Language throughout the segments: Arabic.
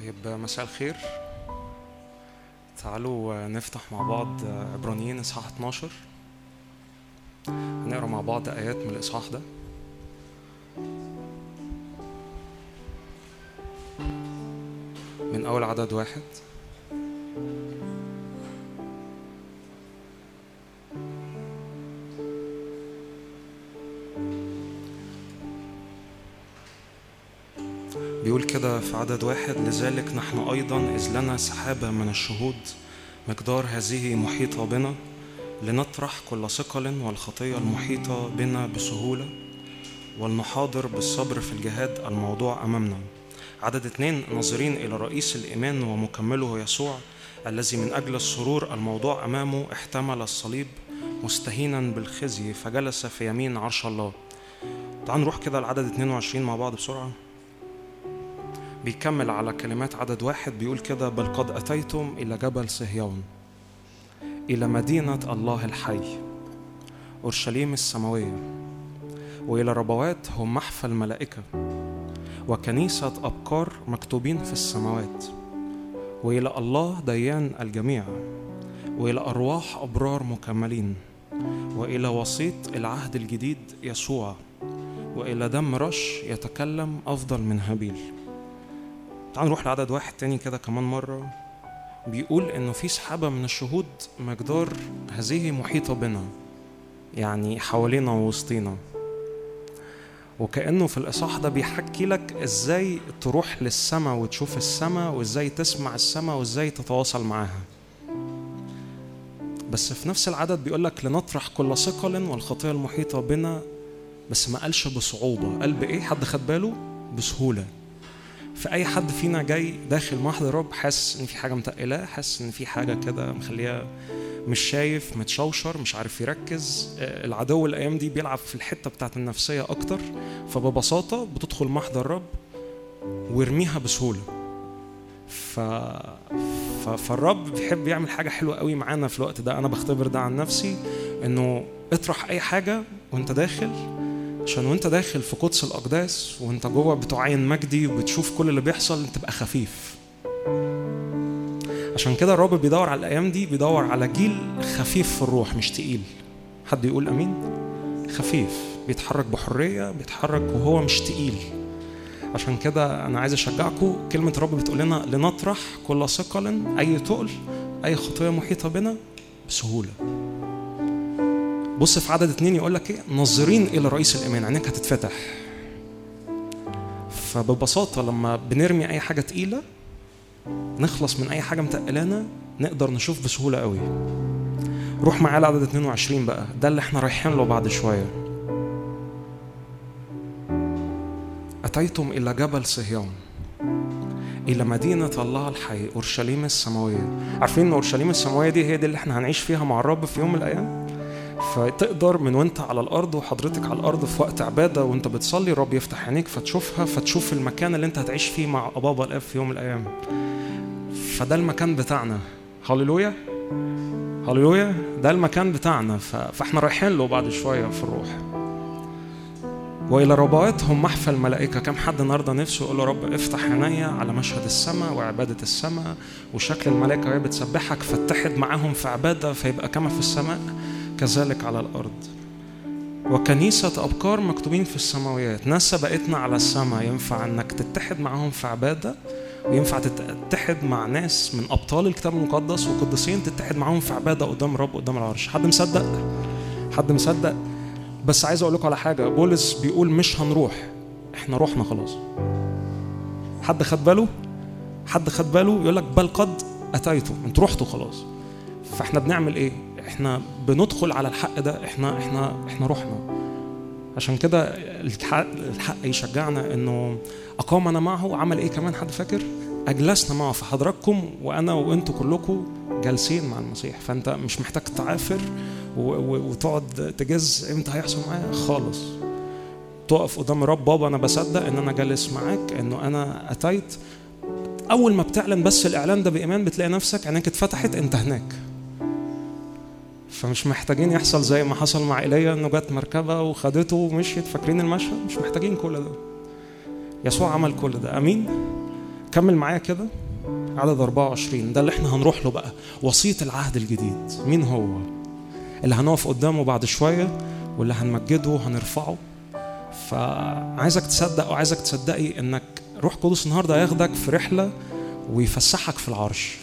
طيب، مساء الخير. تعالوا نفتح مع بعض عبرانيين إصحاح 12. هنقرأ مع بعض آيات من الإصحاح ده. من أول عدد 1. بيقول كده في عدد 1: لذلك نحن أيضا إذ لنا سحابة من الشهود مقدار هذه محيطة بنا لنطرح كل ثقل والخطية المحيطة بنا بسهولة ولنحاضر بالصبر في الجهاد الموضوع أمامنا. عدد 2: ناظرين إلى رئيس الإيمان ومكمله يسوع الذي من أجل السرور الموضوع أمامه احتمل الصليب مستهينا بالخزي فجلس في يمين عرش الله. تعالوا نروح كده لعدد 22 مع بعض بسرعة. بيكمل على كلمات عدد 1. بيقول كده: بل قد أتيتم إلى جبل صهيون، إلى مدينة الله الحي، أورشليم السماوية، وإلى ربوات هم محفى الملائكة، وكنيسة أبكار مكتوبين في السماوات، وإلى الله ديان الجميع، وإلى أرواح أبرار مكملين، وإلى وسيط العهد الجديد يسوع، وإلى دم رش يتكلم أفضل من هابيل. تعال نروح لعدد 1 تاني كده كمان مرة. بيقول إنه في سحابة من الشهود مقدار هذه محيطة بنا، يعني حوالينا ووسطينا. وكأنه في الإصحاح ده بيحكي لك إزاي تروح للسماء وتشوف السماء، وإزاي تسمع السماء، وإزاي تتواصل معاها. بس في نفس العدد بيقول لك لنطرح كل ثقل والخطية المحيطة بنا، بس ما قالش بصعوبة، قال بإيه؟ حد خد باله؟ بسهولة. فأي حد فينا جاي داخل محضر الرب حاسس إن في حاجة متقلاه، حاسس إن في حاجة كده مخليه مش شايف، متشوشر، مش عارف يركز. العدو الأيام دي بيلعب في الحتة بتاعت النفسية أكتر، فببساطة بتدخل محضر الرب ويرميها بسهولة. فالرب بيحب يعمل حاجة حلوة قوي معانا في الوقت ده. أنا بختبر ده عن نفسي، إنه اطرح أي حاجة وإنت داخل، عشان وإنت داخل في قدس الأقداس وإنت جوه بتعاين مجدي وبتشوف كل اللي بيحصل تبقى خفيف. عشان كده الرب بيدور على الأيام دي، بيدور على جيل خفيف في الروح مش تقيل. حد يقول أمين؟ خفيف، بيتحرك بحرية، بيتحرك وهو مش تقيل. عشان كده أنا عايز أشجعكم. كلمة الرب بتقول لنا لنطرح كل ثقل، أي تقل، أي خطية محيطة بنا بسهولة. بص في عدد 2 يقول لك إيه؟ ناظرين إلى رئيس الإيمان، عينك هتتفتح. فببساطة لما بنرمي أي حاجة تقيلة، نخلص من أي حاجة متقلانا، نقدر نشوف بسهولة قوي. روح معايا لعدد 22 بقى، ده اللي احنا رايحين له بعد شوية. أتيتم إلى جبل صهيون، إلى مدينة الله الحي، أورشليم السماوية. عارفين إن أورشليم السماوية دي هي دي اللي احنا هنعيش فيها مع الرب في يوم من الأيام. فتقدر من وانت على الأرض وحضرتك على الأرض في وقت عبادة وانت بتصلي، الرب يفتح عينيك فتشوفها، فتشوف المكان اللي انت هتعيش فيه مع أبابا الآب في يوم من الأيام. فده المكان بتاعنا. هاليلويا هاليلويا، ده المكان بتاعنا. فاحنا رايحين له بعد شوية في الروح. وإلى ربوات هم محفى الملائكة. كم حد النهاردة نفسه يقول له رب افتح عينيا على مشهد السماء وعبادة السماء وشكل الملائكة وهي بتسبحك، فاتحد معاهم في عبادة، فيبقى كما في السماء كذلك على الأرض. وكنيسة أبكار مكتوبين في السماويات. ناس سبقتنا على السماء، ينفع أنك تتحد معاهم في عبادة، وينفع تتحد مع ناس من أبطال الكتاب المقدس وقدسين، تتحد معاهم في عبادة قدام رب قدام العرش. حد مصدق؟ حد مصدق؟ بس عايز أقول لكم على حاجة. بولس بيقول مش هنروح، احنا روحنا خلاص. حد خد باله؟ حد خد باله؟ يقول لك بل قد أتيتم، انتوا رحتوا خلاص. فاحنا بنعمل ايه؟ احنا بندخل على الحق ده. احنا روحنا. عشان كده الحق يشجعنا انه اقامنا معه. عمل ايه كمان؟ حد فاكر؟ اجلسنا معه في حضراتكم، وانا وانتوا كلكم جالسين مع المسيح. فانت مش محتاج تعافر وتقعد تجز امتى هيحصل معايا خالص. تقف قدام الرب، بابا انا بصدق ان انا جالس معاك، انه انا اتيت. اول ما بتعلن بس الاعلان ده بايمان، بتلاقي نفسك عينيك اتفتحت، انت هناك. فمش محتاجين يحصل زي ما حصل مع إيليا، انه جت مركبة وخدته ومشيت. فاكرين المشهد؟ مش محتاجين كل ده. يسوع عمل كل ده. امين. كمل معايا كده عدد 24. ده اللي احنا هنروح له بقى، وسيط العهد الجديد. مين هو اللي هنقف قدامه بعد شوية واللي هنمجده وهنرفعه؟ فعايزك تصدق وعايزك تصدقي انك روح قدس النهارده ياخدك في رحلة ويفسحك في العرش.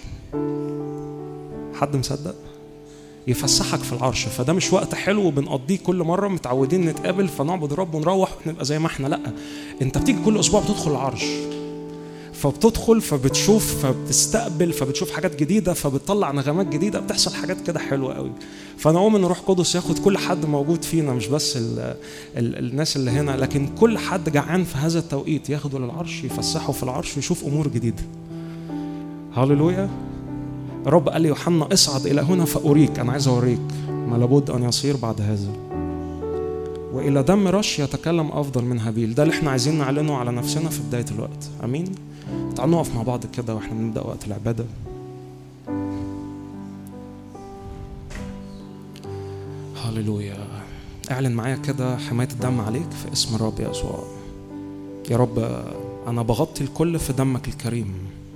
حد مصدق؟ يفسحك في العرش. فده مش وقت حلو بنقضيه كل مرة متعودين نتقابل فنعبد الرب ونروح ونبقى زي ما احنا. لا، انت بتيجي كل اسبوع بتدخل العرش، فبتدخل فبتشوف فبتستقبل فبتشوف حاجات جديدة فبتطلع نغمات جديدة، بتحصل حاجات كده حلوة قوي. فأنا أؤمن إن روح قدس ياخد كل حد موجود فينا، مش بس الناس اللي هنا، لكن كل حد جعان في هذا التوقيت ياخده للعرش، يفسحه في العرش ويشوف أمور جديدة. هاليلويا. الرب قال لي يوحنا اصعد إلى هنا فأريك. أنا عايز أوريك ما لابد أن يصير بعد هذا. وإلى دم رش يتكلم أفضل من هابيل. ده اللي احنا عايزين نعلنه على نفسنا في بداية الوقت. أمين. تعالوا نقف مع بعض كده واحنا بنبدأ وقت العبادة. هاليلويا. اعلن معايا كده حماية الدم عليك في اسم الرب يسوع. يا رب أنا بغطي الكل في دمك الكريم،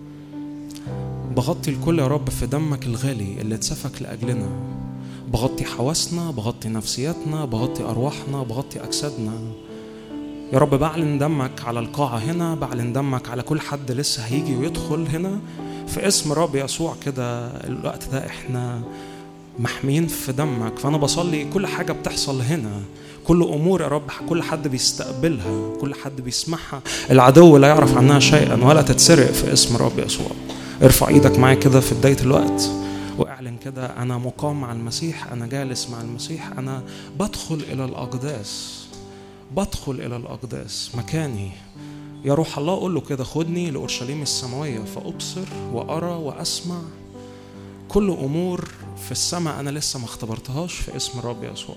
بغطي الكل يا رب في دمك الغالي اللي اتسفك لأجلنا. بغطي حواسنا، بغطي نفسياتنا، بغطي أرواحنا، بغطي أجسادنا. يا رب بعلن دمك على القاعة هنا، بعلن دمك على كل حد لسه هيجي ويدخل هنا في اسم الرب يسوع. كده الوقت ده احنا محميين في دمك. فأنا بصلي كل حاجة بتحصل هنا، كل أمور يا رب كل حد بيستقبلها، كل حد بيسمعها، العدو لا يعرف عنها شيئا ولا تتسرق في اسم الرب يسوع. ارفع ايدك معايا كده في بداية الوقت واعلن كده أنا مقام مع المسيح، أنا جالس مع المسيح، أنا بدخل إلى الأقداس، بدخل إلى الأقداس مكاني. يا روح الله قول له كده خدني لأورشليم السماوية فأبصر وأرى وأسمع كل أمور في السماء أنا لسه ما اختبرتهاش في اسم الرب يسوع.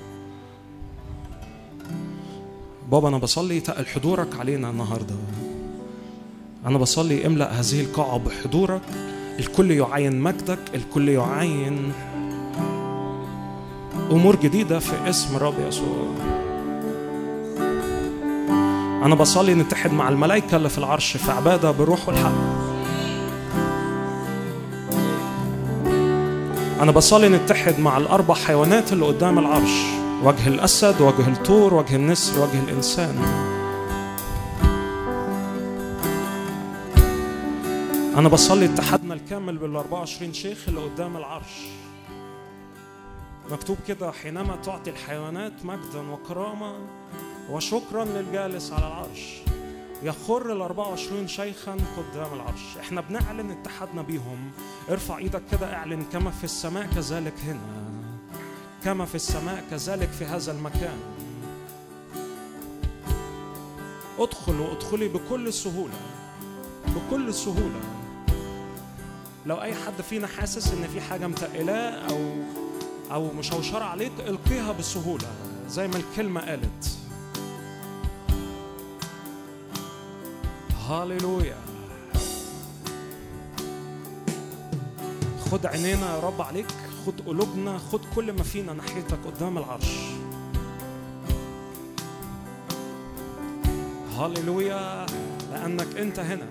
بابا أنا بصلي تقل حضورك علينا النهاردة. أنا بصلي املأ هذه القاعة بحضورك. الكل يعين مجدك، الكل يعين أمور جديدة في اسم الرب يسوع. أنا بصلي نتحد مع الملائكة اللي في العرش في عبادة بالروح والحق. أنا بصلي نتحد مع الأربع حيوانات اللي قدام العرش، وجه الأسد، وجه الثور، وجه النسر، وجه الإنسان. أنا بصلي اتحادنا الكامل بال24 شيخ اللي قدام العرش. مكتوب كده حينما تعطي الحيوانات مجدا وكرامة وشكرا للجالس على العرش يخر ال24 شيخا قدام العرش. احنا بنعلن اتحادنا بيهم. ارفع ايدك كده اعلن كما في السماء كذلك هنا، كما في السماء كذلك في هذا المكان. ادخل وادخلي بكل سهولة، بكل سهولة. لو اي حد فينا حاسس ان في حاجة متقلاه او مشوشرة عليك القيها بسهولة زي ما الكلمة قالت. هاليلويا. خد عينينا يا رب عليك، خد قلوبنا، خد كل ما فينا ناحيتك قدام العرش. هاليلويا. لأنك أنت هنا.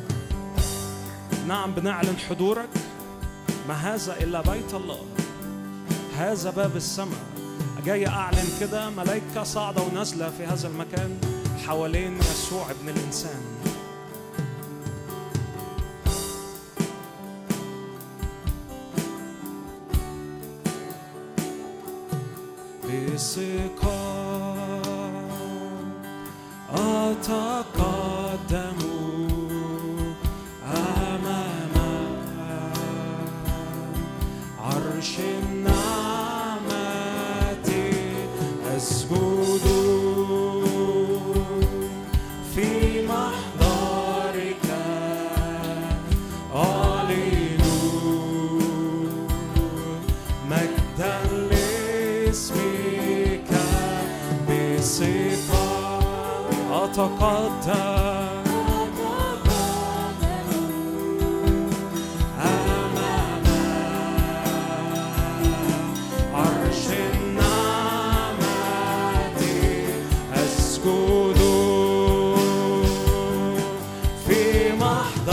نعم بنعلن حضورك. ما هذا إلا بيت الله، هذا باب السماء. جاي أعلن كده ملائكة صاعدة ونازلة في هذا المكان حوالين يسوع ابن الإنسان. بثقة أتقدم أمام عرش النعمة أسجد في محضرك أعلن مجدا لاسمك. بثقة أتقدم أمام عرش النعمة أسجد في محضرك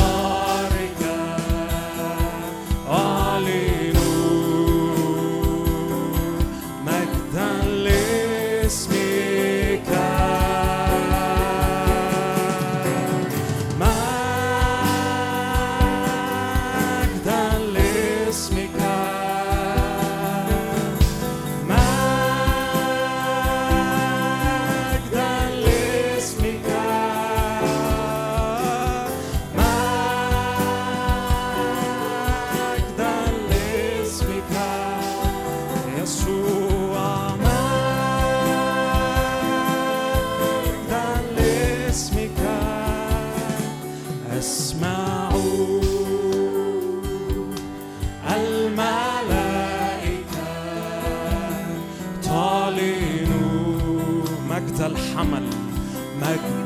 الحمل مجد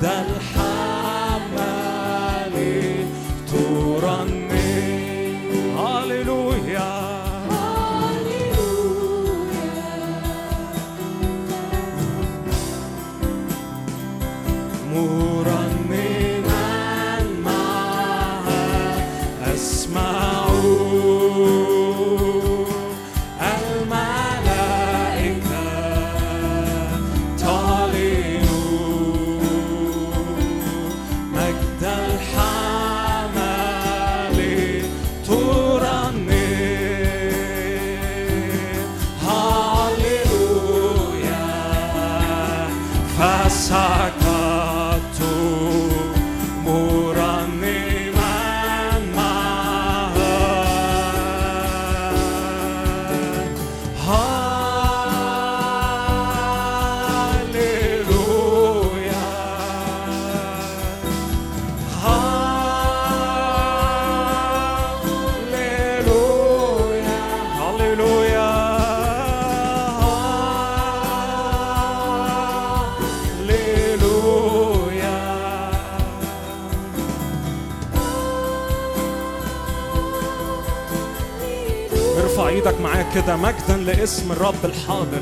الحمل ترنم هاليلويا مرنما معها أسمعوا الملائكة تعلن مجد الحمل ترنم هاليلويا فسكت ايدك معايا كده مجدا لاسم الرب الحاضر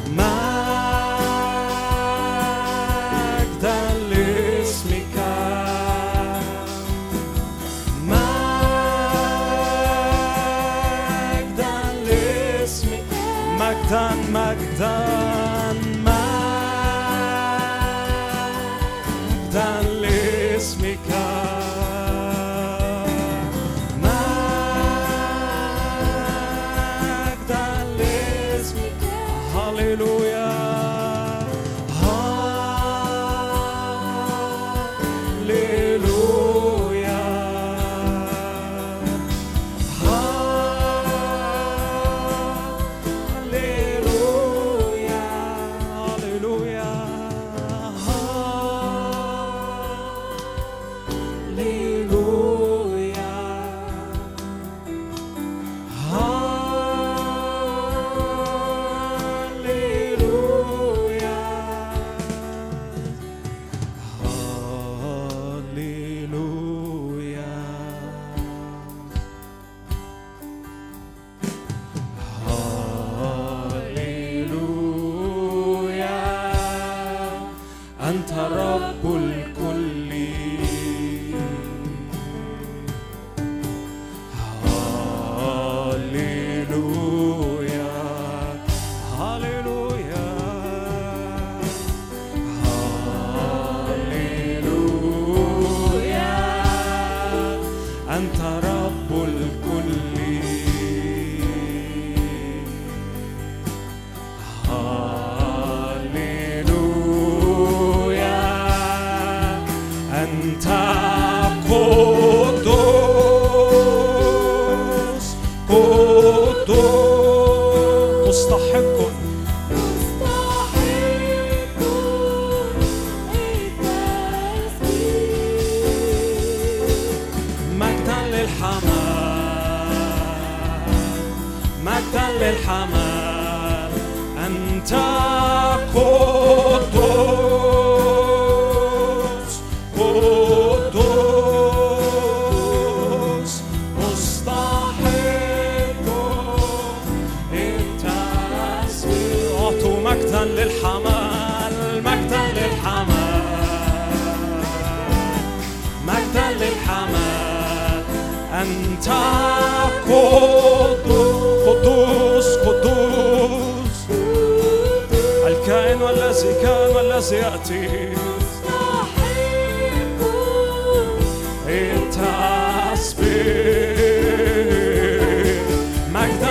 مجدا لاسمك مجدا لاسمك مجدا مجدا مجدا لاسمك هاليلويا هاليلويا هاليلويا هاليلويا أنت رب الكل هاليلويا هاليلويا هاليلويا أنت رب الكل أنت قدوس قدوس مستحق مجدا للحمل مجدا للحمل أنت قدوس قدوس مستحق التسبيح أعطوا مجدا للحمل مجدا للحمل مجدا للحمل أنت قدوس قدوس الكائن والذي كان والذي يأتي التسبيح مجدا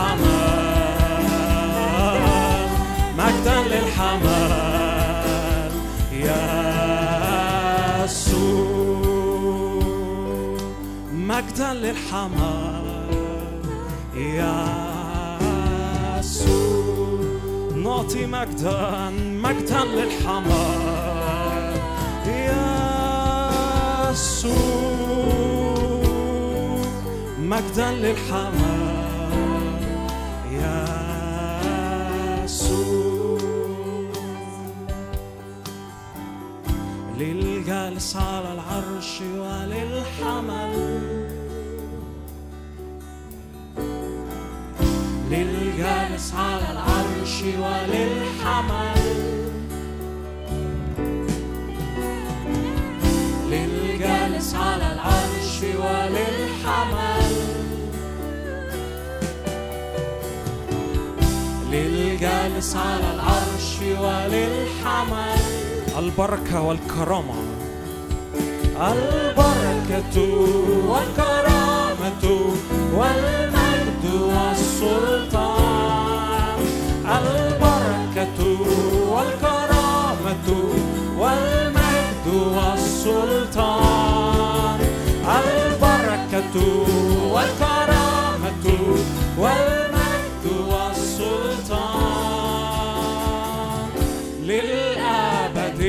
للحمل مجدا للحمل يسوع مجدا للحمل يسوع نعطي مجدا مجدا للحمل يسوع مجدا للحمل يسوع للجالس على العرش وللحمل، للجالس على العرش وللحمل، للجالس على العرش وللحمل، للجالس على العرش وللحمل. البركة والكرامة، البركة والكرامة والمجد والسلطان، البركة والكرامة والمجد والسلطان، البركة والكرامة والمجد والسلطان للأبد،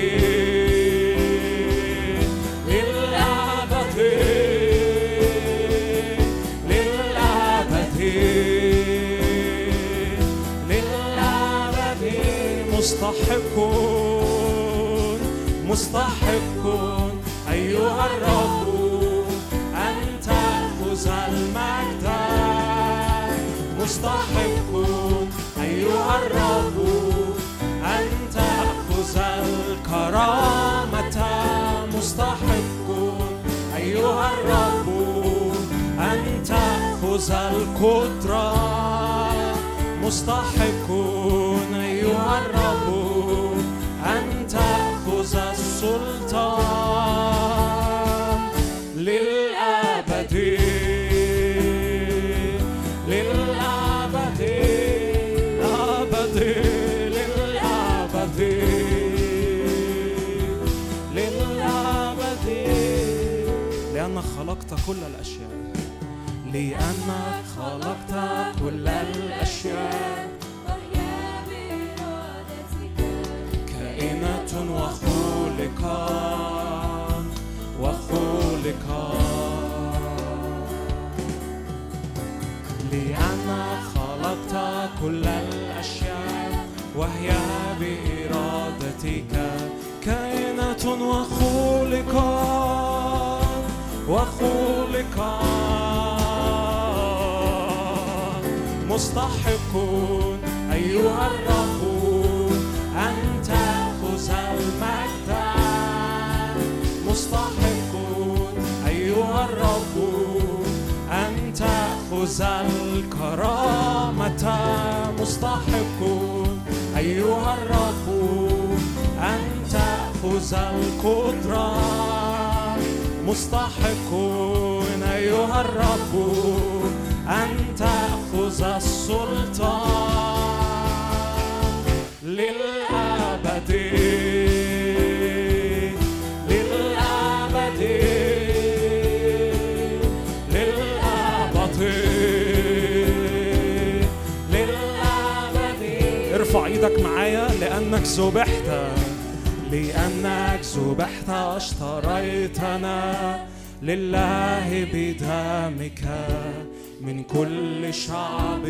للأبد، للأبد، للأبد. مستحقون، مستحقون أيها الرب أن تأخذ المجد، مستحقون أيها الرب أن تأخذ الكرامة، مستحقون أيها الرب أن تأخذ القدرة، مستحقون أيها الرب أن تأخذ السلطان للأبد، للأبد، أبد، للأبد، للأبد. لأنك خلقت كل الأشياء، لأنك خلقت كل الأشياء، كائنة وخلقا وخلقا، لأنك خلقت كل الأشياء وهي بإرادتك، كائنة وخلقا وخلقا. مستحقون أيها الرب أن تأخذ المجد، مستحقون أيها الرب أن تأخذ الكرامة، مستحقون أيها الرب أن تأخذ القدرة، مستحقون أيها الرب أن تأخذ السلطان للأبد، للأبد، للأبد، للأبد. ارفع ايدك معايا. لأنك ذبحت، لأنك ذبحت اشتريتنا لله بدمك من كل شعب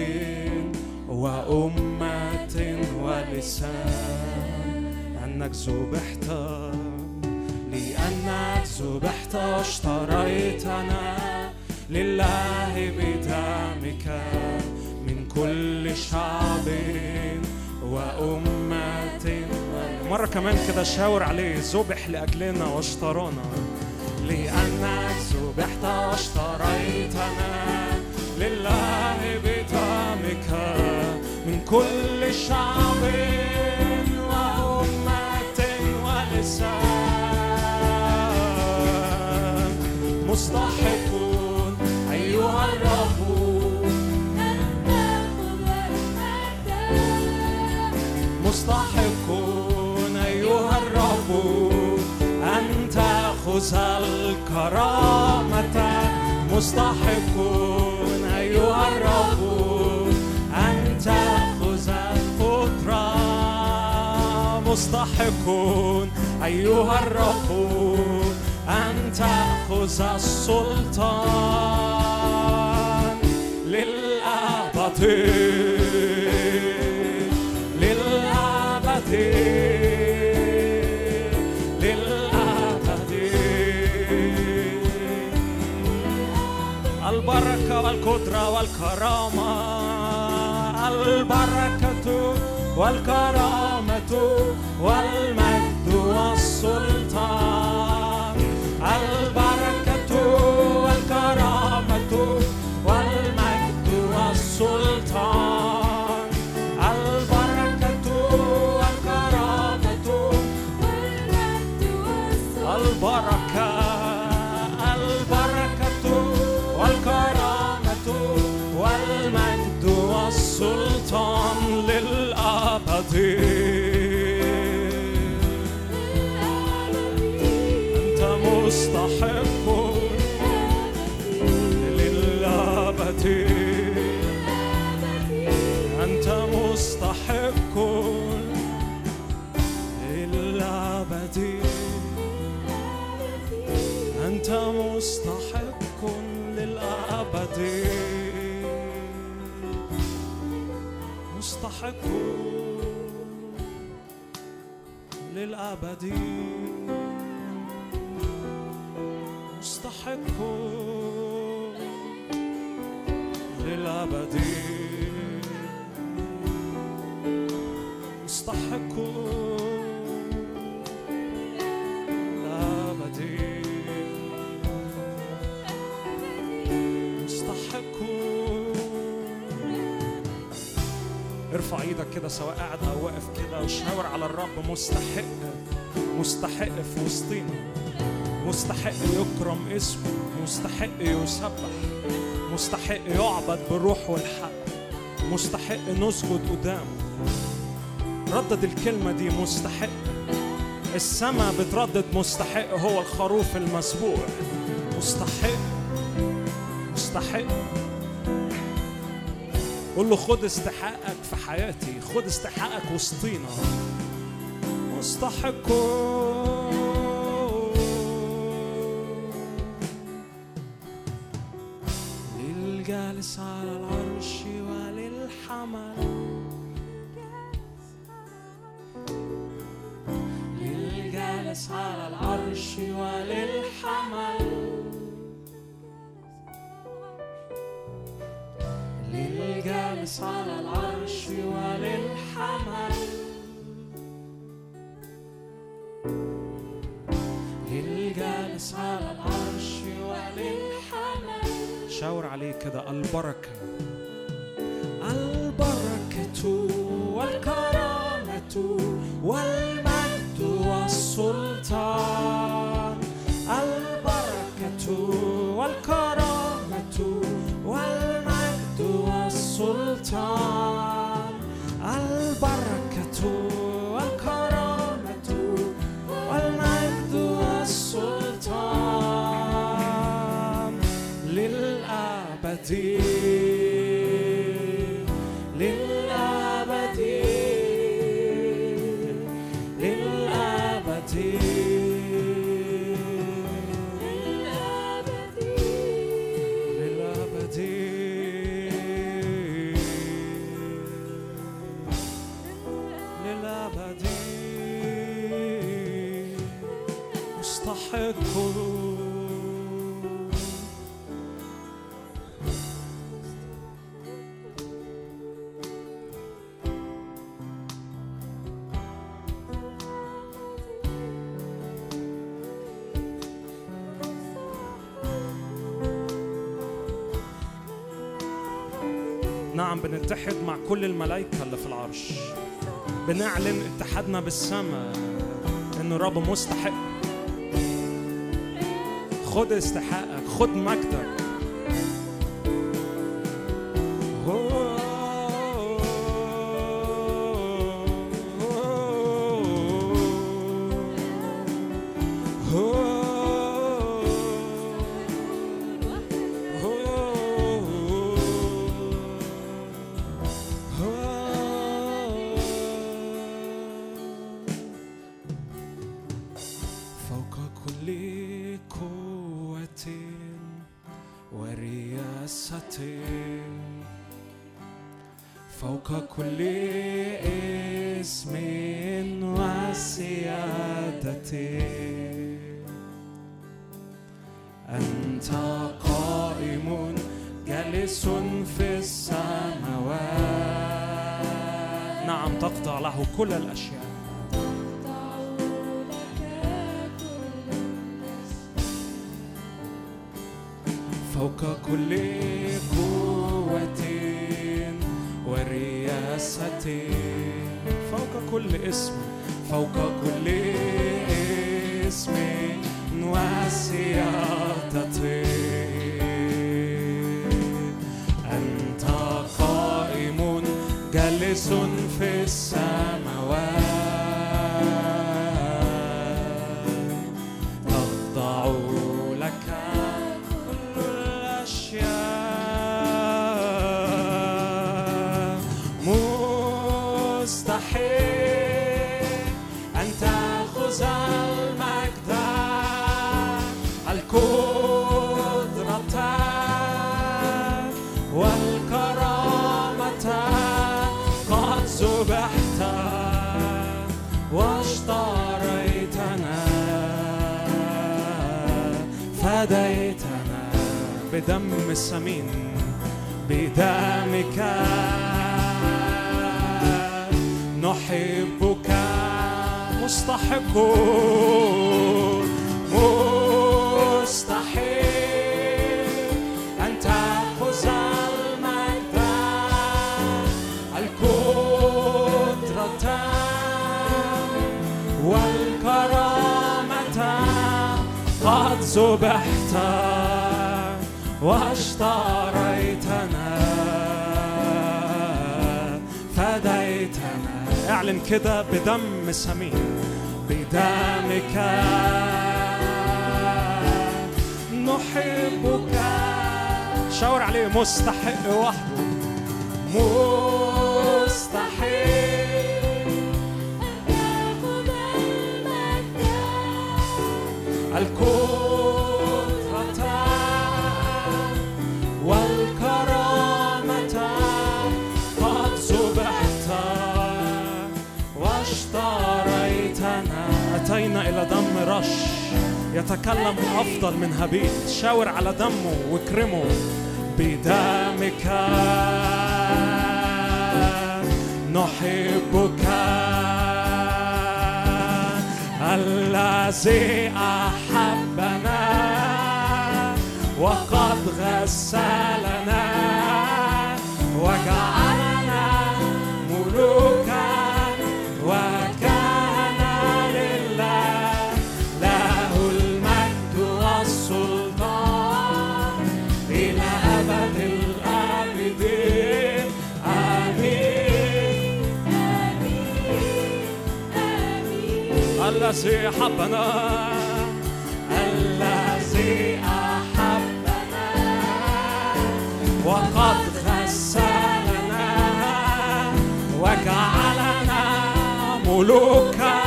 وأمة ولسان. لأنك ذبحت، لأنك ذبحت اشتريتنا لله بدمك من كل شعب وأمة. مرة كمان كده شاور عليه. ذبح لأجلنا واشترانا، لأنك ذبحت واشتريتنا لله بدمك من كل شعب وأمة ولسان. مستحقون أيها الرب أن تأخذ المجد، مستحقون أيها الرب أن تأخذ الكرامة، مستحقون أيها الرب أن تأخذ القدرة، مستحقون أيها الرب أن تأخذ السلطان للأبد، للأبد، للأبد. البركة والقدرة والكرامة، البركة والكرامة والمجد والسلطان، البركة والكرامة والمجد والسلطان، البركة والكرامة والمجد والسلطان، البركة والكرامة والمجد والسلطان للأبد. أنت مستحق للأبد، أنت مستحق للأبد، أنت مستحق للأبد، مستحق للأبد، مستحق للأبد، مستحق للأبد، مستحق. ارفع ايدك كده سواء قاعد او واقف كده وشاور على الرب. مستحق، مستحق في وسطينا، مستحق يكرم اسمه، مستحق يسبح، مستحق يعبد بالروح والحق، مستحق نسجد قدامه. ردد الكلمة دي، مستحق. السماء بتردد مستحق، هو الخروف المسبوح. مستحق، مستحق. قول له خد استحقاقك في حياتي، خد استحقاقك وسطينا. مستحق للجالس على العرش وللحمل، للجالس على العرش وللحمل، للجالس على العرش وللحمل، للجالس على العرش وللحمل. شاور عليه كده. البركة، البركة والكرامة والمجد والسلطان، البركة والكرامة والمجد والسلطان، البركة والكرامة والمجد والسلطان للأبد، للأبد، للأبد، للأبد، للأبد، مستحق. نعم، بنتحد مع كل الملائكة اللي في العرش، بنعلن اتحادنا بالسماء إن الرب مستحق. خد استحقاقك، خد مجدك. فوق كل اسم وسيادة أنت قائم جالس في السماوات. نعم تخضع له كل الأشياء. فوق كل قوة ورياسة، فوق كل اسم، فوق كل اسم وسيادة، أنت قائم جالس في السماوات، تخضع لك كل الأشياء. مستحيل أن تأخذ المجد، القدرة والكرامة، قد ذبحت واشتريتنا، فديتنا بدم الثمين، بدمك نحبك، مستحقون، مستحيل أن تأخذ المجد، القدرة والكرامة، قد ذبحت واشتريتنا، فديتنا. اعلن كده بدم ثمين، بدمك نحبك. شاور عليه، مستحق وحده، مستحيل أن تأخذ المجد، القدرة والكرامة، قد ذبحت واشتريتنا. أتينا إلى دم رش يتكلم أفضل من هابيل. شاور على دمه واكرمه. بدمك نحبك، الذي أحبنا وقد غسلنا وجعلنا ملوكا، وكان لله له المجد والسلطان إلى أبد الآبدين. آمين آمين آمين. الذي أحبنا، الذي أحبنا وقد غسلنا وجعلنا ملوكا،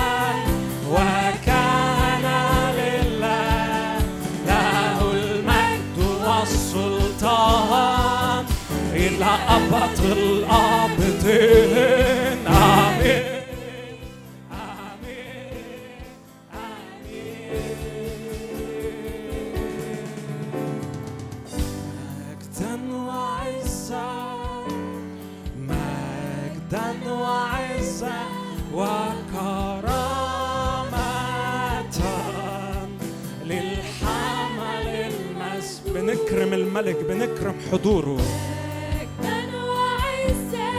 وكان لله له المجد والسلطان إلى أبد الآبدين. آمين آمين آمين. مجدا وعزا، مجدا وعزا وكرامة للحمل المسبوح. بنكرم الملك، بنكرم حضوره. مجدا وعزا،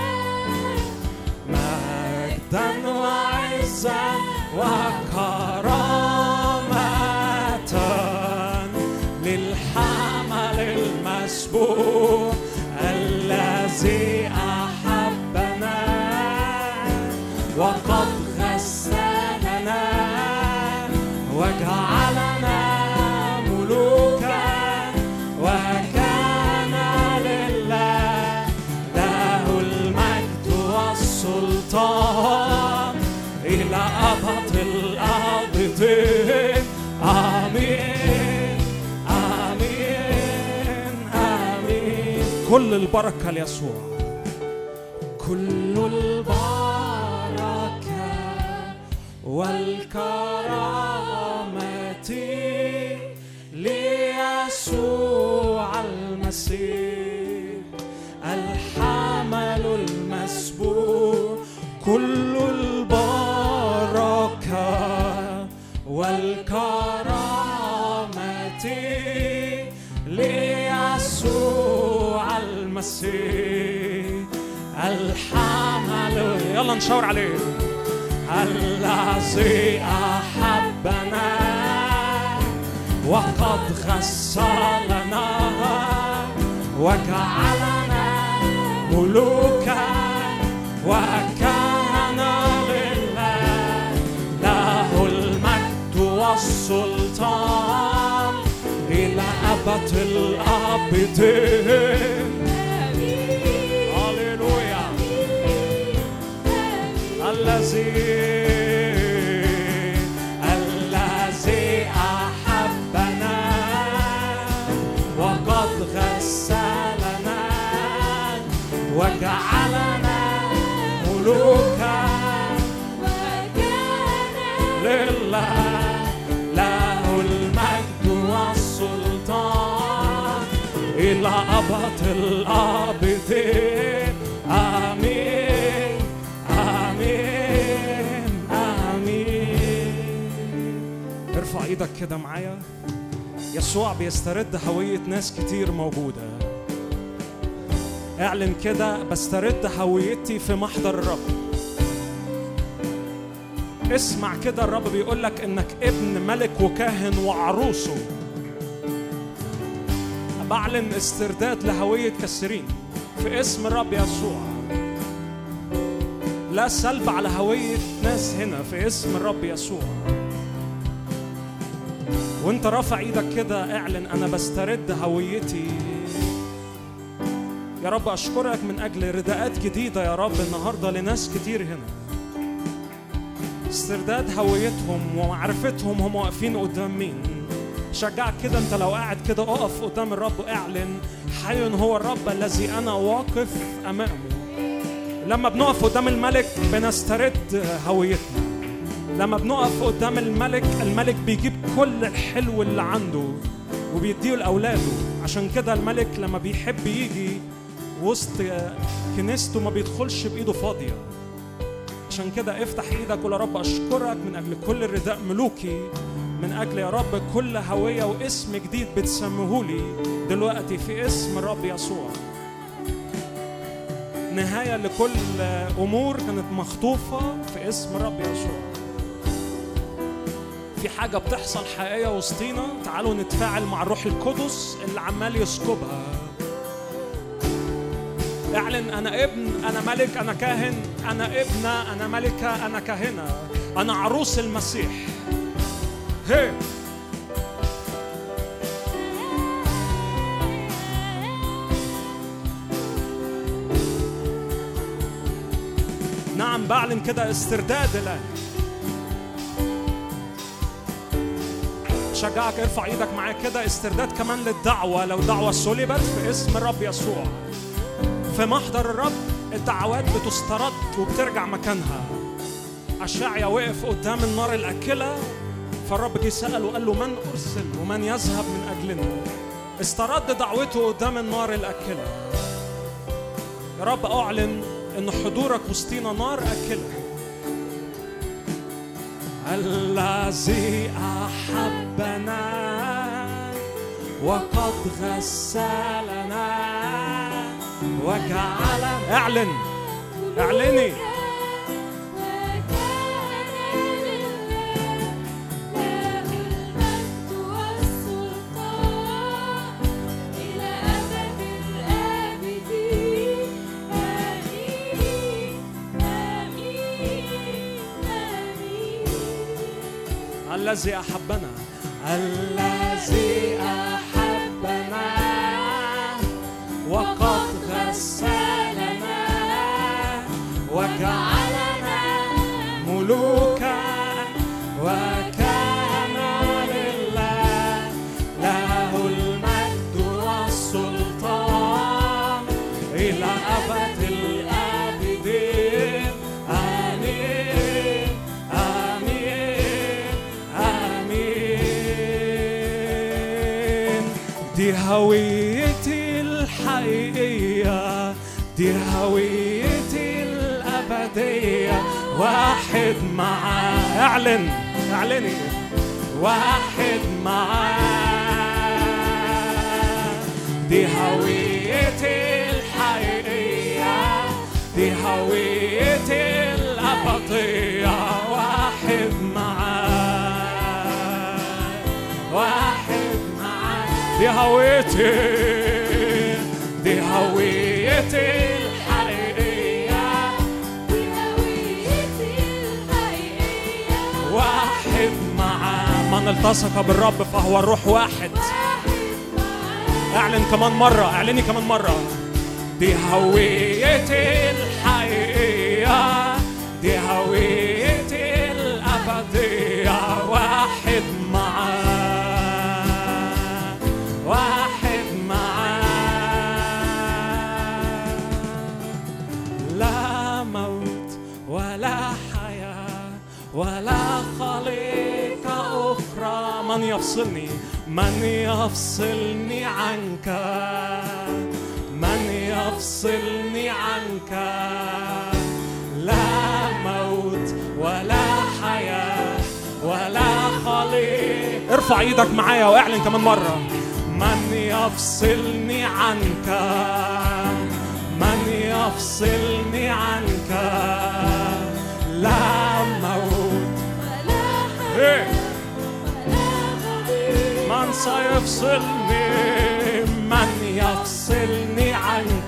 مجدا وعزا وكرامة للحمل المسبوح، الذي أحبنا وقد غسلنا وجعلنا ملوكا، وكان لله له المجد والسلطان إلى أبد الآبدين. آمين آمين آمين. كل البركة ليسوع، كل البركة والكرامة ليسوع المسيح. المسيح الحمل. يلا نشاور عليه. الذي أحبنا وقد غسلنا وجعلنا ملوكا وكهنة لله، له المجد والسلطان إلى أبد الآبدين. هللويا. الذي أحبنا وقد غسلنا وجعلنا ملوكا لله، له المجد والسلطان إلى أبد الآبدين. آمين آمين آمين. ارفع ايدك كده معايا. يسوع بيسترد هوية ناس كتير موجودة. اعلن كده: بسترد هويتي في محضر الرب. اسمع كده، الرب بيقول لك انك ابن ملك وكاهن وعروسه. بعلن استرداد لهوية كثيرين في اسم الرب يسوع. لا سلب على هوية ناس هنا في اسم الرب يسوع. وانت رافع ايدك كده اعلن: انا بسترد هويتي. يا رب اشكرك من اجل رداءات جديدة يا رب النهاردة لناس كتير هنا. استرداد هويتهم ومعرفتهم هم واقفين قدام مين. شجعك كده، انت لو قاعد كده اقف قدام الرب واعلن: حي هو الرب الذي انا واقف امامه. لما بنقف قدام الملك بنسترد هويتنا. لما بنقف قدام الملك، الملك بيجيب كل الحلو اللي عنده وبيديه لأولاده. عشان كده الملك لما بيحب يجي وسط كنيسته ما بيدخلش بإيده فاضية. عشان كده افتح ايدك وقول: يا رب اشكرك من اجل كل رداء ملوكي، من اجل يا رب كل هوية واسم جديد بتسميهولي دلوقتي في اسم الرب يسوع. نهاية لكل أمور كانت مخطوفة في اسم الرب يسوع. في حاجة بتحصل حقيقية وسطينا. تعالوا نتفاعل مع الروح القدس اللي عمال يسكبها. اعلن: أنا ابن، أنا ملك، أنا كاهن، أنا ابنة، أنا ملكة، أنا كاهنة، أنا عروس المسيح. هي نعم، بعلن كده استرداد الآن. شجعك ارفع ايدك معايا كده. استرداد كمان للدعوة، لو دعوة سلبت في اسم الرب يسوع. في محضر الرب الدعوات بتسترد وبترجع مكانها. أشعيا وقف قدام النار الأكلة، فالرب جه سأله وقال له: من أرسل ومن يذهب من أجلنا؟ استرد دعوته قدام النار الأكلة. يا رب أعلن إن حضورك وسطينا نار أكلة. الذي أحبنا وقد غسلنا وجعلنا. اعلن، اعلني. الذي أحبنا، الذي أحبنا وقد غسلنا وجعلنا ملوكا وكهنة لله، له المجد والسلطان إلى أبد الآبدين. آمين آمين آمين. دي هويتي الحقيقية، دي هويتي الأبدية. واحد معاه. اعلن، اعلني. واحد معاه. دي هويتي الحقيقية، هويتي الأبدية واحد معاك، واحد معاك. دي هويتي، دي هويتي الحقيقية، دي هويتي الحقيقية. واحد معاك. من التصق بالرب فهو الروح واحد. اعلن كمان مرة، اعلني كمان مرة. دي هويتي الحقيقية، دي هويتي الأبدية. واحد معاك، واحد معاك. لا موت ولا حياة ولا خليقة أخرى من يفصلني، من يفصلني عنك، من يفصلني عنك. لا موت ولا حياة ولا خليقة. ارفع ايدك معايا واعلن كمان مرة. من يفصلني عنك، من يفصلني عنك. لا موت ولا حياة من سيفصلني، من يفصلني عنك،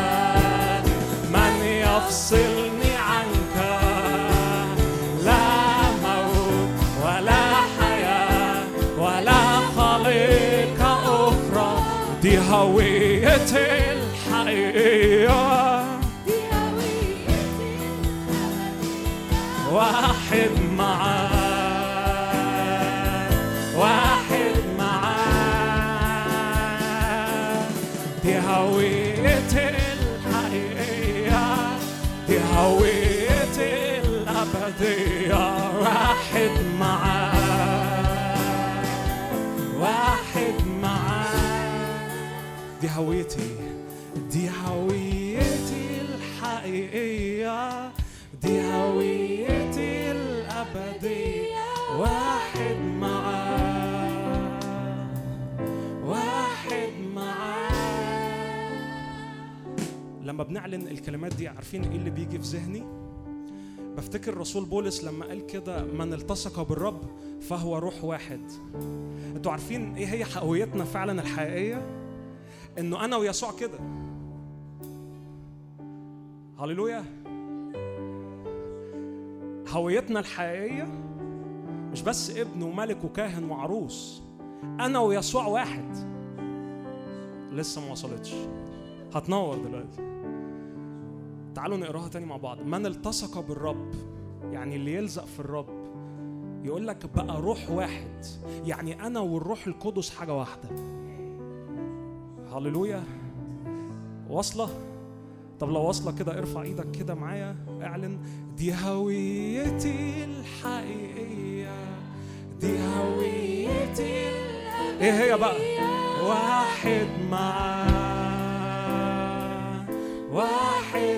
من يفصلني عنك. لا موت ولا حياة ولا خليقة أخرى. دي هويتي الحقيقية، دي هويتي الحقيقية. واحد معاك، واحد معاك. دي هويتي الحقيقية، دي هويتي الأبدية. واحد معاك، واحد معاك. دي هويتي، دي هويتي الحقيقية، دي هويتي الأبدية. واحد معاك، واحد معاك. لما بنعلن الكلمات دي عارفين ايه اللي بيجي في ذهني؟ بفتكر رسول بولس لما قال كده: من التصق بالرب فهو روح واحد. انتوا عارفين ايه هي هويتنا فعلا الحقيقية؟ انه انا ويسوع كده. هللويا. هويتنا الحقيقية مش بس ابن وملك وكاهن وعروس، انا ويسوع واحد. لسه ما وصلتش، هتنور دلوقتي. تعالوا نقراها تاني مع بعض. من التصق بالرب، يعني اللي يلزق في الرب، يقول لك بقى روح واحد، يعني انا والروح القدس حاجة واحدة. هللويا. واصلة؟ طب لو واصلة كده ارفع ايدك كده معايا، اعلن: دي هويتي الحقيقية، دي هويتي. ايه هي بقى؟ واحد معاه، واحد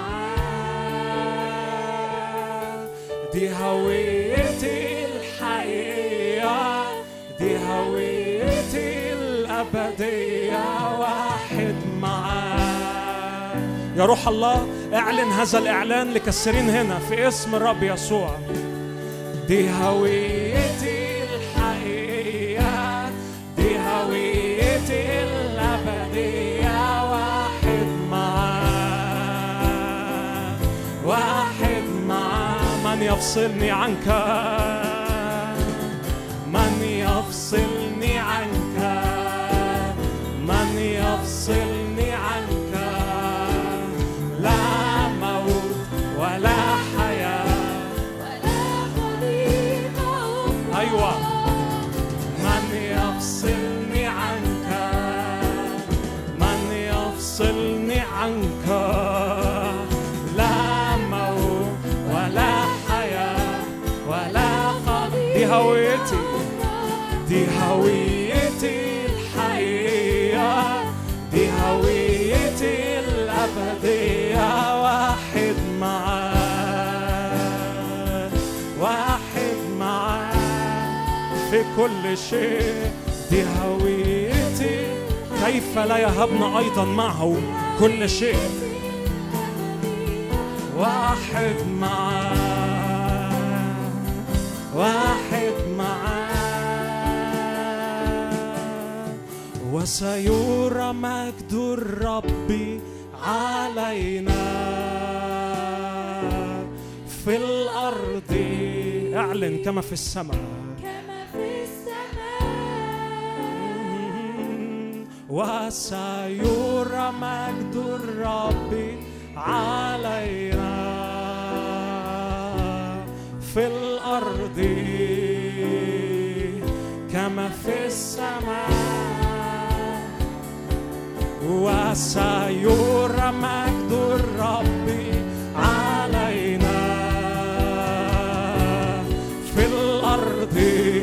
معاه. دي هويتي الحقيقية، دي هويتي الأبدية. واحد معاه. يا روح الله اعلن هذا الإعلان لكثيرين هنا في اسم الرب يسوع. دي هويتي الحقيقية، دي هويتي الأبدية. واحد معاه، واحد معاه. من يفصلني عنك، من يفصلني عنك، من يفصلني عنك. لا موت ولا حياة ولا خليقة أخرى. أيوة. من يفصلني عنك، من يفصلني عنك. لا موت ولا حياة ولا خليقة. دي هويتي، دي هويتي الحقيقية، دي هويتي الأبدية. واحد معاه، واحد معاه في كل شيء. دي هويتي، كيف لا يهبنا أيضا معه كل شيء. واحد معاه، واحد معاه، وسيرى مجد الرب علينا في الأرض. اعلن كما في السماء، كما في السماء، وسيرى مجد الرب علينا في الأرض كما في السماء، وسيرى مجد الرب علينا في الأرض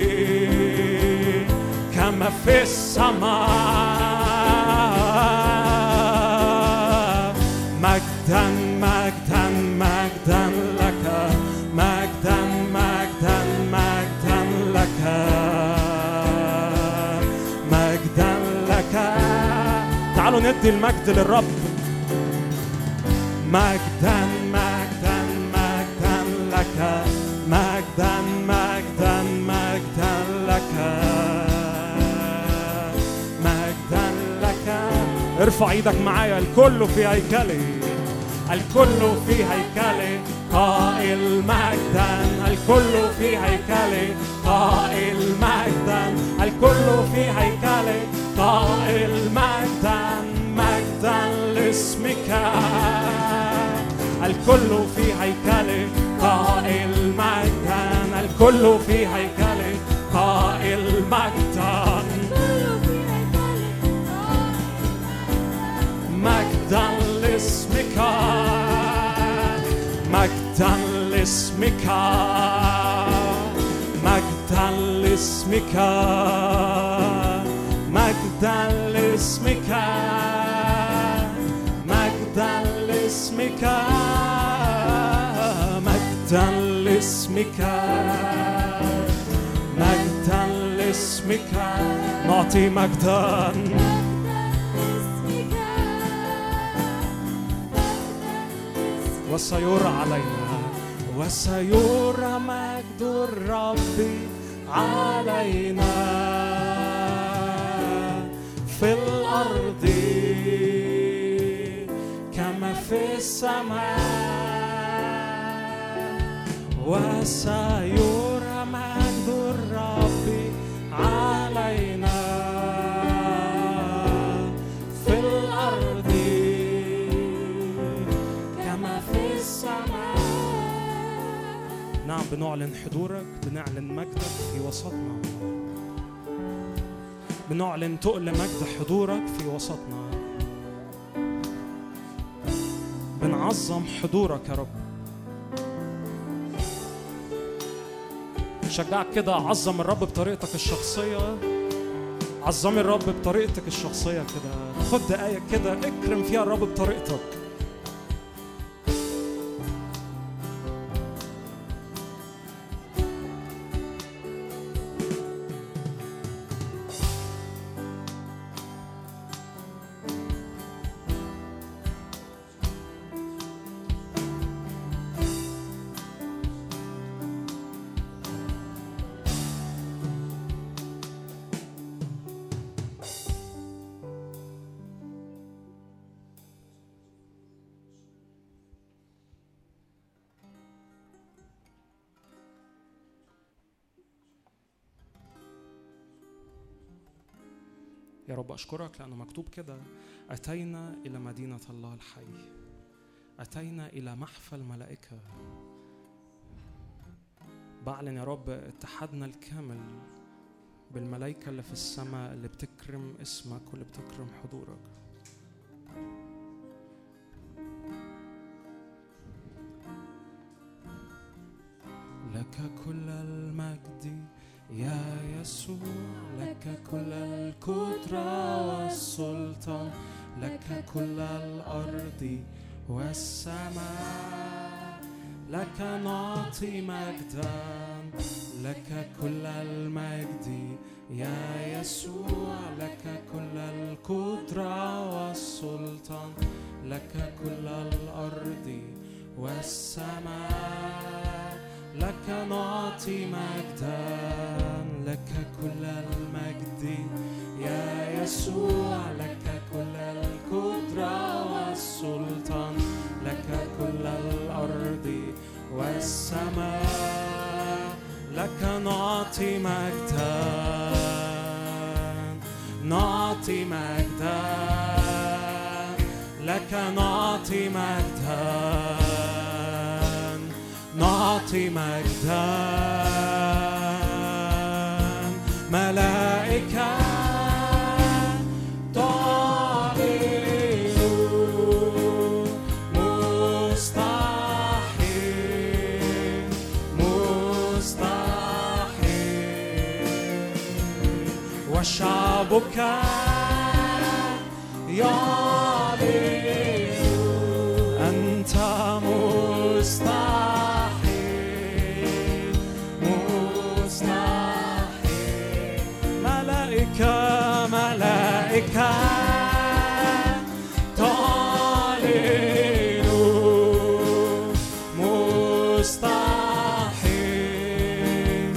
كما في السماء. مجدا مجدا مجدا لك، مجدا مجدا مجدا لك، مجدا لك. تعالوا ندي المجد للرب. مجدا مجدا مجدا لك، مجدا مجدا مجدا لك، مجدا لك. ارفع ايدك معايا. الكل في هيكلي، الكل في هيكلي قائل مجدا، الكل في هيكلي قائل مجدا، الكل في هيكلي قائل مجدا، مجدا لاسمك. الكل في هيكلي قائل مجدا، الكل في هيكلي قائل مجدا، مجدا لاسمك، مجدا لاسمك، مجدا لاسمك، مجدا لاسمك، مجدا لاسمك، مجدا لاسمك، مجدا لاسمك. نعطي مجدا، وسيرى علينا، وسيرى مجد الرب علينا في الأرض كما في السماء، وسيرى مجد الرب علينا في الأرض كما في السماء. نعم، بنعلن حضورك، بنعلن مجدك في وسطنا، بنعلن تقل مجد حضورك في وسطنا، بنعظم حضورك يا رب. شجعك كده، عظم الرب بطريقتك الشخصية، عظمي الرب بطريقتك الشخصية كده. خد دقايق كده اكرم فيها الرب بطريقتك. يا رب أشكرك لأنه مكتوب كده: أتينا إلى مدينة الله الحي، أتينا إلى محفل ملائكة. بعلن يا رب اتحادنا الكامل بالملائكة اللي في السماء، اللي بتكرم اسمك واللي بتكرم حضورك. لك كل المجد يا يسوع، لك كل القدرة والسلطان، لك كل الأرض والسماء، لك نعطي مجدا، لك كل المجد يا يسوع، لك كل القدرة والسلطان، لك كل الأرض والسماء لك نعطي مجدا، لك كل المجد يا يسوع، لك كل القدرة والسلطان، لك كل الأرض والسماء، لك نعطي مجدا، نعطي مجدا، لك نعطي مجدا، نعطي مجدا. ملائكة تعلن مستحيل، مستحيل، وشعبك يعلن أنت مستحيل، مستحيل. ملائكة ملائكة تعلن مستحيل،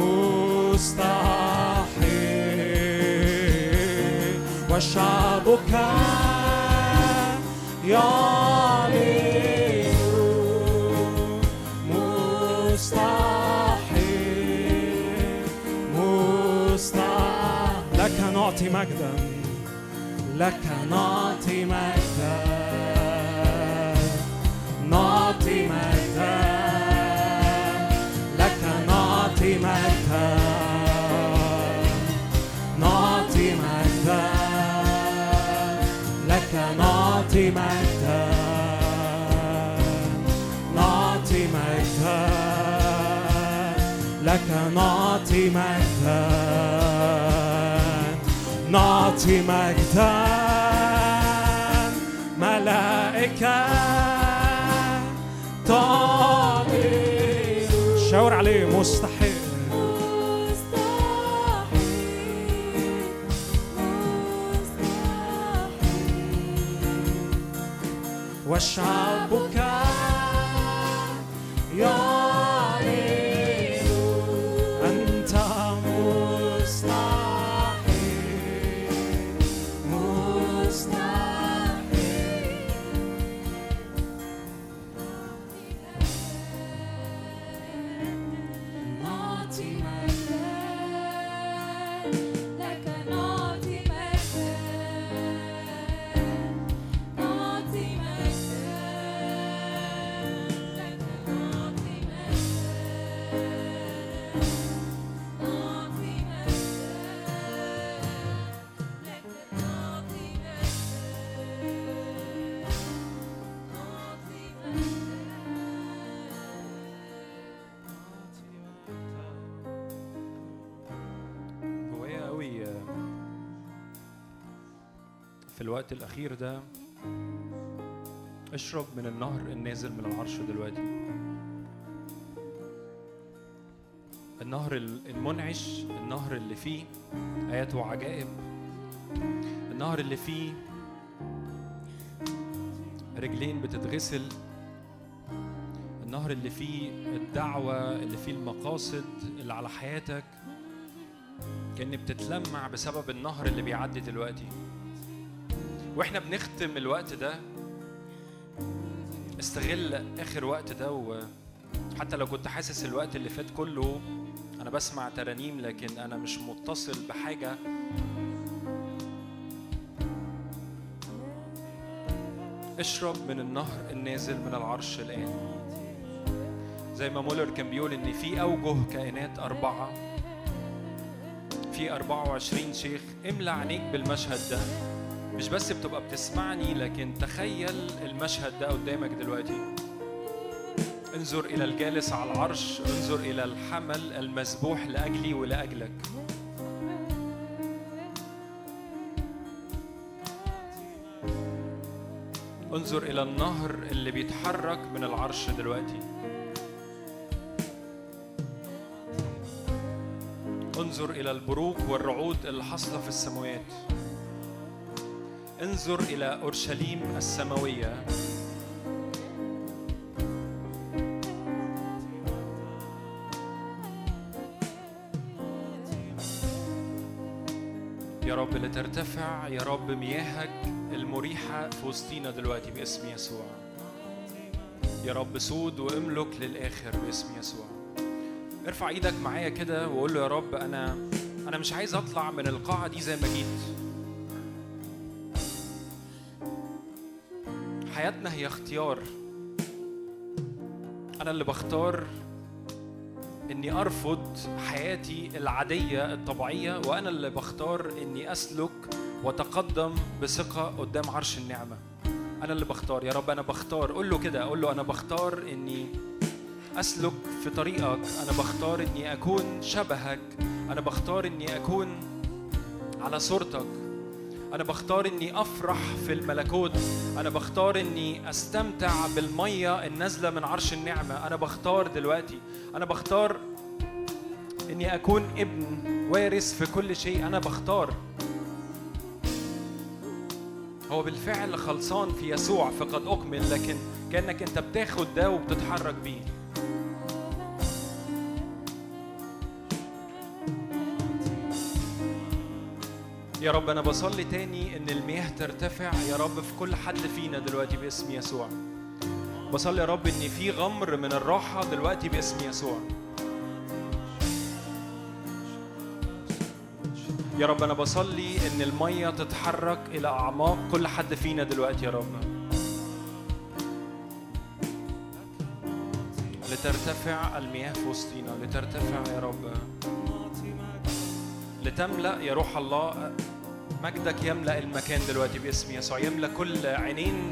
مستحيل، وشعبك يعلن مستحيل، مستحيل. لك نعطي مجدا، لك نعطي مجدا، نعطي مجدا، لك نعطي مجدا، نعطي مجدا، لك نعطي مجدا، نعطي مجدا، لك نعطي مجدا، نعطي مجدا. ملائكة تعلن، شاور عليه، مستحيل، وشعبك يعلن أنت مستحيل، مستحيل. نعطي مجدا، لك نعطي مجدا، نعطي في الوقت الأخير ده اشرب من النهر النازل من العرش دلوقتي، النهر المنعش، النهر اللي فيه آيات وعجائب، النهر اللي فيه رجلين بتتغسل، النهر اللي فيه الدعوة، اللي فيه المقاصد اللي على حياتك كأن بتتلمع بسبب النهر اللي بيعدي دلوقتي. واحنا بنختم الوقت ده استغل آخر وقت ده، وحتى لو كنت حاسس الوقت اللي فات كله أنا بسمع ترانيم لكن أنا مش متصل بحاجة، اشرب من النهر النازل من العرش الآن. زي ما مولر كان بيقول إن في أوجه كائنات 4، في 24 شيخ. املى عينيك بالمشهد ده، مش بس بتبقى بتسمعني لكن تخيل المشهد ده قدامك دلوقتي. انظر إلى الجالس على العرش، انظر إلى الحمل المذبوح لأجلي ولأجلك. انظر إلى النهر اللي بيتحرك من العرش دلوقتي. انظر إلى البروق والرعود اللي حصلة في السماوات. انظر إلى أورشليم السماوية. رب، لترتفع يا رب مياهك المريحة في وسطينا دلوقتي باسم يسوع. يا رب سود واملك للآخر باسم يسوع. ارفع ايدك معايا كده وقول له يا رب أنا مش عايز أطلع من القاعة دي زي ما جيت. حياتنا هي اختيار. أنا اللي بختار إني أرفض حياتي العادية الطبيعية، وأنا اللي بختار إني أسلك وتقدم بثقة قدام عرش النعمة. أنا اللي بختار يا رب، أنا بختار. قول له كده، قول له أنا بختار إني أسلك في طريقك، أنا بختار إني أكون شبهك، أنا بختار إني أكون على صورتك، أنا بختار إني أفرح في الملكوت، أنا بختار إني أستمتع بالمية النازلة من عرش النعمة. أنا بختار دلوقتي، أنا بختار إني أكون ابن وارث في كل شيء. أنا بختار. هو بالفعل خلصان في يسوع فقد أكمل، لكن كأنك أنت بتاخد ده وبتتحرك بيه. يا رب أنا بصلي تاني إن المياه ترتفع يا رب في كل حد فينا دلوقتي باسم يسوع. بصلي يا رب إن في غمر من الراحة دلوقتي باسم يسوع. يا رب أنا بصلي إن المية تتحرك إلى أعماق كل حد فينا دلوقتي يا رب، لترتفع المياه في وسطينا، لترتفع يا رب، لتملأ يا روح الله. مجدك يملأ المكان دلوقتي باسم يسوع، يملأ كل عينين،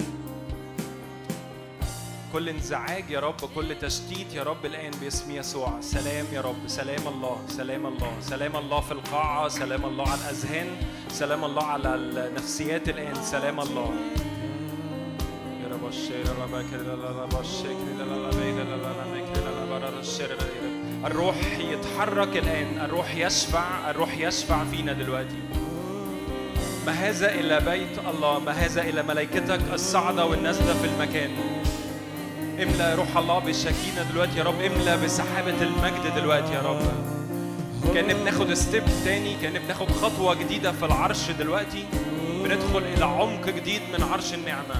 كل انزعاج يا رب، كل تشتيت يا رب الآن باسم يسوع. سلام يا رب، سلام الله، سلام الله، سلام الله في القاعة، سلام الله على الأذهان، سلام الله على النفسيات الآن، سلام الله. يا رب الروح يتحرك الآن، الروح يشفع، الروح يشفع فينا دلوقتي. ما هذا إلى بيت الله، ما هذا إلى ملائكتك الصاعدة والنازلة في المكان. املأ روح الله بالشكينة دلوقتي يا رب، املأ بسحابة المجد دلوقتي يا رب. كأن بناخد ستيب تاني، كأن بناخد خطوة جديدة في العرش دلوقتي، بندخل إلى عمق جديد من عرش النعمة.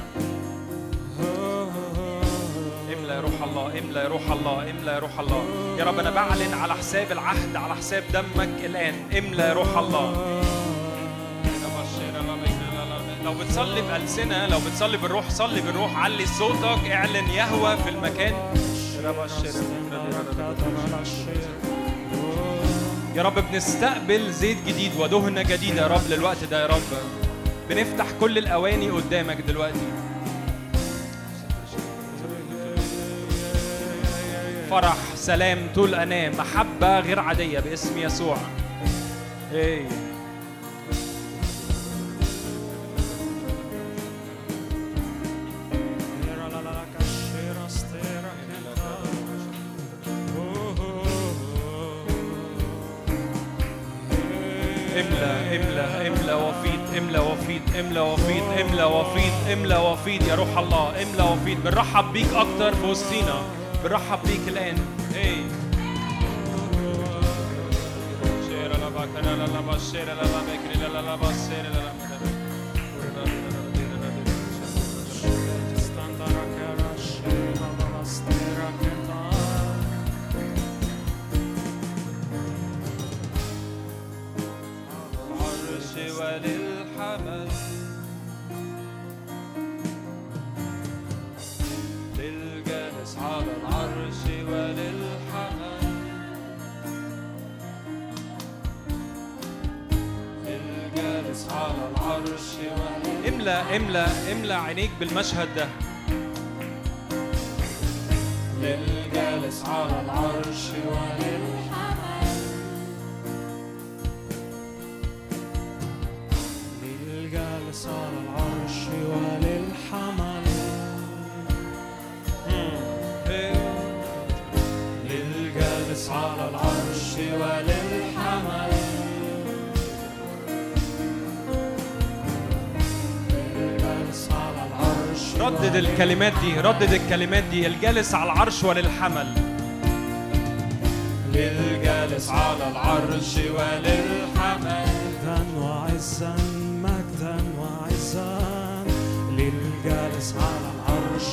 املأ يا روح الله، املأ يا روح الله، املأ يا روح الله. يا رب أنا بعلن على حساب العهد، على حساب دمك الآن. املأ يا روح الله. لو بتصلي بألسنة، لو بتصلي بالروح، صلي بالروح، علي صوتك، اعلن يهوى في المكان. يا رب بنستقبل زيت جديد ودهنة جديدة يا رب للوقت ده يا رب. بنفتح كل الأواني قدامك دلوقتي. فرح، سلام، طول أنام، محبة غير عادية باسم يسوع. املا وفيض، املا وفيض، املا وفيض، املا وفيض، املا وفيض يا روح الله، املا وفيض. بنرحب بيك اكتر في وسطينا، بنرحب بيك الان. وللحمل للجالس على العرش وللحمل للجالس على العرش املأ عينيك بالمشهد ده. للجالس على العرش وللحمل للجالس على العرش وللحمل للجالس على العرش وللحمل للجالس على العرش. ردد الكلمات دي، ردد الكلمات دي. الجالس على العرش وللحمل للجالس على العرش وللحمل مجدا وعزا مجدا وعزا للجالس على العرش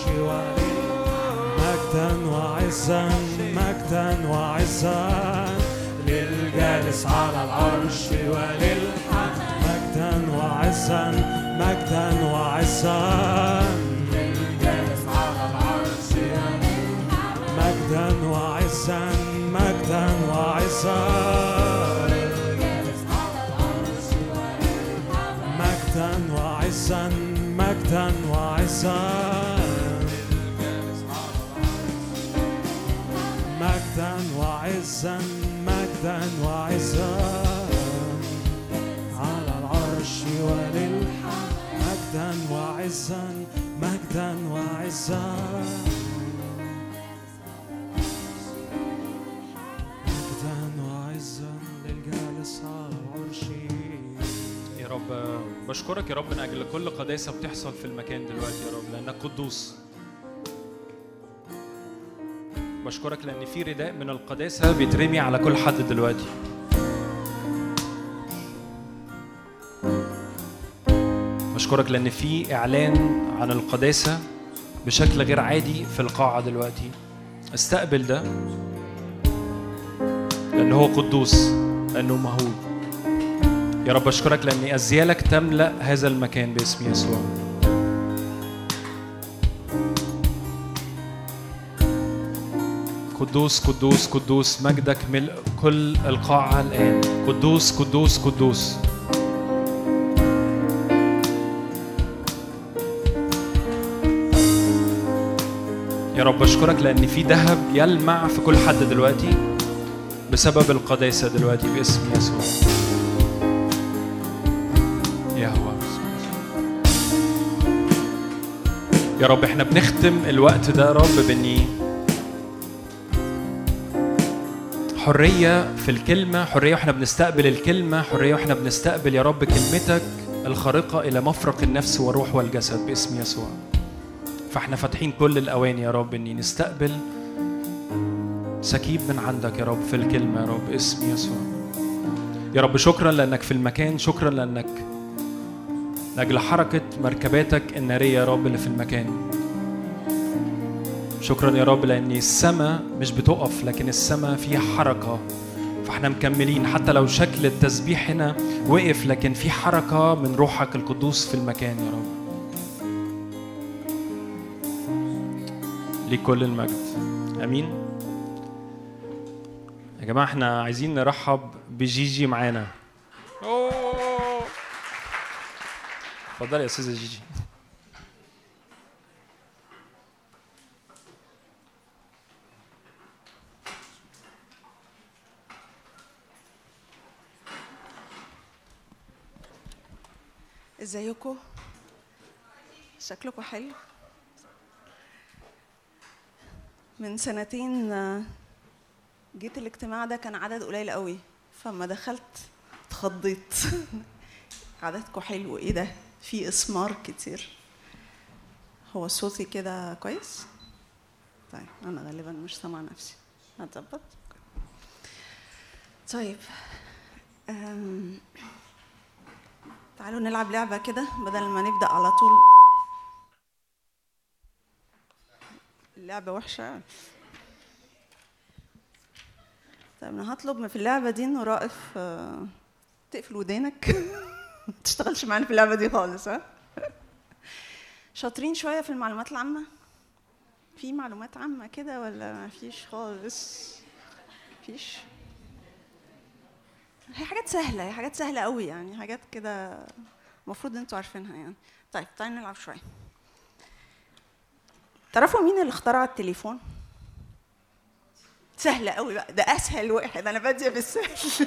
مجدا وعزا مجدا وعزا للجالس على العرش وللحق مجدا وعزا مجدا وعزا للجالس على العرش مجدا وعزا مجدا وعزا مجدا وعزا مجدا وعزا مجدا وعزا مجدا وعزا على العرش وللحق مجدا وعزا مجدا وعزا مجدا وعزا للجالس على العرش. يا رب بشكرك يا رب من أجل كل قداسة بتحصل في المكان دلوقتي يا رب، لأنك قدوس. بشكرك لأن في رداء من القداسة بيترمي على كل حد دلوقتي. بشكرك لأن في إعلان عن القداسة بشكل غير عادي في القاعة دلوقتي. استقبل ده لأنه هو قدوس، لأنه مهوب. يا رب أشكرك لأن أزيالك تملأ هذا المكان باسم يسوع. قدوس قدوس قدوس، مجدك ملء كل القاعة الآن. قدوس قدوس قدوس. يا رب أشكرك لأن في ذهب يلمع في كل حد دلوقتي بسبب القداسة دلوقتي باسم يسوع. يهوه يا رب احنا بنختم الوقت ده يا رب بإني حرية في الكلمة، حرية وإحنا بنستقبل الكلمة، حرية وإحنا بنستقبل يا رب كلمتك الخارقة إلى مفرق النفس والروح والجسد باسم يسوع. فإحنا فاتحين كل الأواني يا رب إني نستقبل سكيب من عندك يا رب في الكلمة يا رب باسم يسوع. يا رب شكرا لأنك في المكان، شكرا لأنك لأجل حركة مركباتك النارية يا رب اللي في المكان. شكرا يا رب لأن السماء مش بتقف، لكن السماء فيها حركة، فاحنا مكملين حتى لو شكل التسبيح هنا وقف، لكن في حركة من روحك القدوس في المكان يا رب. لكل المجد. أمين. يا جماعة احنا عايزين نرحب بجيجي معانا. اتفضلي يا أستاذة جيجي. ازيكم؟ شكلكم حلو. من سنتين جيت الاجتماع ده كان عدد قليل قوي، فما دخلت اتخضيت. عددكم حلو. ايه ده؟ في اسمار كتير. هو صوتي كده كويس؟ طيب انا غالبا مش سامعه نفسي. هتظبط؟ طيب تعالوا نلعب لعبة كده بدل ما نبدأ على طول. اللعبة وحشة. طيب أنا هطلب في اللعبة دي إنه رائف تقفل ودانك. ما تشتغلش معانا في اللعبة دي خالص. ها؟ شاطرين شوية في المعلومات العامة؟ في معلومات عامة كده ولا ما فيش خالص؟ فيش؟ هي حاجات سهلة، هي حاجات سهلة قوي يعني، حاجات كده المفروض انتوا عارفينها يعني. طيب تعالوا نلعب شوية. تعرفوا مين اللي اخترع التليفون؟ سهلة قوي بقى، ده أسهل واحد، أنا بادية بالسهل.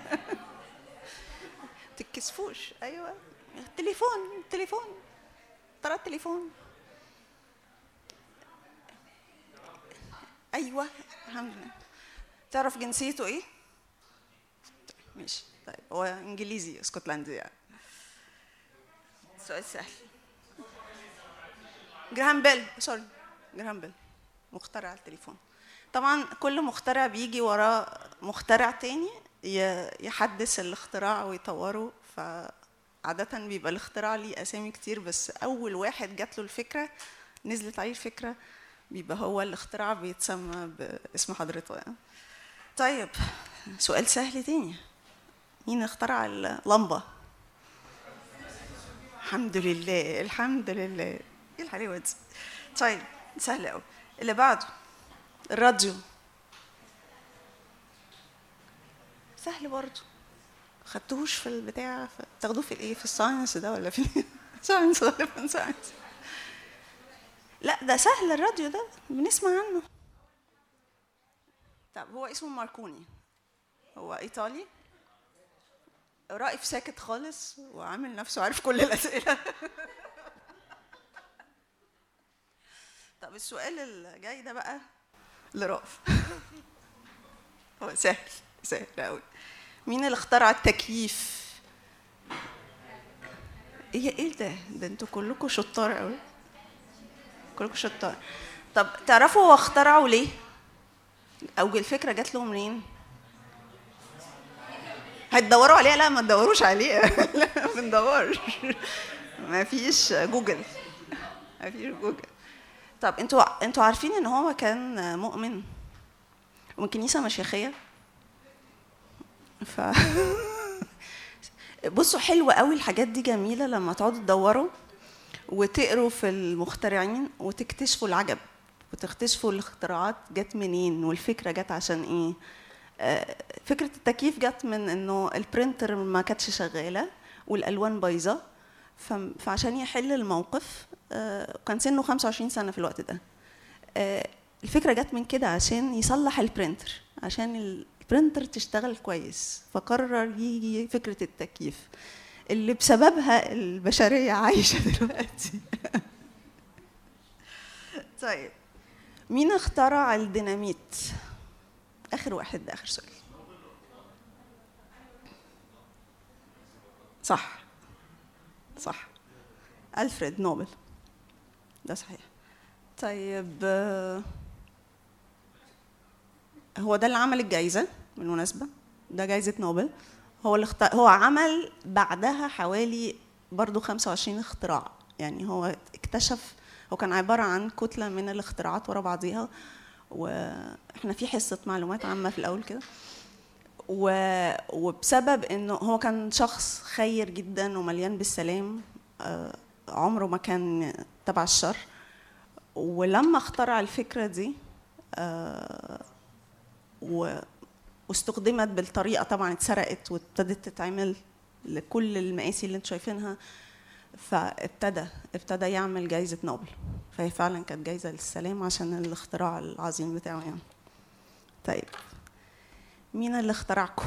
تتكسفوش. أيوة التليفون اخترع التليفون. أيوة الحمد لله. تعرف جنسيته إيه؟ ماشي. طيب هو انجليزي اسكتلندي يعني. سؤال سهل. جراهام بيل مخترع التليفون. طبعا كل مخترع بيجي وراه مخترع تاني يحدث الاختراع ويطوره. فعادة بيبقى الاختراع ليه أسامي كتير، بس أول واحد جات له الفكرة، نزلت عليه الفكرة، بيبقى هو الاختراع بيتسمى باسم حضرته يعني. طيب سؤال سهل تاني، مين اخترع اللمبة؟ الحمد لله الحمد لله، ايه الحلاوة دي. طيب سهل قوي. اللي بعده الراديو، سهل برضه، خدتوش في البتاع، تاخدوه في الايه، في الساينس ده ولا في ساينس غالبا ساينس. لا ده سهل، الراديو ده بنسمع عنه. طب هو اسمه ماركوني، هو ايطالي، رائف ساكت خالص وعامل نفسه عارف كل الاسئله. طب السؤال اللي جاي ده بقى لرائف. هو سهل سهل قوي. مين اللي اخترع التكييف؟ ايه ده انتوا كلكم شطار قوي، كلكم شطار. طب تعرفوا هو اخترعه ليه؟ او الفكره جات له منين؟ هتدوروا عليها؟ لا ما تدوروش عليها. لا ما بندورش، ما فيش جوجل، ما فيش جوجل. طب انتوا عارفين ان هو كان مؤمن ومن كنيسه مشيخيه؟ بصوا حلوه قوي الحاجات دي، جميله لما تقعدوا تدوروا وتقروا في المخترعين وتكتشفوا العجب وتكتشفوا الاختراعات جت منين والفكره جت عشان ايه. فكره التكييف جت من انه البرينتر ما كانتش شغاله والالوان بايظه، فعشان يحل الموقف كان سنه 25 سنه في الوقت ده. الفكره جت من كده عشان يصلح البرينتر، عشان البرينتر تشتغل كويس، فقرر يجي فكره التكييف اللي بسببها البشريه عايشه دلوقتي. طيب مين اخترع الديناميت؟ اخر واحد ده، اخر سؤال. صح صح، ألفريد نوبل، ده صحيح. طيب هو ده اللي عمل الجائزة بالمناسبة، ده جائزة نوبل. هو عمل بعدها حوالي برضو 25 اختراع، يعني هو اكتشف، هو كان عبارة عن كتلة من الاختراعات ورا بعضيها، واحنا في حصة معلومات عامة في الأول كده. وبسبب انه هو كان شخص خير جدا ومليان بالسلام، عمره ما كان تبع الشر. ولما اخترع الفكرة دي واستخدمت بالطريقة، طبعا اتسرقت وابتدت تتعمل لكل المقاسي اللي انتم شايفينها، فابتدى يعمل جائزة نوبل. فهي فعلا كانت جائزة للسلام عشان الاختراع العظيم بتاعه يعني. طيب مين اللي اخترعكم؟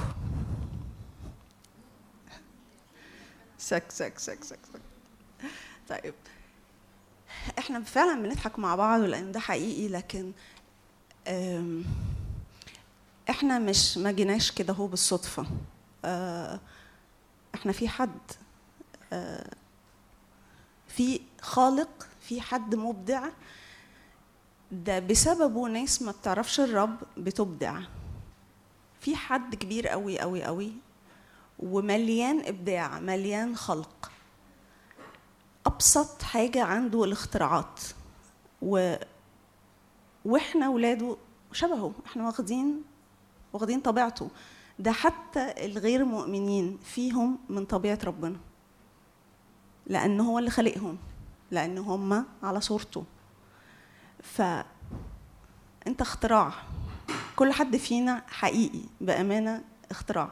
سك سك سك سك سك. طيب احنا فعلا بنضحك مع بعض لان ده حقيقي، لكن احنا ما جيناش كده هو بالصدفه. احنا في حد، في خالق، في حد مبدع، ده بسببه ناس ما بتعرفش الرب بتبدع. في حد كبير قوي قوي قوي ومليان ابداع، مليان خلق. ابسط حاجه عنده الاختراعات، واحنا ولاده شبهه، احنا واخدين طبيعته. ده حتى الغير مؤمنين فيهم من طبيعه ربنا، لانه هو اللي خلقهم، لان هم على صورته. فانت اختراع، كل حد فينا حقيقي بامانه اختراع،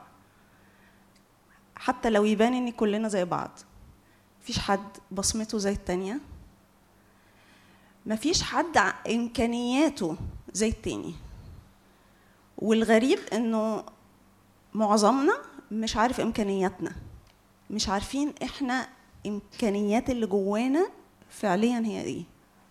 حتى لو يبان ان كلنا زي بعض. مفيش حد بصمته زي التانية، مفيش حد امكانياته زي التاني. والغريب انه معظمنا مش عارف امكانياتنا، مش عارفين احنا امكانيات اللي جوانا فعليا هي ايه.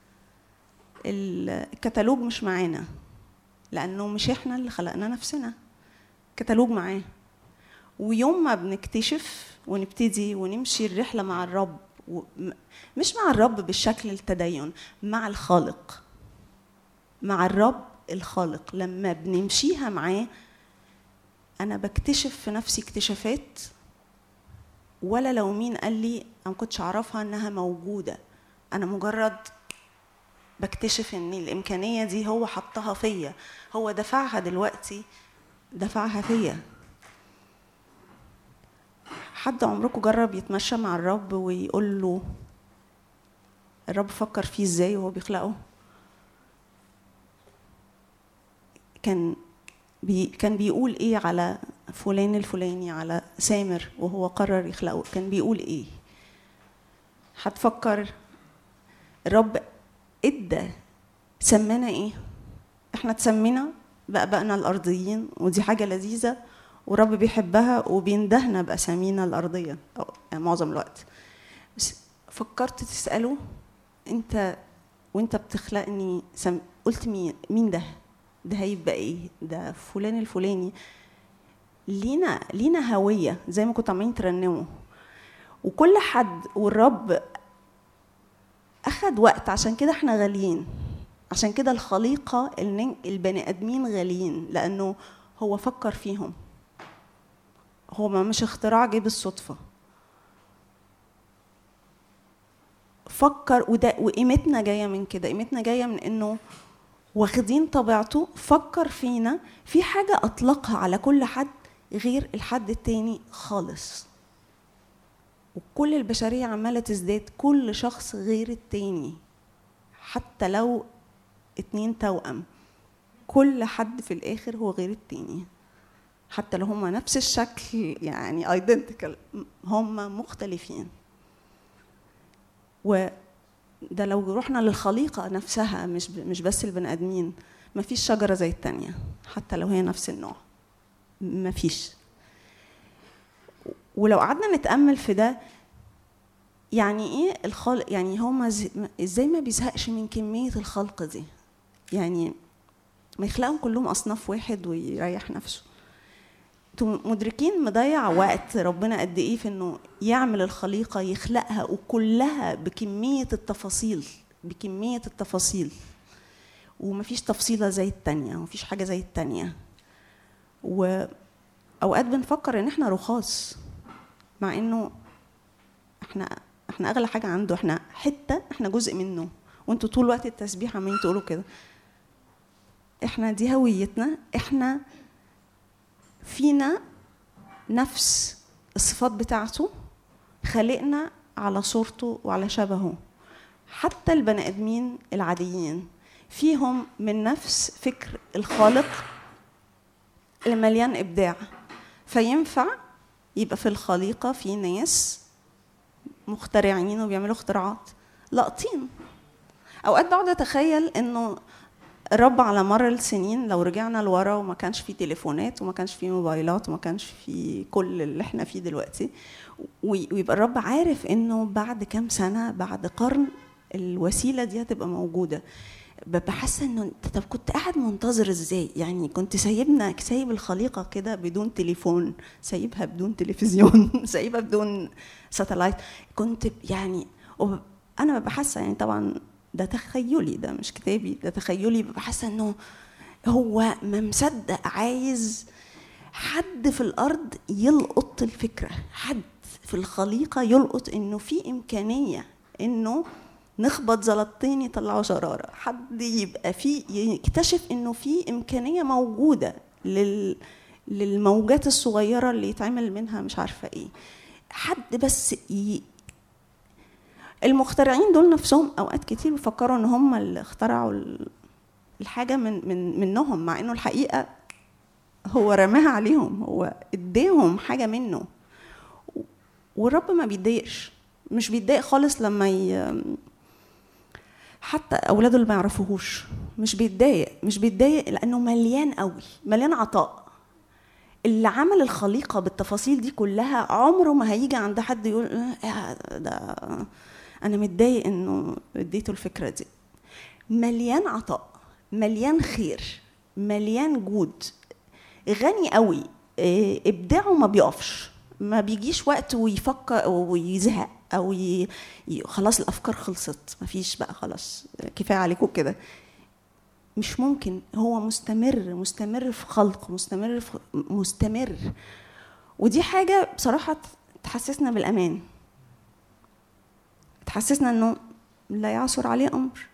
الكتالوج مش معانا، لانه مش احنا اللي خلقنا نفسنا، كتالوج معاه. ويوم ما بنكتشف ونبتدي ونمشي الرحلة مع الرب، مش مع الرب بالشكل التدين، مع الخالق، مع الرب الخالق، لما بنمشيها معاه انا بكتشف في نفسي اكتشافات ولا لو مين قال لي انا ما كنتش اعرفها انها موجوده، انا مجرد بكتشف ان الامكانيه دي هو حطها فيا، هو دفعها دلوقتي، دفعها فيا. حد عمركم جرب يتمشى مع الرب ويقول له الرب فكر فيه ازاي وهو بيخلقه؟ كان بيقول ايه على فلان الفلاني، على سامر وهو قرر يخلقه؟ كان بيقول ايه؟ هتفكر الرب ادى سمانا ايه؟ احنا اتسمينا بأبائنا الارضيين، ودي حاجه لذيذه ورب بيحبها وبيندهنا باسامينا الارضيه يعني معظم الوقت. بس فكرت تساله انت وانت بتخلقني قلت مين ده؟ ده هيبقى ايه؟ ده فلان الفلاني. لينا هويه زي ما كنتوا عمالين ترنموا، وكل حد والرب اخد وقت. عشان كده احنا غاليين، عشان كده الخليقه البني ادمين غاليين، لانه هو فكر فيهم، هو ما مش اختراع جه بالصدفه، فكر. وده وقيمتنا جايه من كده، قيمتنا جايه من انه واخدين طبيعته، فكر فينا في حاجه اطلقها على كل حد غير الحد التاني خالص. وكل البشريه عماله تزداد، كل شخص غير التاني، حتى لو 2 توأم، كل حد في الاخر هو غير التاني، حتى لو هما نفس الشكل يعني ايدنتيكال، هما مختلفين. وده لو رحنا للخليقه نفسها، مش بس البني ادمين، مفيش شجره زي التانيه حتى لو هي نفس النوع، مفيش. ولو قعدنا نتامل في ده، يعني ايه الخلق؟ يعني هما ازاي ما بيزهقش من كميه الخلق دي؟ يعني ما يخلقهم كلهم اصناف واحد ويريح نفسه. انتوا مدركين مضيع وقت ربنا قد ايه في انه يعمل الخليقه، يخلقها وكلها بكميه التفاصيل، بكميه التفاصيل، ومفيش تفصيله زي التانيه، ومفيش حاجه زي التانيه. واوقات بنفكر ان احنا رخاص، مع انه احنا اغلى حاجه عنده، احنا حته، احنا جزء منه. وانتوا طول وقت التسبيح عمالين تقولوا كده، احنا دي هويتنا، احنا فينا نفس الصفات بتاعته، خلقنا على صورته وعلى شبهه. حتى البني ادمين العاديين فيهم من نفس فكر الخالق المليان ابداع. فينفع يبقى في الخليقه في ناس مخترعين وبيعملوا اختراعات لاقطين. اوقات بقعد اتخيل انه الرب على مر السنين لو رجعنا لورا وما كانش فيه تليفونات وما كانش فيه موبايلات وما كانش فيه كل اللي احنا فيه دلوقتي، ويبقى الرب عارف انه بعد كام سنه، بعد قرن، الوسيله دي هتبقى موجوده. ببقى حاسه انه طب كنت قاعد منتظر ازاي؟ يعني كنت سايب الخليقه كده بدون تليفون، سايبها بدون تلفزيون، سايبها بدون ساتلايت، كنت يعني انا ببقى حاسه، يعني طبعا ده تخيلي، ده مش كتابي، ده تخيلي، ببقى حاسه انه هو ما مصدق عايز حد في الارض يلقط الفكره، حد في الخليقه يلقط انه في امكانيه انه نخبط زلطتين يطلعوا شراره، حد يبقى في يكتشف انه في امكانيه موجوده للموجات الصغيره اللي يتعمل منها مش عارفه ايه. حد بس المخترعين دول نفسهم اوقات كتير بيفكروا ان هم اللي اخترعوا الحاجه منهم، مع انه الحقيقه هو رماها عليهم، هو اداهم حاجه منه. والرب ما بيتضايقش، مش بيتضايق خالص لما حتى اولاده اللي ما يعرفوهوش مش بيتضايق لانه مليان قوي، مليان عطاء. اللي عمل الخليقه بالتفاصيل دي كلها عمره ما هيجي عند حد يقول ده انا متضايق انه اديته الفكره دي. مليان عطاء، مليان خير، مليان جود، غني قوي. ابداعه ما بيقفش، ما بيجيش وقت ويفكر ويزهق او خلاص الافكار خلصت، ما فيش بقى، خلاص كفايه عليكم كده. مش ممكن. هو مستمر في خلق، مستمر. ودي حاجة بصراحة تحسسنا بالأمان، تحسسنا إنه لا يعثر عليه أمر.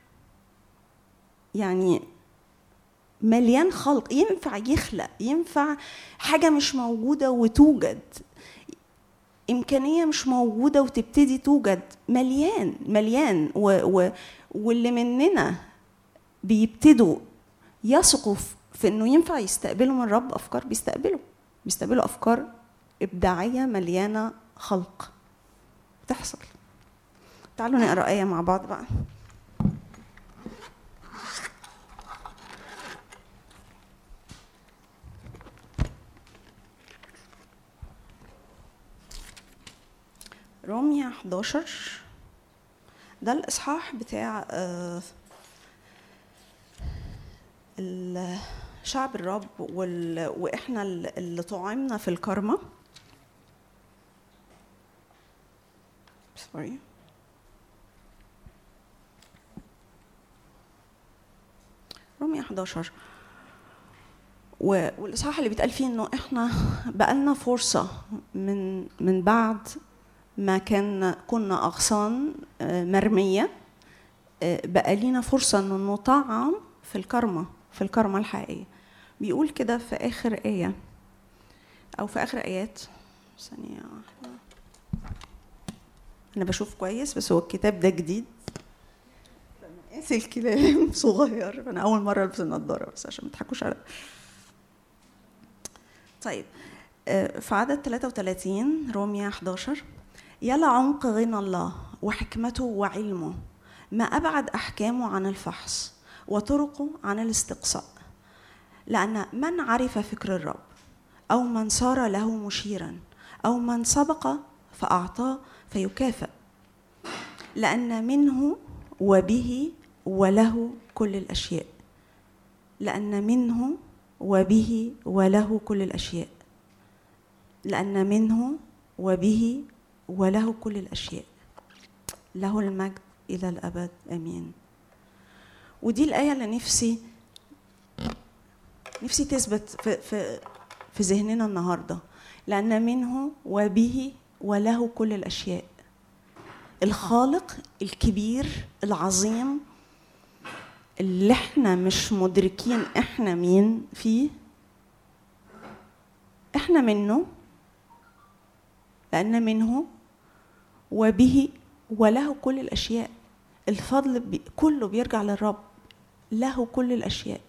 يعني مليان خلق، ينفع يخلق، ينفع حاجة مش موجودة وتوجد، إمكانية مش موجودة وتبتدي توجد. مليان واللي مننا بيبتدوا يثقوا في إنه ينفع يستقبلوا من الرب أفكار، بيستقبلوا أفكار إبداعية مليانة خلق تحصل. تعالوا نقرأ آية مع بعض بقى. رومية 11 ده الإصحاح بتاع شعب الرب وإحنا اللي طعمنا في الكرمة. سوري. رومية 11 والإصحاح اللي بيتقال فيه إنه إحنا بقالنا فرصة من بعد ما كنا أغصان مرمية، بقى لينا فرصة إنه نطعم في الكرمة الحقيقية. بيقول كده في آخر آية أو في آخر آيات. ثانية واحدة، أنا بشوف كويس بس هو الكتاب ده جديد، مقاس الكلام صغير، أنا أول مرة ألبس النضارة بس عشان ما تضحكوش عليا. طيب في عدد 33 رومية 11: يلا عمق غنى الله وحكمته وعلمه، ما أبعد أحكامه عن الفحص وطرقه عن الاستقصاء. لأن من عرف فكر الرب أو من صار له مشيرا أو من سبق فأعطاه فيكافئ، لأن منه وبه وله كل الأشياء. لأن منه وبه وله كل الأشياء. لأن منه وبه وله كل الأشياء، له المجد إلى الأبد آمين. ودي الآية اللي نفسي تثبت في ذهننا النهاردة. لأن منه وبه وله كل الأشياء، الخالق الكبير العظيم اللي احنا مش مدركين احنا مين فيه، احنا منه. لأن منه وبه وله كل الأشياء، الفضل كله بيرجع للرب، له كل الأشياء.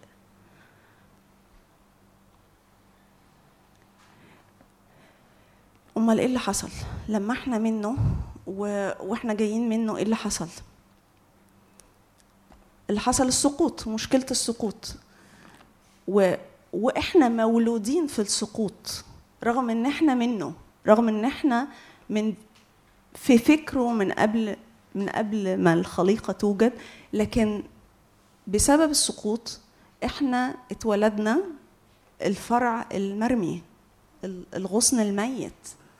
أمال إيه اللي حصل لما احنا منه واحنا جايين منه؟ إيه اللي حصل؟ اللي حصل السقوط، مشكلة السقوط. واحنا مولودين في السقوط رغم ان احنا منه، رغم ان احنا في فكره من قبل ما الخليقة توجد، لكن بسبب السقوط احنا اتولدنا الفرع المرمي، الغصن الميت.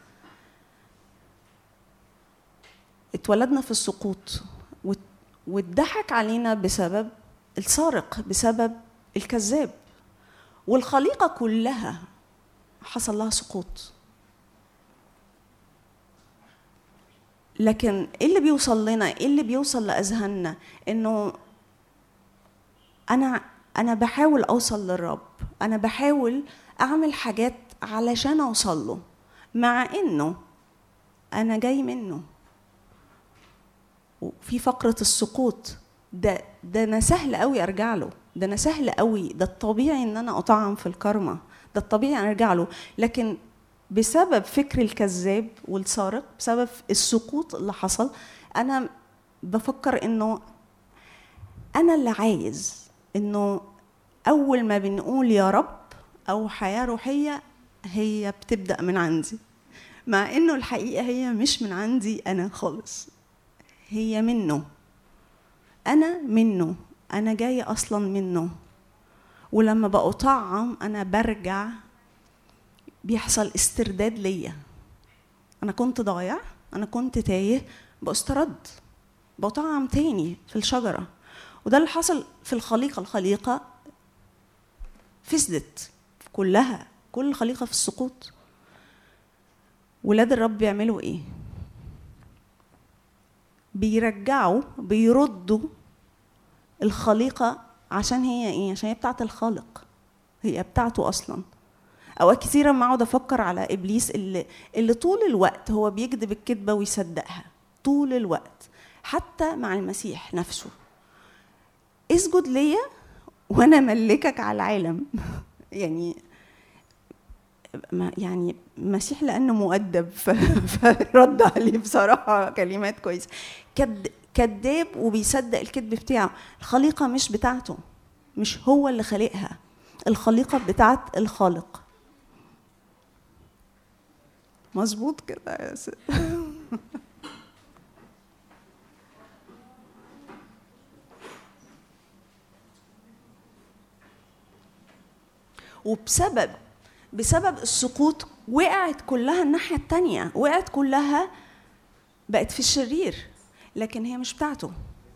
اتولدنا في السقوط واتضحك علينا بسبب السارق، بسبب الكذاب، والخليقة كلها حصل لها سقوط. لكن ايه اللي بيوصل لنا؟ ايه اللي بيوصل لأذهاننا؟ انه انا بحاول اوصل للرب، انا بحاول اعمل حاجات علشان اوصل له، مع انه انا جاي منه. وفي فقرة السقوط ده انا سهل قوي ارجع له، ده انا سهل قوي، ده الطبيعي ان انا اطعم في الكرمة، ده الطبيعي ان ارجع له. لكن بسبب فكر الكذاب والسارق، بسبب السقوط اللي حصل، انا بفكر انه انا اللي عايز، انه اول ما بنقول يا رب او حياة روحية هي بتبدأ من عندي، مع انه الحقيقة هي مش من عندي انا خالص، هي منه. انا منه، انا جاية اصلا منه. ولما بأطعم انا برجع، بيحصل استرداد ليا. انا كنت ضايع، انا كنت تايه، بأسترد، بطعم تاني في الشجرة. وده اللي حصل في الخليقة فسدت كلها، كل الخليقة في السقوط. ولاد الرب بيعملوا ايه؟ بيردوا الخليقة. عشان هي ايه؟ عشان هي بتاعت الخالق، هي بتاعته اصلا. اوقات كثيرة ما اقعد افكر على ابليس اللي طول الوقت هو بيكذب الكذبة ويصدقها طول الوقت، حتى مع المسيح نفسه. اسجد ليا وانا ملكك على العالم. يعني المسيح لانه مؤدب فرد عليه بصراحه كلمات كويسه. كذاب وبيصدق الكذب بتاعه. الخليقه مش بتاعته، مش هو اللي خلقها، الخليقه بتاعت الخالق. مظبوط كده يا سيدي. بسبب السقوط وقعت كلها الناحية التانية، وقعت كلها بقت في الشرير، لكن هي مش بتاعته،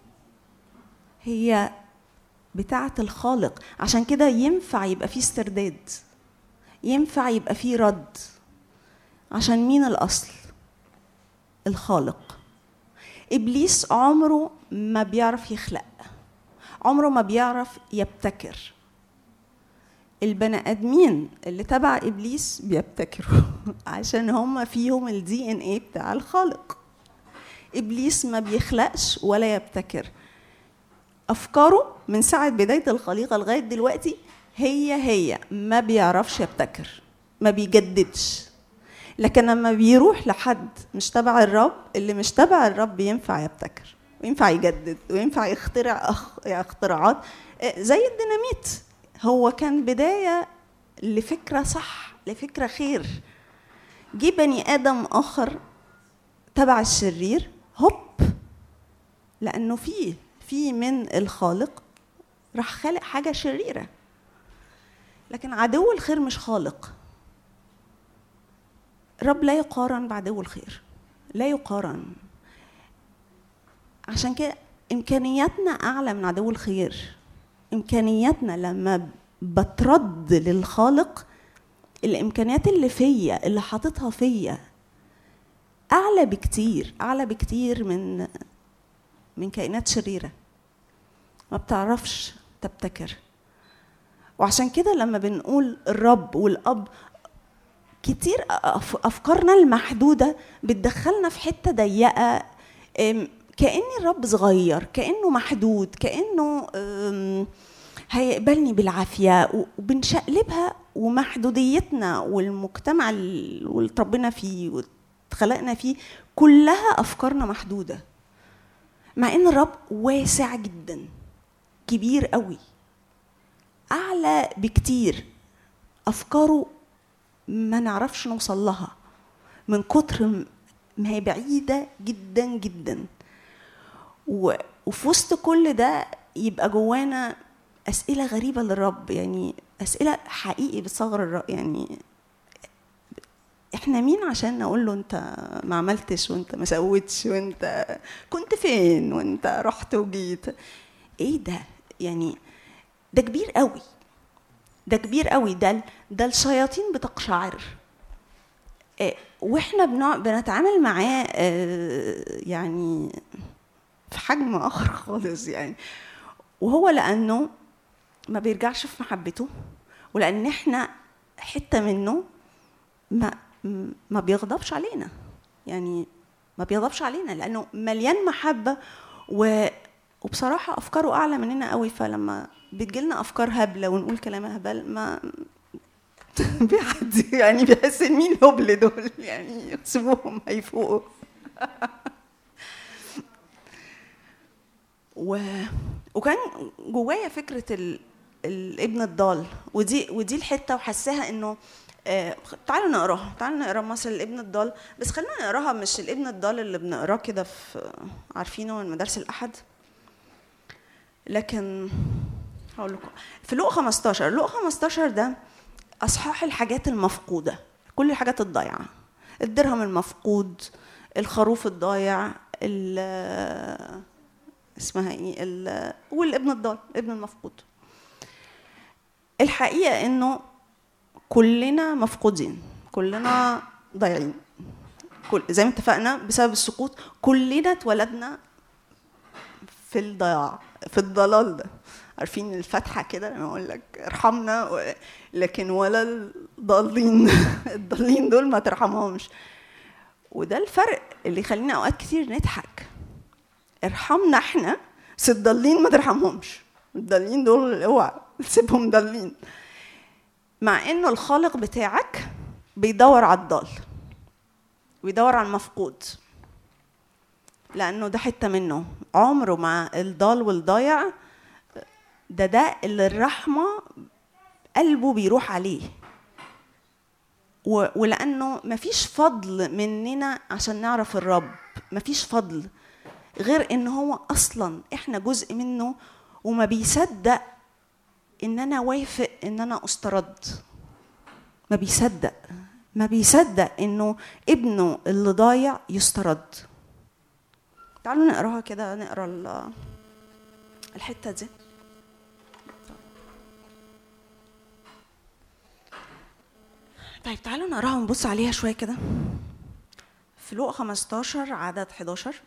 هي بتاعة الخالق. عشان كده ينفع يبقى فيه استرداد، ينفع يبقى فيه رد. عشان مين الأصل؟ الخالق. إبليس عمره ما بيعرف يخلق، عمره ما بيعرف يبتكر. البني ادمين اللي تبع ابليس بيبتكروا عشان هم فيهم الدي ان ايه بتاع الخالق. ابليس ما بيخلقش ولا يبتكر. افكاره من ساعه بدايه الخليقه لغايه دلوقتي هي ما بيعرفش يبتكر، ما بيجددش. لكن لما بيروح لحد مش تبع الرب، اللي مش تبع الرب ينفع يبتكر وينفع يجدد وينفع يخترع اختراعات زي الديناميت. هو كان بداية لفكرة صح، لفكرة خير. جه بني آدم آخر تبع الشرير، هوب، لأنه في من الخالق راح خالق حاجة شريرة. لكن عدو الخير مش خالق. رب لا يقارن بعدو الخير، لا يقارن. عشان كده إمكانياتنا أعلى من عدو الخير. إمكانياتنا لما بترد للخالق، الإمكانيات اللي فيا، اللي حاططها فيا، أعلى بكتير، أعلى بكتير من كائنات شريرة ما بتعرفش تبتكر. وعشان كده لما بنقول الرب والأب، كتير أفكارنا المحدودة بتدخلنا في حتة ضيقة، كأن الرب صغير، كأنه محدود، كأنه هيقبلني بالعافية، وبنشقلبها. ومحدوديتنا والمجتمع اللي اتربينا فيه واتخلقنا فيه كلها أفكارنا محدودة، مع إن الرب واسع جدا، كبير قوي، أعلى بكتير. أفكاره ما نعرفش نوصل لها من كتر ما هي بعيدة جدا جدا. وفي وسط كل ده يبقى جوانا أسئلة غريبة للرب، يعني أسئلة حقيقي بتصغر الرب. يعني إحنا مين عشان نقول له أنت ما عملتش وأنت ما سويتش وأنت كنت فين وأنت رحت وجيت؟ إيه ده؟ يعني ده كبير قوي، ده كبير قوي. ده الشياطين بتقشعر، وإحنا بنتعامل معاه يعني في حجم آخر خالص يعني. وهو لأنه ما بيرجعش في محبته، ولأن إحنا حتة منه ما بيغضبش علينا، يعني ما بيغضبش علينا لأنه مليان محبة. وبصراحة أفكاره أعلى مننا قوي. فلما بتجيلنا أفكار هبلة ونقول كلام هبل، ما بيعدي يعني، بيحس مين هبل دول يعني، سيبوهم هيفوقوا. وكان جوايا فكرة الابن الضال، ودي الحتة، وحساها إنه تعالوا نقرا مثل الابن الضال. بس خلينا نقراها مش الابن الضال اللي بنقراه كده في عارفينه من مدارس الأحد، لكن هقول لكم في لوقا 15. لوقا 15 ده أصحاح الحاجات المفقودة، كل الحاجات الضايعة، الدرهم المفقود، الخروف الضايع، اسمها ايه والابن الضال، ابن المفقود. الحقيقه انه كلنا مفقودين، كلنا ضايعين، زي ما اتفقنا بسبب السقوط. كلنا اتولدنا في الضياع، في الضلال ده. عارفين الفتحه كده لما اقول لك ارحمنا، لكن ولا الضالين الضالين دول ما ترحمهمش. وده الفرق اللي يخلينا اوقات كتير نضحك. ارحمنا احنا، بس الضالين ما ترحمهمش. الضالين دول اوعى تسيبهم ضالين، مع انه الخالق بتاعك بيدور على الضال ويدور على المفقود، لانه ده حته منه. عمره مع الضال والضايع ده اللي الرحمه قلبه بيروح عليه. ولانه مفيش فضل مننا عشان نعرف الرب، مفيش فضل غير ان هو اصلا احنا جزء منه، وما بيصدق ان انا وافق ان انا استرد. ما بيصدق انه ابنه اللي ضايع يسترد. تعالوا نقراها كده، نقرا الحته دي. طيب تعالوا نقراها ونبص عليها شويه كده. في لوقا 15 عدد 11: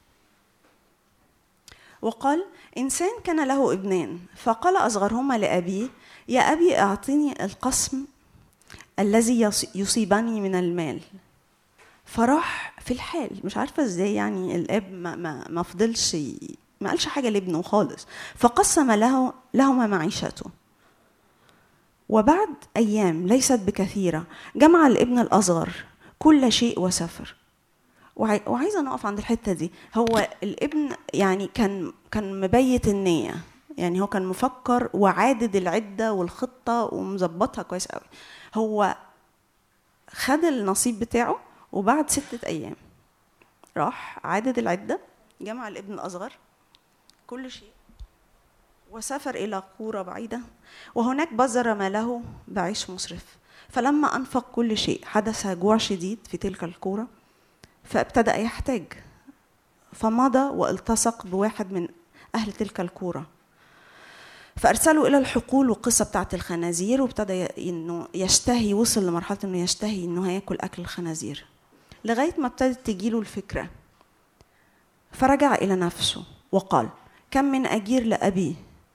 وقال: إنسان كان له ابنان، فقال أصغرهما لأبيه: يا أبي أعطني القسم الذي يصيبني من المال. فراح في الحال، مش عارفة ازاي يعني الاب ما فضلش، ما قالش حاجة لابنه خالص، فقسم لهما معيشته. وبعد أيام ليست بكثيرة جمع الابن الأصغر كل شيء وسافر. وعايزة نقف عند الحتة دي. هو الابن يعني كان مبيت النية، يعني هو كان مفكر وعادد العدة والخطة ومظبطها كويس قوي. هو خد النصيب بتاعه، وبعد 6 أيام راح عادد العدة، جمع الابن الأصغر كل شيء وسافر إلى قرى بعيدة، وهناك بذر ماله بعيش مسرف. فلما أنفق كل شيء حدث جوع شديد في تلك القرى، فابتدأ يحتاج، فمضى والتصق بواحد من أهل تلك القرى، فأرسلوا إلى الحقول والقصة بتاعت الخنازير، وابتدى إنه يشتهي، وصل لمرحلة إنه يشتهي إنه هياكل أكل الخنازير، لغاية ما ابتدت تجيله الفكرة. فرجع إلى نفسه وقال: كم من أجير لأبي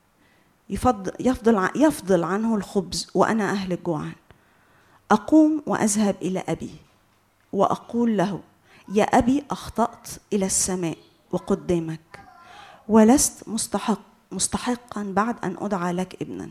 يفضل عنه الخبز وأنا أهلك جوعا. أقوم وأذهب إلى أبي وأقول له: يا أبي أخطأت إلى السماء وقدامك، ولست مستحقا بعد أن أدعى لك ابنا.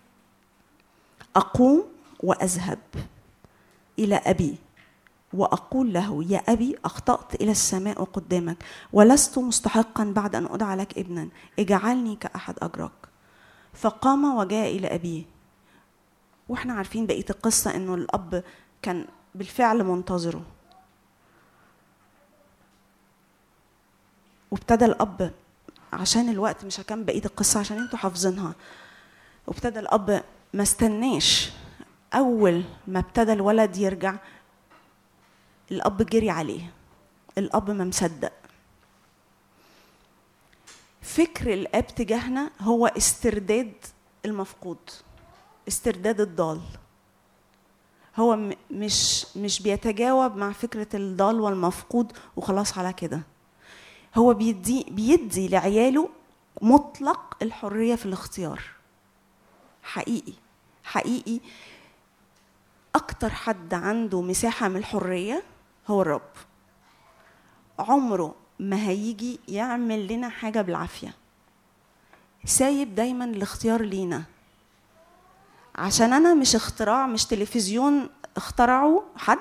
أقوم وأذهب إلى أبي وأقول له: يا أبي أخطأت إلى السماء وقدامك، ولست مستحقا بعد أن أدعى لك ابنا، اجعلني كأحد أجراك. فقام وجاء إلى أبيه. وإحنا عارفين بقية القصة إنه الأب كان بالفعل منتظره، وابتدى الأب، عشان الوقت مش هكمل بقية القصة عشان انتوا حافظينها، وابتدى الأب ما استناش، أول ما ابتدى الولد يرجع الأب جري عليه. الأب ما مصدق. فكر الأب تجاهنا هو استرداد المفقود، استرداد الضال. هو مش بيتجاوب مع فكرة الضال والمفقود وخلاص على كده. هو بيدي لعياله مطلق الحرية في الاختيار. حقيقي أكتر حد عنده مساحة من الحرية هو الرب. عمره ما هيجي يعمل لنا حاجة بالعافية، سايب دايما الاختيار لينا. عشان أنا مش اختراع، مش تلفزيون اخترعه حد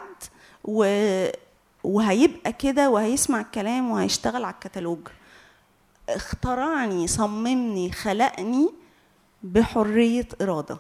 وهيبقى كده وهيسمع الكلام وهيشتغل على الكتالوج. اخترعني، صممني، خلقني بحرية إرادة.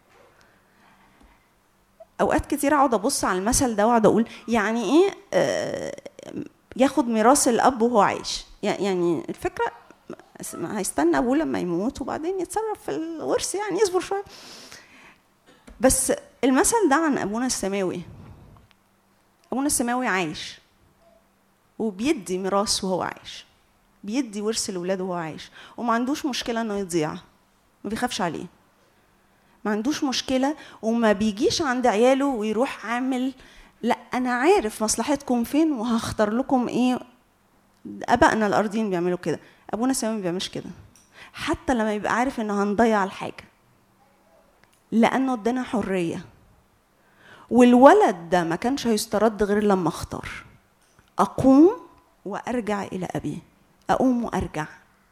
أوقات كتير أقعد أبص على المثل ده وأقعد أقول يعني إيه ياخد ميراث الأب وهو عايش؟ يعني الفكرة هيستنى أبوه لما يموت وبعدين يتصرف في الورث، يعني يصبر شوية. بس المثل ده عن أبونا السماوي. أبونا السماوي عايش وبيدي ميراث وهو عايش. بيدي ورث لاولاده وهو عايش، وما عندوش مشكله انه يضيع، ما بيخافش عليه، ما عندوش مشكله، وما بيجيش عند عياله ويروح عامل لا انا عارف مصلحتكم فين وهختار لكم ايه. ابائنا الارضيين بيعملوا كده، ابونا السماوي ما بيعملش كده، حتى لما يبقى عارف انه هنضيع الحاجه، لانه ادانا حريه. والولد ده ما كانش هيسترد غير لما اختار اقوم وارجع الى ابي، اقوم وارجع.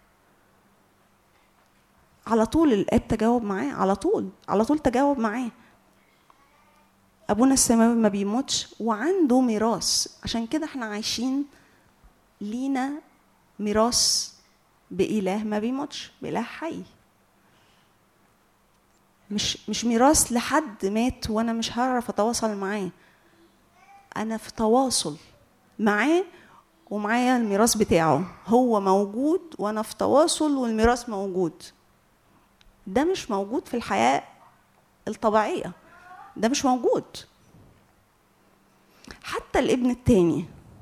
على طول الاب تجاوب معاه، على طول تجاوب معاه. ابونا السماوي ما بيموتش وعنده ميراث، عشان كده احنا عايشين لينا ميراث بإله ما بيموتش، بإله حي. مش ميراث لحد مات وانا مش هعرف اتواصل معاه، انا في تواصل معاه ومعايا الميراث بتاعه، هو موجود وانا في تواصل والميراث موجود. ده مش موجود في الحياة الطبيعية، ده مش موجود. حتى الابن التاني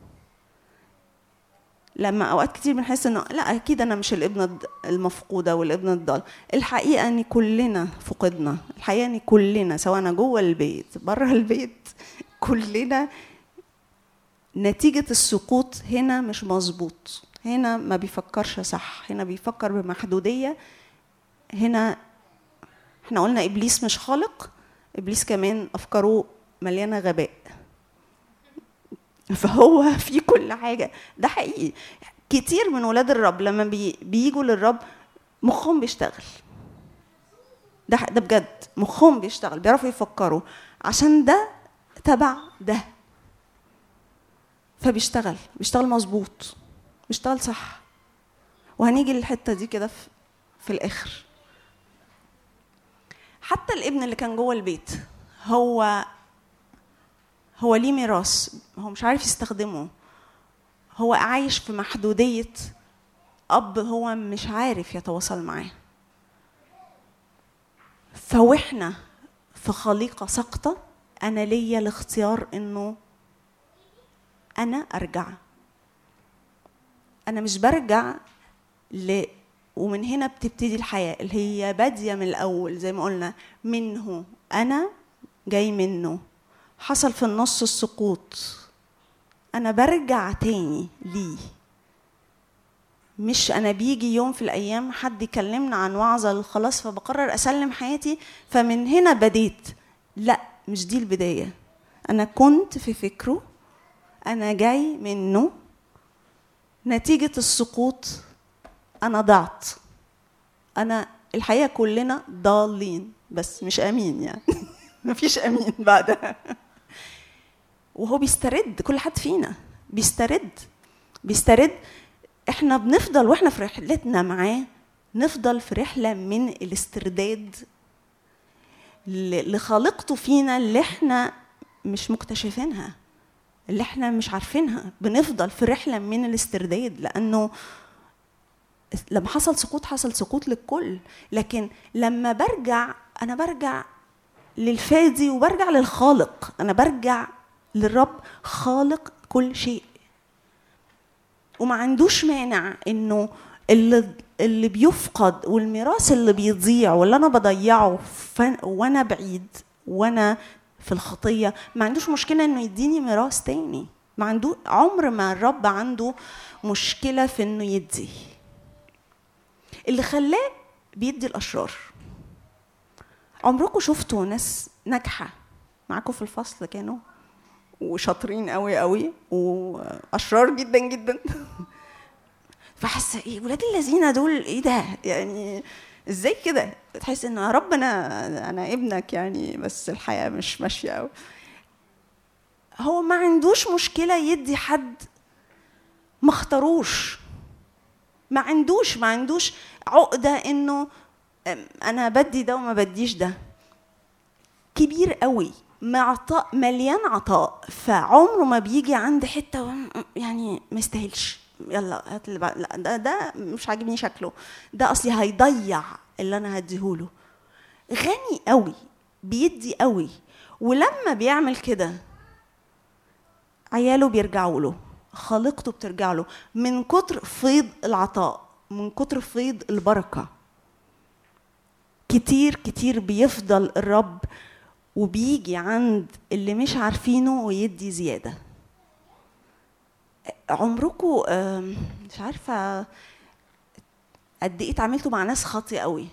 لما اوقات كتير بنحس انه لا اكيد انا مش الابن المفقوده والابن الضال، الحقيقه ان كلنا فقدنا، الحقيقه ان كلنا سواء جوه البيت بره البيت كلنا نتيجه السقوط هنا مش مظبوط، هنا ما بيفكرش صح، هنا بيفكر بمحدوديه. هنا احنا قلنا ابليس مش خالق، ابليس كمان افكاره مليانه غباء، فهو في كل حاجه. ده حقيقي، كتير من ولاد الرب لما بييجوا للرب مخهم بيشتغل، ده بجد مخهم بيشتغل، بيعرفوا يفكروا عشان ده تبع ده، فبيشتغل مظبوط، بيشتغل صح. وهنيجي للحته دي كده في الاخر. حتى الابن اللي كان جوه البيت هو ليه ميراث، هو مش عارف يستخدمه، هو عايش في محدودية أب هو مش عارف يتواصل معاه. فوإحنا في خليقة ساقطة، أنا ليا الاختيار إنه أنا أرجع. أنا مش برجع ومن هنا بتبتدي الحياة اللي هي بادية من الأول زي ما قلنا، منه أنا جاي منه، حصل في النص السقوط، أنا برجع تاني ليه. مش أنا بيجي يوم في الأيام حد يكلمنا عن وعظة الخلاص فبقرر أسلم حياتي فمن هنا بديت، لا مش دي البداية. أنا كنت في فكره، أنا جاي منه، نتيجة السقوط أنا ضعت. أنا الحقيقة كلنا ضالين بس مش أمين يعني مفيش أمين بعدها. وهو بيسترد، كل حد فينا بيسترد. احنا بنفضل واحنا في رحلتنا معاه نفضل في رحلة من الاسترداد لخالقته فينا اللي احنا مش مكتشفينها، اللي احنا مش عارفينها. بنفضل في رحلة من الاسترداد، لأنه لما حصل سقوط للكل، لكن لما برجع أنا برجع للفادي وبرجع للخالق، أنا برجع للرب خالق كل شيء. وما عندوش مانع إنه اللي بيفقد والميراث اللي بيضيع واللي أنا بضيعه وأنا بعيد وأنا في الخطية، ما عندوش مشكلة إنه يديني ميراث تاني. ما عنده عمر ما الرب عنده مشكلة في إنه يدي. اللي خلاه بيدي الأشرار. عمركم شفتوا ناس ناجحة معاكم في الفصل كانوا وشاطرين قوي قوي وأشرار جدا جدا فحس ايه ولاد الذين دول ايه ده يعني ازاي كده؟ تحس انه يا رب انا ابنك يعني، بس الحياة مش ماشية قوي. هو ما عندوش مشكلة يدي حد ما اختاروش، ما عندوش عقدة انه انا بدي ده وما بديش ده. كبير قوي، معطاء مليان عطاء، فعمره ما بيجي عند حتة يعني ما يستاهلش يلا هات اللي بعد. لا ده مش عاجبني شكله، ده اصلي هيضيع اللي انا هديهوله. غني قوي، بيدي قوي، ولما بيعمل كده عياله بيرجعوا له، خالقته بترجع له من كتر فيض العطاء، من كتر فيض البركة. كتير كتير بيفضل الرب وبيجي عند اللي مش عارفينه ويدي زيادة. عمركم مش عارفة قد ايه اتعاملتوا مع ناس خاطئة قوي،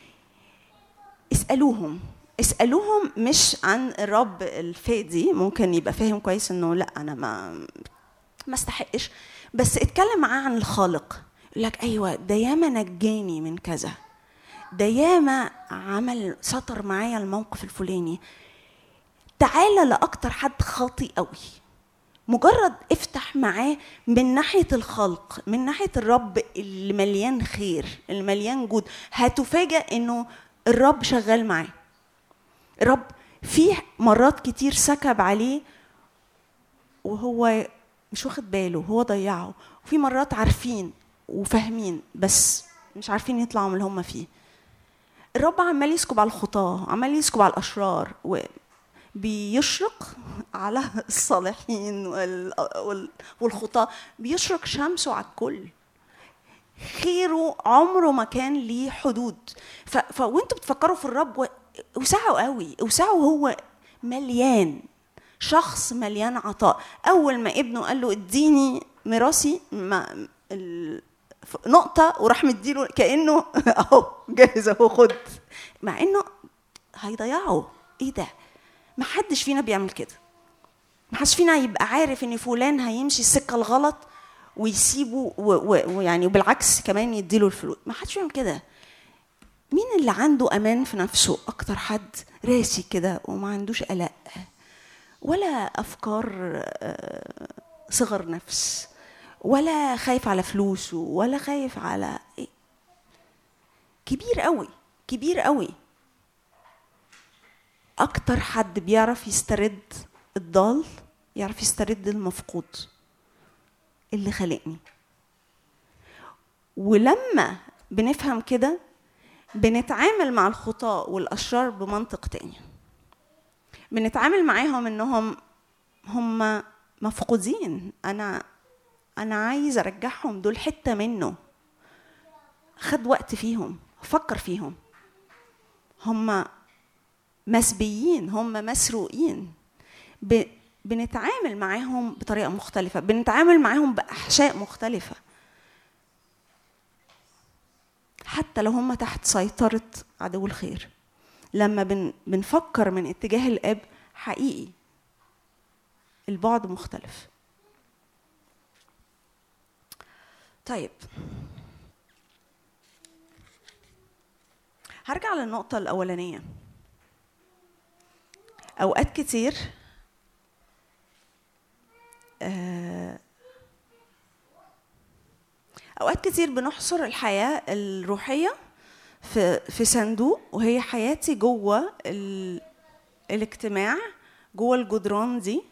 اسألوهم مش عن الرب الفادي، ممكن يبقى فاهم كويس انه لا انا ما استحقش، بس اتكلم معاه عن الخالق. يقول لك ايوه ده ياما نجاني من كذا، ده ياما عمل سطر معايا الموقف الفلاني. تعالى لاكتر حد خاطئ قوي، مجرد افتح معاه من ناحية الخلق، من ناحية الرب اللي مليان خير، اللي مليان جود، هتفاجأ انه الرب شغال معاه. الرب في مرات كتير سكب عليه وهو مش واخد باله، هو ضيعه. وفي مرات عارفين وفاهمين بس مش عارفين يطلعوا من اللي هم فيه. الرب عمال يسكب على الخطاة، عمال يسكب على الأشرار، بيشرق على الصالحين والخطاة، بيشرق شمسه على الكل. خيره عمره ما كان ليه حدود. وانتوا بتفكروا في الرب وسعوا قوي، وسعوا، هو مليان، شخص مليان عطاء. اول ما ابنه قال له اديني ميراثي نقطة، وراح مديله كأنه اهو جاهز اهو خد، مع انه هيضيعه. ايه ده؟ ما حدش فينا بيعمل كده. ما حدش فينا يبقى عارف ان فلان هيمشي السكة الغلط ويسيبه ويعني وبالعكس كمان يديله الفلوس. ما حدش بيعمل كده. مين اللي عنده امان في نفسه؟ اكتر حد راسي كده وما عندوش قلق ولا افكار صغر نفس، ولا خايف على فلوسه، ولا خايف على إيه. كبير قوي، كبير قوي. اكتر حد بيعرف يسترد الضال، يعرف يسترد المفقود، اللي خلقني. ولما بنفهم كده بنتعامل مع الخطاة والأشرار بمنطق تاني. بنتعامل معاهم انهم هم مفقودين، انا عايز ارجعهم، دول حتة منه. خد وقت فيهم، فكر فيهم، هم مسبيين، هم مسروقين. بنتعامل معاهم بطريقة مختلفة، بنتعامل معاهم بأحشاء مختلفة، حتى لو هم تحت سيطرة عدو الخير. لما بنفكر من اتجاه الاب حقيقي البعد مختلف. طيب هرجع للنقطة الأولانية. أوقات كتير بنحصر الحياة الروحية في صندوق، وهي حياتي جوه الاجتماع، جوه الجدران دي،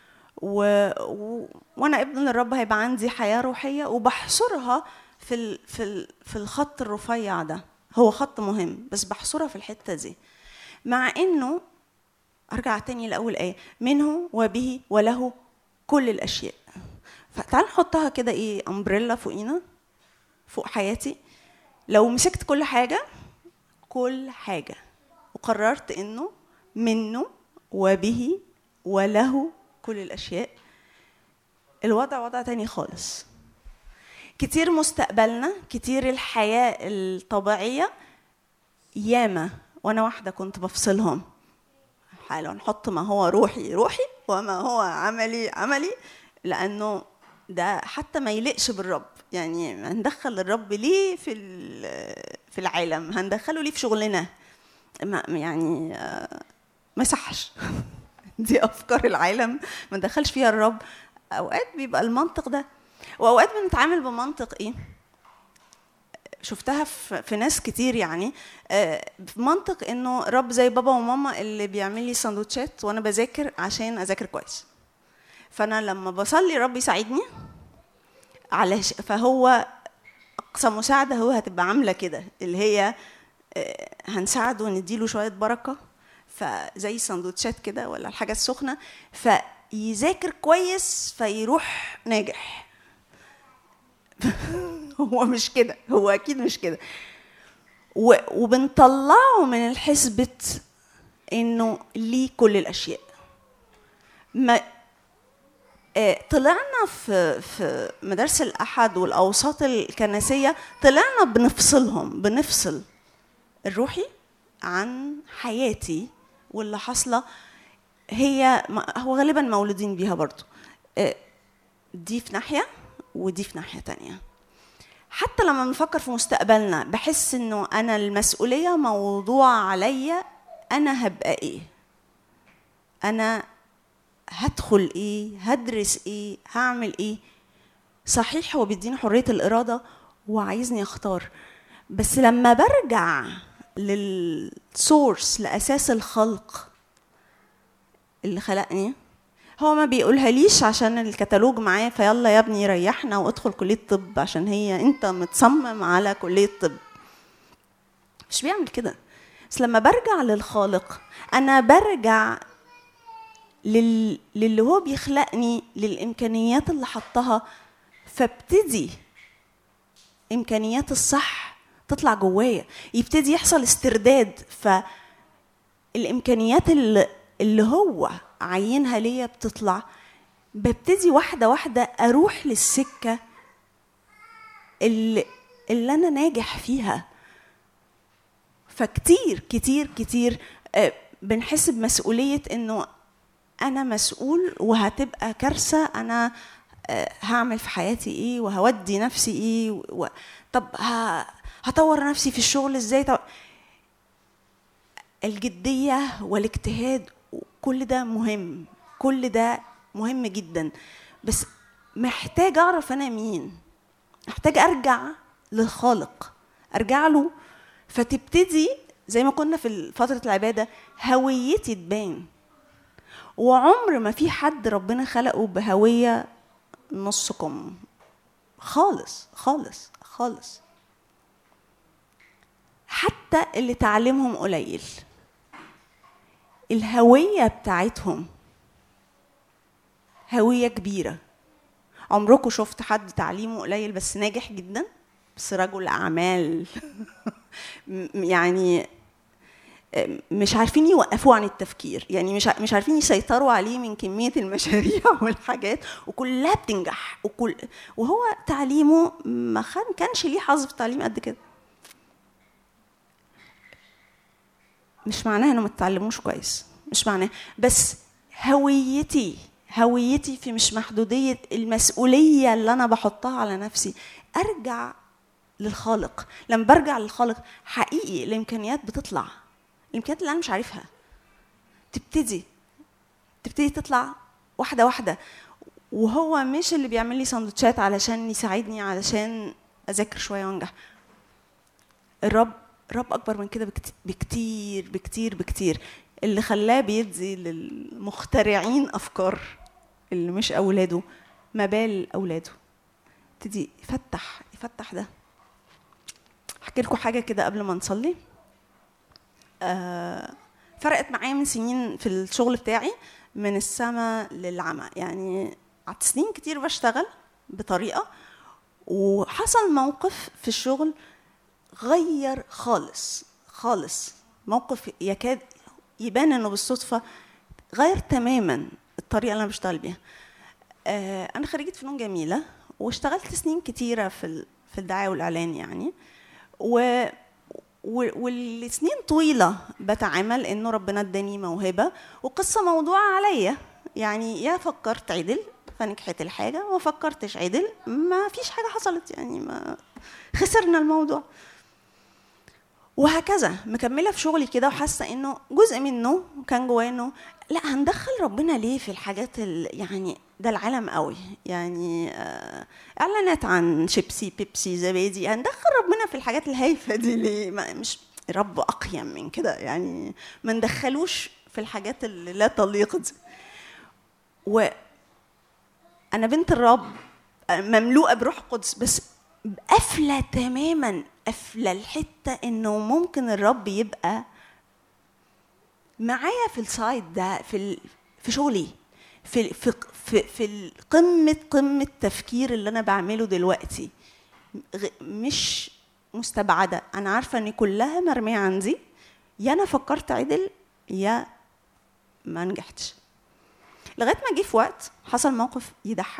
وانا ابن للرب هيبقى عندي حياة روحية، وبحصرها في الخط الرفيع ده. هو خط مهم بس بحصرها في الحتة دي. مع انه ارجع تاني لاول آية، منه وبه وله كل الاشياء. فتعال نحطها كده ايه، امبريلا فوقينا، فوق حياتي. لو مسكت كل حاجة وقررت انه منه وبه وله كل الاشياء، الوضع وضع تاني خالص. كتير مستقبلنا، كتير الحياة الطبيعية ياما، وانا واحدة كنت بفصلهم. حالا نحط ما هو روحي وما هو عملي، لانه ده حتى ما يليقش بالرب. يعني هندخل الرب ليه في العالم؟ هندخله ليه في شغلنا؟ يعني ما يصحش. دي افكار العالم ما ندخلش فيها الرب. اوقات بيبقى المنطق ده، واوقات بنتعامل بمنطق ايه، شفتها في ناس كتير، يعني منطق انه رب زي بابا وماما اللي بيعمل لي سندوتشات وانا بذاكر عشان اذاكر كويس. فانا لما بصلي رب يساعدني فهو اقصى مساعده هو هتبقى عامله كده، اللي هي هنساعده ونديله شويه بركه، فزي سندوتشات كده ولا الحاجه السخنه، يذاكر كويس فيروح ناجح. هو مش كده، هو اكيد مش كده. وبنطلعه من الحسبة انه ليه كل الاشياء. ما طلعنا في مدارس الأحد والأوساط الكنسية، طلعنا بنفصل الروحي عن حياتي واللي حصلة. هو غالبا مولودين بيها برضو، دي في ناحية ودي في ناحية تانية. حتى لما بنفكر في مستقبلنا بحس انه انا المسؤولية موضوع عليا، انا هبقى ايه، انا هدخل ايه، هدرس ايه، هعمل ايه. صحيح هو بيديني حرية الإرادة وعايزني اختار، بس لما برجع للسورس، لأساس الخلق اللي خلقني، هو ما بيقولها ليش عشان الكتالوج معاه فيلا يا ابني ريحنا وادخل كلية طب عشان هي انت متصمم على كلية طب. مش بيعمل كده. بس لما برجع للخالق انا برجع للي هو بيخلقني، للإمكانيات اللي حطها، فابتدي إمكانيات الصح تطلع جوايا، يبتدي يحصل استرداد. فالإمكانيات اللي هو عينها ليا بتطلع، ببتدي واحدة واحدة أروح للسكة اللي أنا ناجح فيها. فكتير كتير كتير بنحس بمسؤولية إنه أنا مسؤول وهتبقى كارثة، أنا هعمل في حياتي إيه وهودي نفسي إيه طب هطور نفسي في الشغل إزاي. طب الجدية والاجتهاد كل ده مهم، كل ده مهم جدا، بس محتاج أعرف أنا مين، محتاج أرجع للخالق، أرجع له. فتبتدي زي ما كنا في فترة العبادة هويتي تبان. وعمر ما في حد ربنا خلقه بهوية نصكم خالص خالص خالص. حتى اللي تعلمهم قليل الهوية بتاعتهم هوية كبيرة. عمركم شفت حد تعليمه قليل بس ناجح جدا، بس رجل أعمال يعني مش عارفين يوقفوه عن التفكير، يعني مش عارفين يسيطروا عليه من كمية المشاريع والحاجات وكلها بتنجح، وهو تعليمه ما كانش ليه حظ في التعليم قد كده. مش معناه انه ما تتعلموش كويس، مش معناه، بس هويتي في مش محدودية المسؤولية اللي أنا بحطها على نفسي. أرجع للخالق. لما برجع للخالق حقيقي الإمكانيات بتطلع، الإمكانيات اللي أنا مش عارفها تبتدي تطلع واحدة واحدة. وهو مش اللي بيعمل لي سندوتشات علشان يساعدني علشان أذاكر شوية وانجح. الرب أكبر من كده بكتير بكتير بكتير. اللي خلاه بيدي للمخترعين أفكار اللي مش أولاده ما بال أولاده. تدي يفتح ده. أحكي لكم حاجة كده قبل ما نصلي. فرقت معايا من سنين في الشغل بتاعي، من السما للعمى. يعني قعدت سنين كتير بشتغل بطريقة، وحصل موقف في الشغل غير خالص موقف يكاد يبان انه بالصدفة غير تماما الطريقة اللي انا بشتغل بيها. انا خريجة فنون جميلة واشتغلت سنين كتيرة في الدعاية والاعلان يعني، والسنين طويلة بتعامل انه ربنا اداني موهبة وقصة موضوعة عليا. يعني يا فكرت عدل فنجحت الحاجة، ما فكرتش عدل ما فيش حاجة حصلت، يعني ما خسرنا الموضوع. وهكذا مكمله في شغلي كده، وحاسه انه جزء منه كان جوايا انه لا هندخل ربنا ليه في الحاجات يعني ده العالم قوي، يعني اعلانات عن شيبسي بيبسي زبادي، هندخل ربنا في الحاجات الهايفه دي ليه؟ مش رب اقيم من كده، يعني ما ندخلوش في الحاجات اللي لا تليق دي. وانا بنت الرب مملوءه بروح القدس، بس قافله تماما، قافله الحته انه ممكن الرب يبقى معايا في السايد ده، في شغلي، في قمه تفكير اللي انا بعمله دلوقتي، مش مستبعده. انا عارفه ان كلها مرميه عندي، يا انا فكرت عدل يا ما نجحتش. لغايه ما جه في وقت حصل موقف يضحك،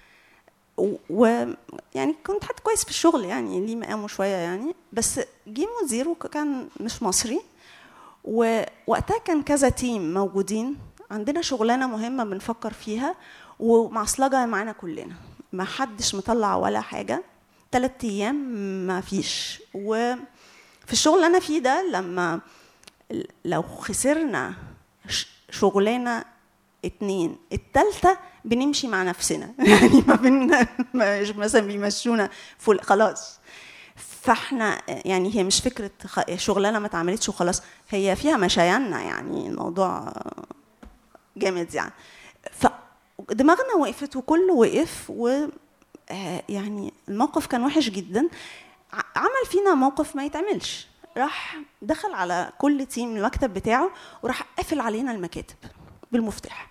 ويعني كنت حد كويس في الشغل يعني ليه مقامه شويه يعني، بس جه مدير وكان مش مصري، ووقتها كان كذا تيم موجودين، عندنا شغلانه مهمه بنفكر فيها ومعصلجه معانا كلنا، ما حدش مطلع ولا حاجه، 3 أيام ما فيش. وفي الشغل اللي انا فيه ده لما لو خسرنا شغلانه 2 الثالثه بنمشي مع نفسنا يعني ما مثلا بيمشونا خلاص. فاحنا يعني هي مش فكره شغلانه ما اتعملتش وخلاص، هي فيها مشايعنا يعني الموضوع جامد يعني. فدماغنا وقفت وكله وقف، و يعني الموقف كان وحش جدا. عمل فينا موقف ما يتعملش، راح دخل على كل تيم المكتب بتاعه وراح قافل علينا المكاتب بالمفتاح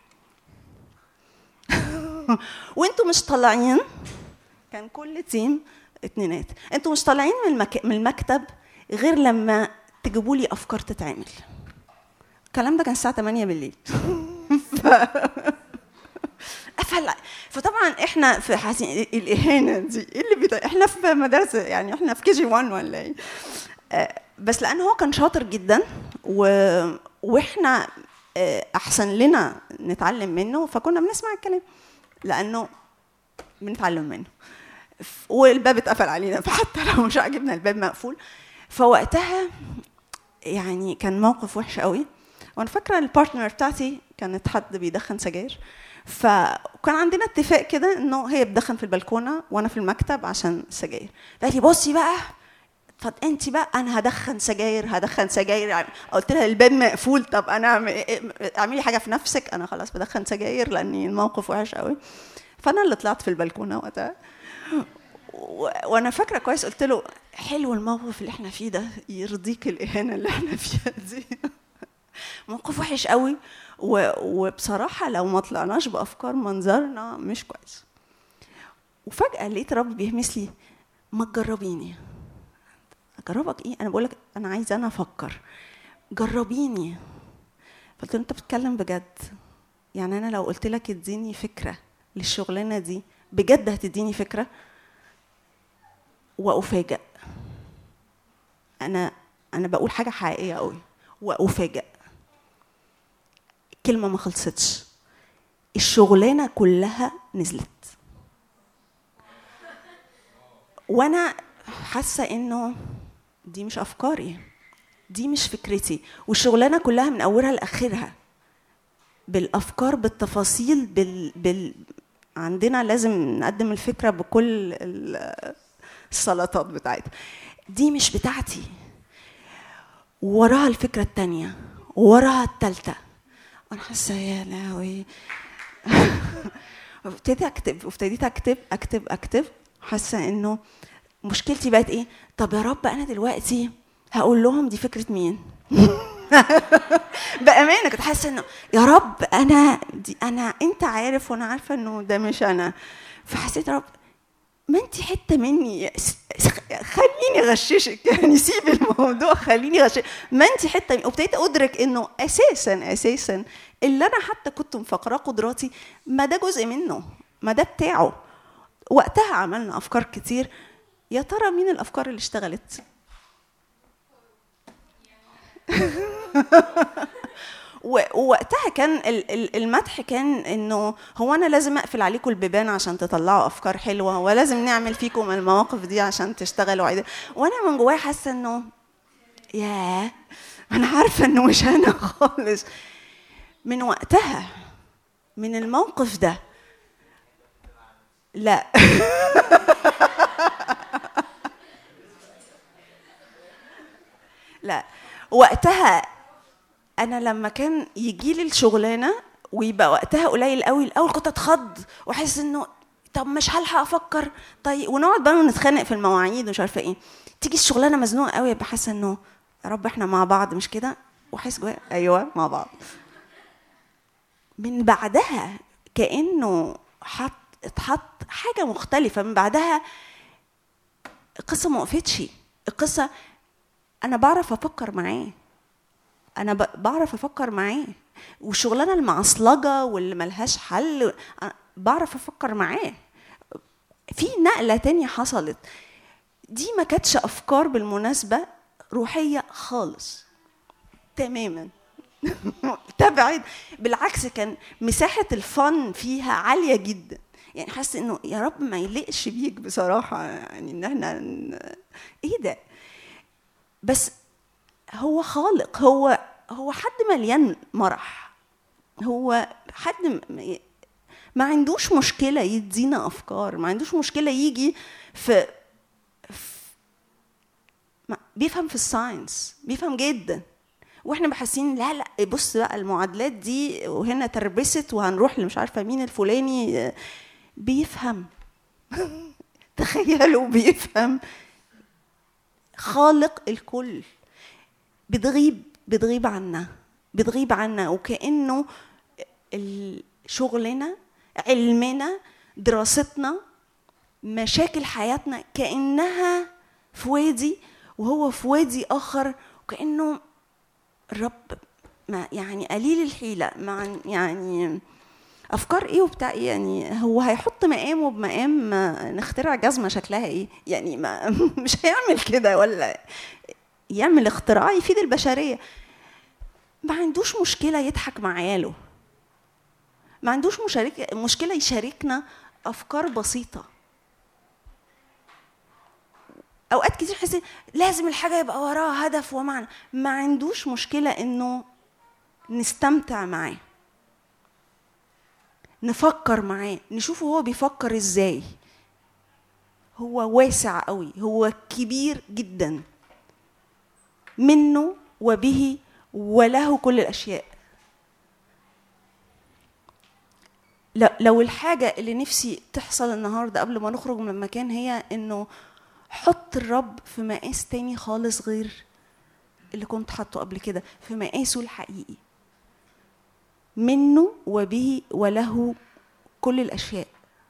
وانتوا مش طالعين، كان كل تيم 2، انتوا مش طالعين من المكتب غير لما تجيبوا لي افكار تتعمل. الكلام ده كان الساعه 8 بالليل قفل. فطبعا احنا في حاسين الاهانه دي ايه اللي احنا في مدرسه يعني، احنا في KG 1 ولا ايه؟ بس لان هو كان شاطر جدا واحنا احسن لنا نتعلم منه، فكنا بنسمع الكلام لانه بنتعلم منه، والباب اتقفل علينا، فحتى لو مش عاجبنا الباب مقفول. فوقتها يعني كان موقف وحش قوي. وانا فاكره البارتنر بتاعتي كانت حد بيدخن سجاير، فكان عندنا اتفاق كده انه هي بتدخن في البلكونه وانا في المكتب عشان السجاير. فقالت لي بصي بقى انت بقى انا هدخن سجاير. قلت لها الباب مقفول، طب انا اعملي حاجه في نفسك، انا خلاص بدخن سجاير لان الموقف وحش قوي. فانا اللي طلعت في البلكونه وقتها، وانا فاكره كويس قلت له حلو الموقف اللي احنا فيه ده، يرضيك الاهانه اللي احنا فيها دي موقف وحش قوي، وبصراحه لو ما طلعناش بافكار منظرنا مش كويس. وفجاه لقيت رب بيهمس لي ما تجربيني. اجربك ايه؟ انا بقول لك انا عايزه انا افكر، جربيني. قلت له انت بتتكلم بجد؟ يعني انا لو قلت لك اديني فكره للشغلانه دي بجد هتديني فكره؟ وافاجئ، انا بقول حاجه حقيقيه قوي، وافاجئ كلمه ما خلصتش، الشغلانه كلها نزلت وانا حاسه انه دي مش افكاري، دي مش فكرتي، والشغلانه كلها من اولها لاخرها بالافكار بالتفاصيل عندنا لازم نقدم الفكره بكل السلطات بتاعتها، دي مش بتاعتي. وراها الفكره الثانيه وراها الثالثه، انا حاسه يا لهوي ابتديت اكتب حاسه انه مشكلتي بقت ايه؟ طب يا رب انا دلوقتي هقول لهم دي فكره مين؟ بامانه كنت حاسه انه يا رب انا انت عارف وانا عارفه انه ده مش انا. فحسيت يا رب ما انت حته مني، خليني اغششك يعني، سيب الموضوع خليني اغششك، ما انت حته مني. وابتديت ادرك انه اساسا اللي انا حتى كنت مفكراه قدراتي ما ده جزء منه، ما ده بتاعه. وقتها عملنا افكار كتير، يا ترى مين الافكار اللي اشتغلت؟ ووقتها كان المدح كان انه هو انا لازم اقفل عليكم البيبان عشان تطلعوا افكار حلوه، ولازم نعمل فيكم المواقف دي عشان تشتغلوا عدل. وانا من جوايا حاسه انه ياه انا عارفه انه مش انا خالص. من وقتها من الموقف ده لا لا وقتها انا لما كان يجي لي الشغلانه ويبقى وقتها قليل قوي، الاول كنت اتخض واحس انه طب مش هلحق افكر، طيب ونقعد بقى نتخانق في المواعيد ومش عارفه ايه. تيجي الشغلانه مزنوقه قوي ابقى حاسه انه يا رب احنا مع بعض مش كده، واحس جوايا ايوه مع بعض. من بعدها كأنه اتحط حاجة مختلفة. من بعدها القصة ما وقفتش، القصة أنا بعرف أفكر معاه، أنا بعرف أفكر معاه، والشغلانة المعصلجة واللي ملهاش حل بعرف أفكر معاه. في نقلة تانية حصلت، دي ما كانتش أفكار بالمناسبة روحية خالص تماما تبعد، بالعكس كان مساحة الفن فيها عالية جدا. يعني حاسة إنه يا رب ما يلقش بيك بصراحة، يعني إن احنا إيه ده، بس هو خالق، هو حد مليان مرح، هو حد ما عندوش مشكلة يدينا أفكار، ما عندوش مشكلة يجي في بيفهم في الساينس، بيفهم جدا، واحنا بحاسين لا لا بص بقى المعادلات دي وهنا تربست وهنروح لمش عارفة مين الفلاني، بيفهم تخيلوا بيفهم، خالق الكل، بتغيب عنا وكأنه شغلنا، علمنا، دراستنا، مشاكل حياتنا كأنها في وادي وهو في وادي آخر، وكأنه الرب ما يعني قليل الحيلة، مع يعني أفكار إيه وبتاع إيه، يعني هو هيحط مقامه بمقام نخترع جزمة شكلها إيه، يعني ما مش هيعمل كده، ولا يعمل اختراع يفيد البشرية. ما عندوش مشكلة يضحك مع عياله، ما عندوش مشكلة يشاركنا أفكار بسيطة. أوقات كتير حسين لازم الحاجة يبقى وراها هدف ومعنى، ما عندوش مشكلة إنه نستمتع معاه، نفكر معاه، نشوفه هو بيفكر إزاي. هو واسع قوي، هو كبير جدا، منه وبه وله كل الأشياء. لو الحاجة اللي نفسي تحصل النهاردة قبل ما نخرج من المكان هي إنه حط الرب في مقاس تاني خالص غير اللي كنت حاطه قبل كده، في مقاسه الحقيقي، منه وبه وله كل الأشياء.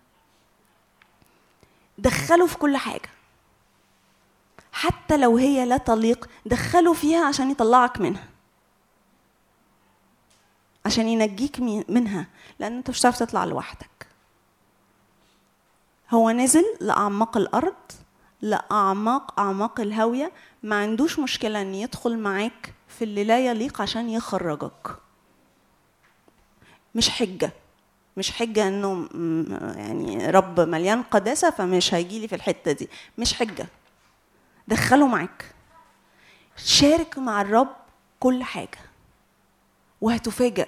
دخله في كل حاجة، حتى لو هي لا تليق دخله فيها عشان يطلعك منها، عشان ينجيك منها، لأن أنت مش هتعرف تطلع لوحدك. هو نزل لأعماق الأرض، لأعماق الهاوية، ما عندوش مشكلة أن يدخل معاك في اللي لا يليق عشان يخرجك. مش حجة أنه يعني رب مليان قداسة فمش هيجيلي في الحتة دي، مش حجة. دخله معاك، شارك مع الرب كل حاجة، وهتفاجأ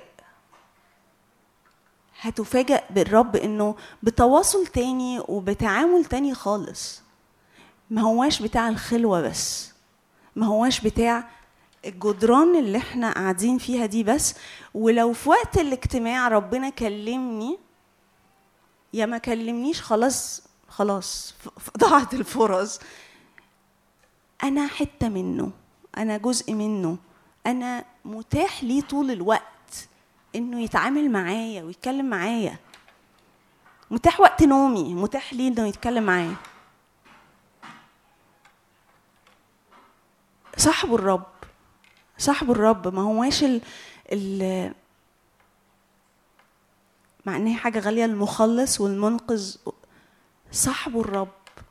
بالرب إنه بتواصل تاني وبتعامل تاني خالص. ما هواش بتاع الخلوة بس، ما هواش بتاع الجدران اللي احنا قاعدين فيها دي بس. ولو في وقت الاجتماع ربنا كلمني يا ما كلمنيش، خلاص ضاعت الفرص. أنا حتة منه، أنا جزء منه، أنا متاح لي طول الوقت إنه يتعامل معايا ويتكلم معايا. متاح وقت نومي، متاح لي إنه يتكلم معايا. صاحب الرب ما هواش مع إن هي حاجة غالية، المخلص والمنقذ. صاحب الرب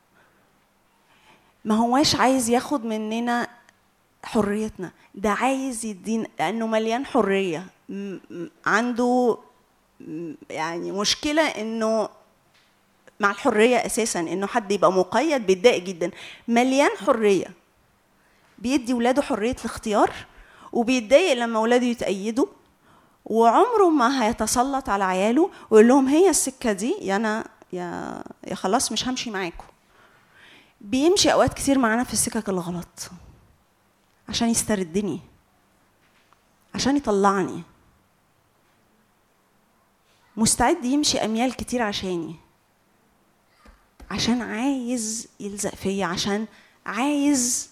ما هواش عايز ياخد مننا حريتنا، ده عايز يدينا، لأنه مليان حرية. عنده يعني مشكلة إنه مع الحرية أساساً، إنه حد يبقى مقيد بيتضايق جداً. مليان حرية، بيدي ولاده حرية الاختيار، وبيتضايق لما ولاده يتأيدوا، وعمره ما هيتسلط على عياله ويقول لهم هي السكة دي يا أنا يا خلاص مش همشي معاكم. بيمشي أوقات كتير معانا في السكك الغلط عشان يستردني، عشان يطلعني. مستعد يمشي أميال كتير عشان عايز يلزق فيا، عشان عايز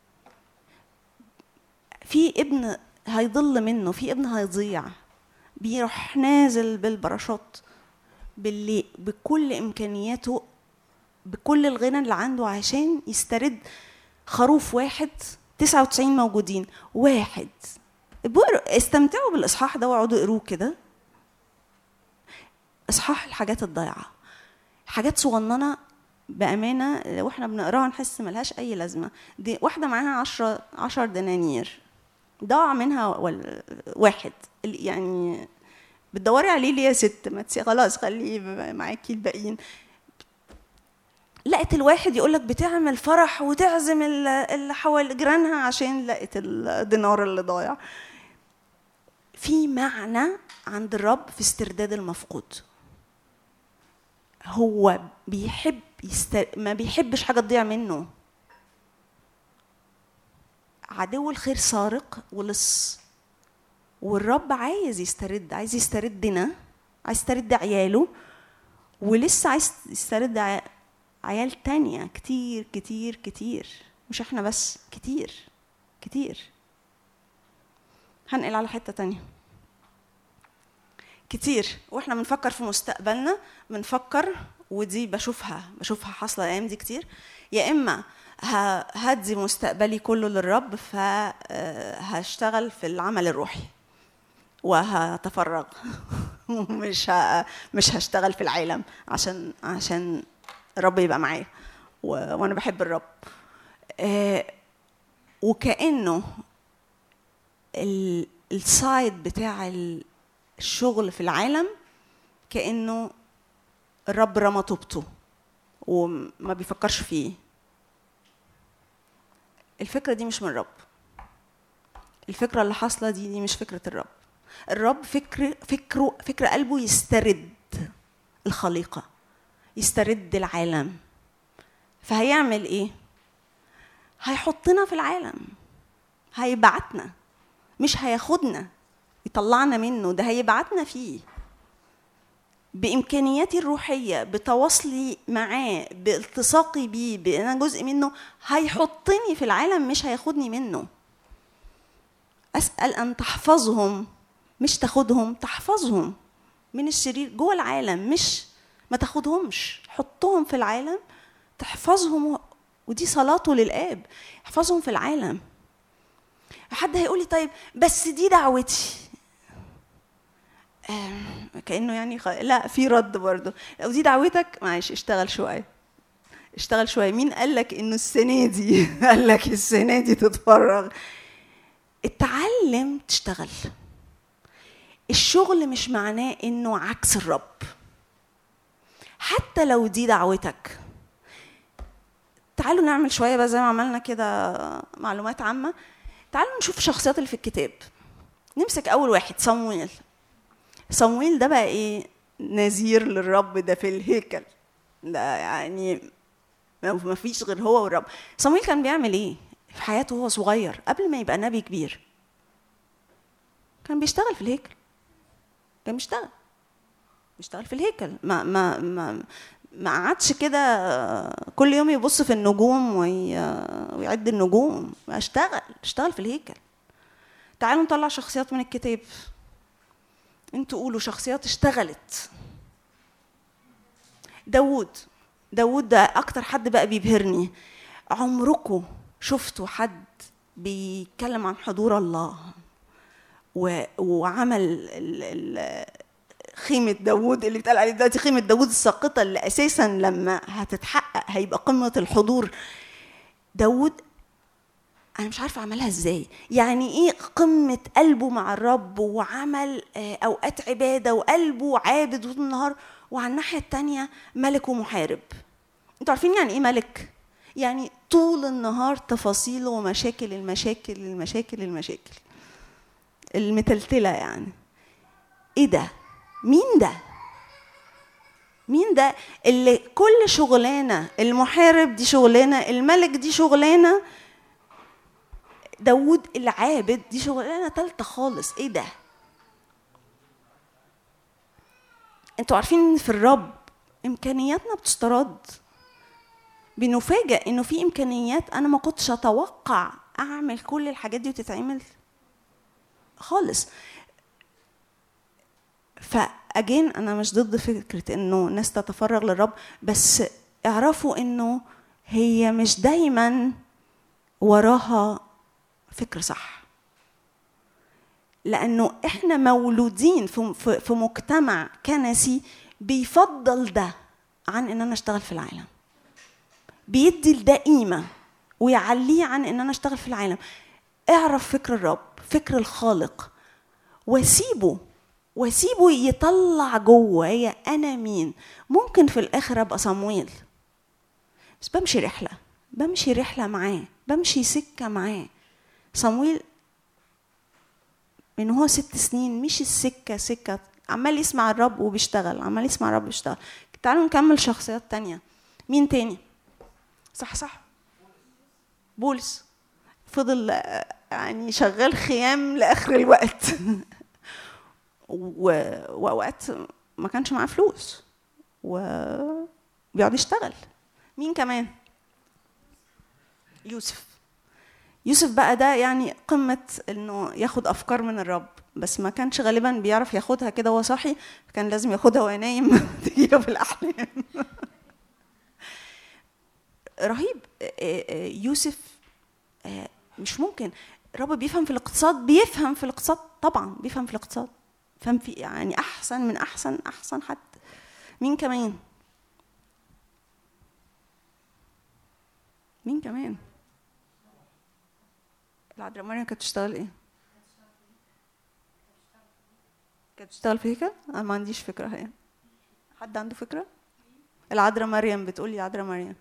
في ابن هيضل منه، في ابن هيضيع، بيروح نازل بالباراشوت بكل إمكانياته، بكل الغنى اللي عنده، عشان يسترد خروف واحد. 99 موجودين، واحد. استمتعوا بالإصحاح ده واقعدوا اقروه كده. إصحاح الحاجات الضايعة، حاجات صغننة بأمانة واحنا بنقراها نحس ملهاش أي لازمة. دي واحدة معاها 10 دنانير، ضاع منها واحد، يعني بتدوري عليه ليه يا ست؟ ما خلاص خليه معاكي الباقيين. لقت الواحد يقولك بتعمل فرح وتعزم اللي حوالي جيرانها عشان لقت الدينار اللي ضايع. في معنى عند الرب في استرداد المفقود. هو بيحب ما بيحبش حاجة تضيع منه. عدو الخير سارق ولص، والرب عايز يستردنا، عايز يسترد عياله، ولسه عايز يسترد عيال تانية كتير كتير كتير، مش احنا بس، كتير كتير. هنقل على حتة تانية كتير. واحنا بنفكر في مستقبلنا بنفكر، ودي بشوفها حاصلة الأيام دي كتير، يا إما هدي مستقبلي كله للرب فهشتغل في العمل الروحي وهتفرغ مش هشتغل في العالم عشان الرب يبقى معايا وانا بحب الرب. وكأنه السايد بتاع الشغل في العالم كأنه الرب رمى طوبته وما بيفكرش فيه. الفكرة دي مش من الرب. الفكرة اللي حاصلة دي مش فكرة الرب. الرب فكر قلبه يسترد الخليقة، يسترد العالم. فهيعمل ايه؟ هيحطنا في العالم، هيبعتنا، مش هياخدنا يطلعنا منه، ده هيبعتنا فيه بإمكانياتي الروحية، بتواصلي معاه، بالتصاقي بيه، بأنا جزء منه. هيحطني في العالم مش هياخدني منه. أسأل أن تحفظهم، مش تاخدهم، تحفظهم من الشرير جوه العالم، مش ما تاخدهمش، حطهم في العالم تحفظهم. ودي صلاته للآب، احفظهم في العالم. حد هيقولي طيب بس دي دعوتي، كأنه يعني لا، في رد برضه. لو دي دعوتك معلش اشتغل شوية. مين قالك انه السنة دي قالك السنة دي تتفرغ؟ اتعلم تشتغل. الشغل مش معناه انه عكس الرب، حتى لو دي دعوتك. تعالوا نعمل شوية بقى زي ما عملنا كده معلومات عامة. تعالوا نشوف الشخصيات اللي في الكتاب. نمسك أول واحد، صمويل ده بقى إيه؟ نذير للرب، ده في الهيكل ده، يعني ما فيش غير هو والرب. صمويل كان بيعمل إيه في حياته وهو صغير قبل ما يبقى نبي كبير؟ كان بيشتغل في الهيكل، كان بيشتغل في الهيكل. ما قعدش كده كل يوم يبص في النجوم ويعد النجوم. اشتغل في الهيكل. تعالوا نطلع شخصيات من الكتاب، انتوا قولوا شخصيات اشتغلت. داود ده اكتر حد بقى بيبهرني. عمركم شفتوا حد بيتكلم عن حضور الله وعمل خيمة داود اللي بيتقال عليه دلوقتي خيمة داود الساقطة، اللي أساساً لما هتتحقق هيبقى قمة الحضور؟ داود أنا مش عارفة عملها إزاي. يعني إيه قمة قلبه مع الرب، وعمل أوقات عبادة وقلبه عابد طول النهار، وعلى الناحية التانية ملك ومحارب. أنتوا عارفين يعني إيه ملك؟ يعني طول النهار تفاصيله ومشاكل المشاكل المتلتلة. يعني إيه ده؟ مين ده اللي كل شغلانة؟ المحارب دي شغلانة، الملك دي شغلانة، داود العابد دي شغلانة تالتة خالص. ايه ده؟ انتوا عارفين ان في الرب امكانياتنا بتسترد. بنفاجئ انه في امكانيات انا ما كنتش اتوقع اعمل كل الحاجات دي وتتعمل خالص. اجين انا مش ضد فكره انه الناس تتفرغ للرب، بس اعرفوا انه هي مش دايما وراها فكر صح، لانه احنا مولودين في مجتمع كنسي بيفضل ده عن ان انا اشتغل في العالم، بيدي لده قيمه ويعليه عن ان انا اشتغل في العالم. اعرف فكر الرب، فكر الخالق، وسيبه يطلع جوه انا مين. ممكن في الاخر ابقى صمويل، بس بمشي رحله معاه، بمشي سكه معاه. صمويل من هو 6 سنين مش السكه سكه، عمال يسمع الرب وبيشتغل، عمال يسمع الرب وبيشتغل. تعالوا نكمل شخصيات تانية. مين تاني؟ صح بولس فضل يعني شغال خيام لاخر الوقت واوقات ما كانش معاه فلوس وبيقعد يشتغل. مين كمان؟ يوسف بقى ده يعني قمة انه ياخد افكار من الرب، بس ما كانش غالبا بيعرف ياخدها كده وهو صاحي، كان لازم ياخدها وهو نايم تجيله في الاحلام. رهيب. يوسف مش ممكن. الرب بيفهم في الاقتصاد، طبعا بيفهم في الاقتصاد، فهم في يعني احسن من احسن حد. مين كمان؟ العذراء مريم كانت بتشتغل ايه؟ كانت بتشتغل في هيكل؟ انا ما عنديش فكره. هي حد عنده فكره؟ العذراء مريم بتقولي العذراء مريم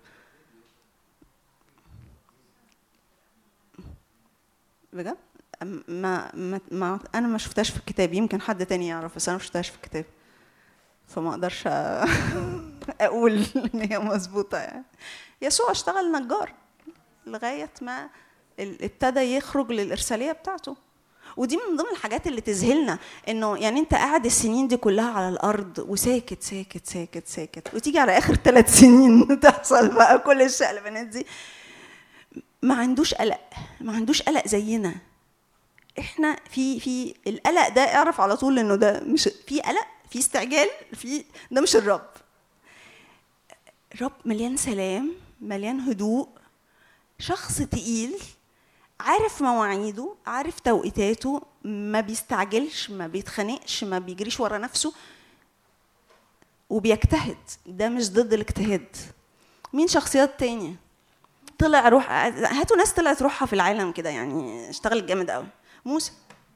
بجد؟ ما انا ما شفتهاش في الكتاب، يمكن حد تاني يعرف، بس انا ما شفتهاش في الكتاب فما اقدرش اقول ان هي مظبوطه. يعني يسوع اشتغل نجار لغايه ما ابتدى يخرج للارساليه بتاعته. ودي من ضمن الحاجات اللي تذهلنا، انه يعني انت قاعد السنين دي كلها على الارض وساكت ساكت ساكت ساكت، وتيجي على اخر 3 سنين تحصل بقى كل الشقلبانات دي. ما عندوش قلق زينا. احنا في القلق ده اعرف على طول انه ده مش في قلق، في استعجال، ده مش الرب. الرب مليان سلام، مليان هدوء، شخص تقيل، عارف مواعيده، عارف توقيتاته، ما بيستعجلش، ما بيتخانقش، ما بيجريش ورا نفسه، وبيجتهد. ده مش ضد الاجتهاد. مين شخصيات تانية؟ طلع روح، هاتوا ناس طلعت روحها في العالم كده، يعني اشتغلت جامد قوي. موسى.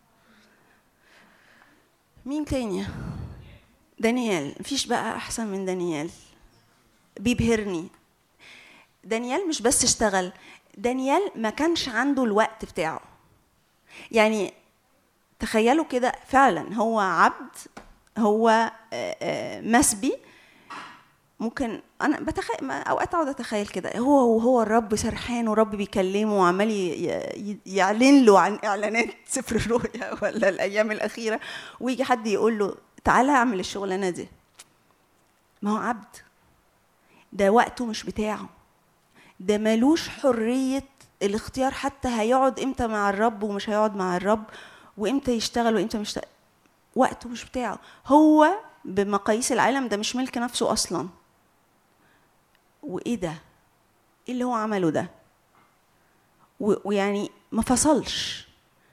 مين تاني؟ دانيال. مفيش بقى احسن من دانيال، بيبهرني. دانيال مش بس اشتغل، دانيال ما كانش عنده الوقت بتاعه. يعني تخيلوا كده، فعلا هو عبد، هو مسبي. ممكن انا بتخيل اوقات اقعد اتخيل كده، هو الرب سرحان ورب بيكلمه وعمال يعلن له عن اعلانات سفر الرؤيا ولا الايام الاخيره، ويجي حد يقول له تعالى اعمل الشغلانه دي. ما هو عبد، ده وقته مش بتاعه، ده مالوش حريه الاختيار حتى هيقعد امتى مع الرب ومش هيقعد مع الرب، وامتى يشتغل وامتى مش. وقته مش بتاعه. هو بمقاييس العالم ده مش ملك نفسه اصلا. وايه ده؟ ايه اللي هو عمله ده؟ ويعني ما فصلش.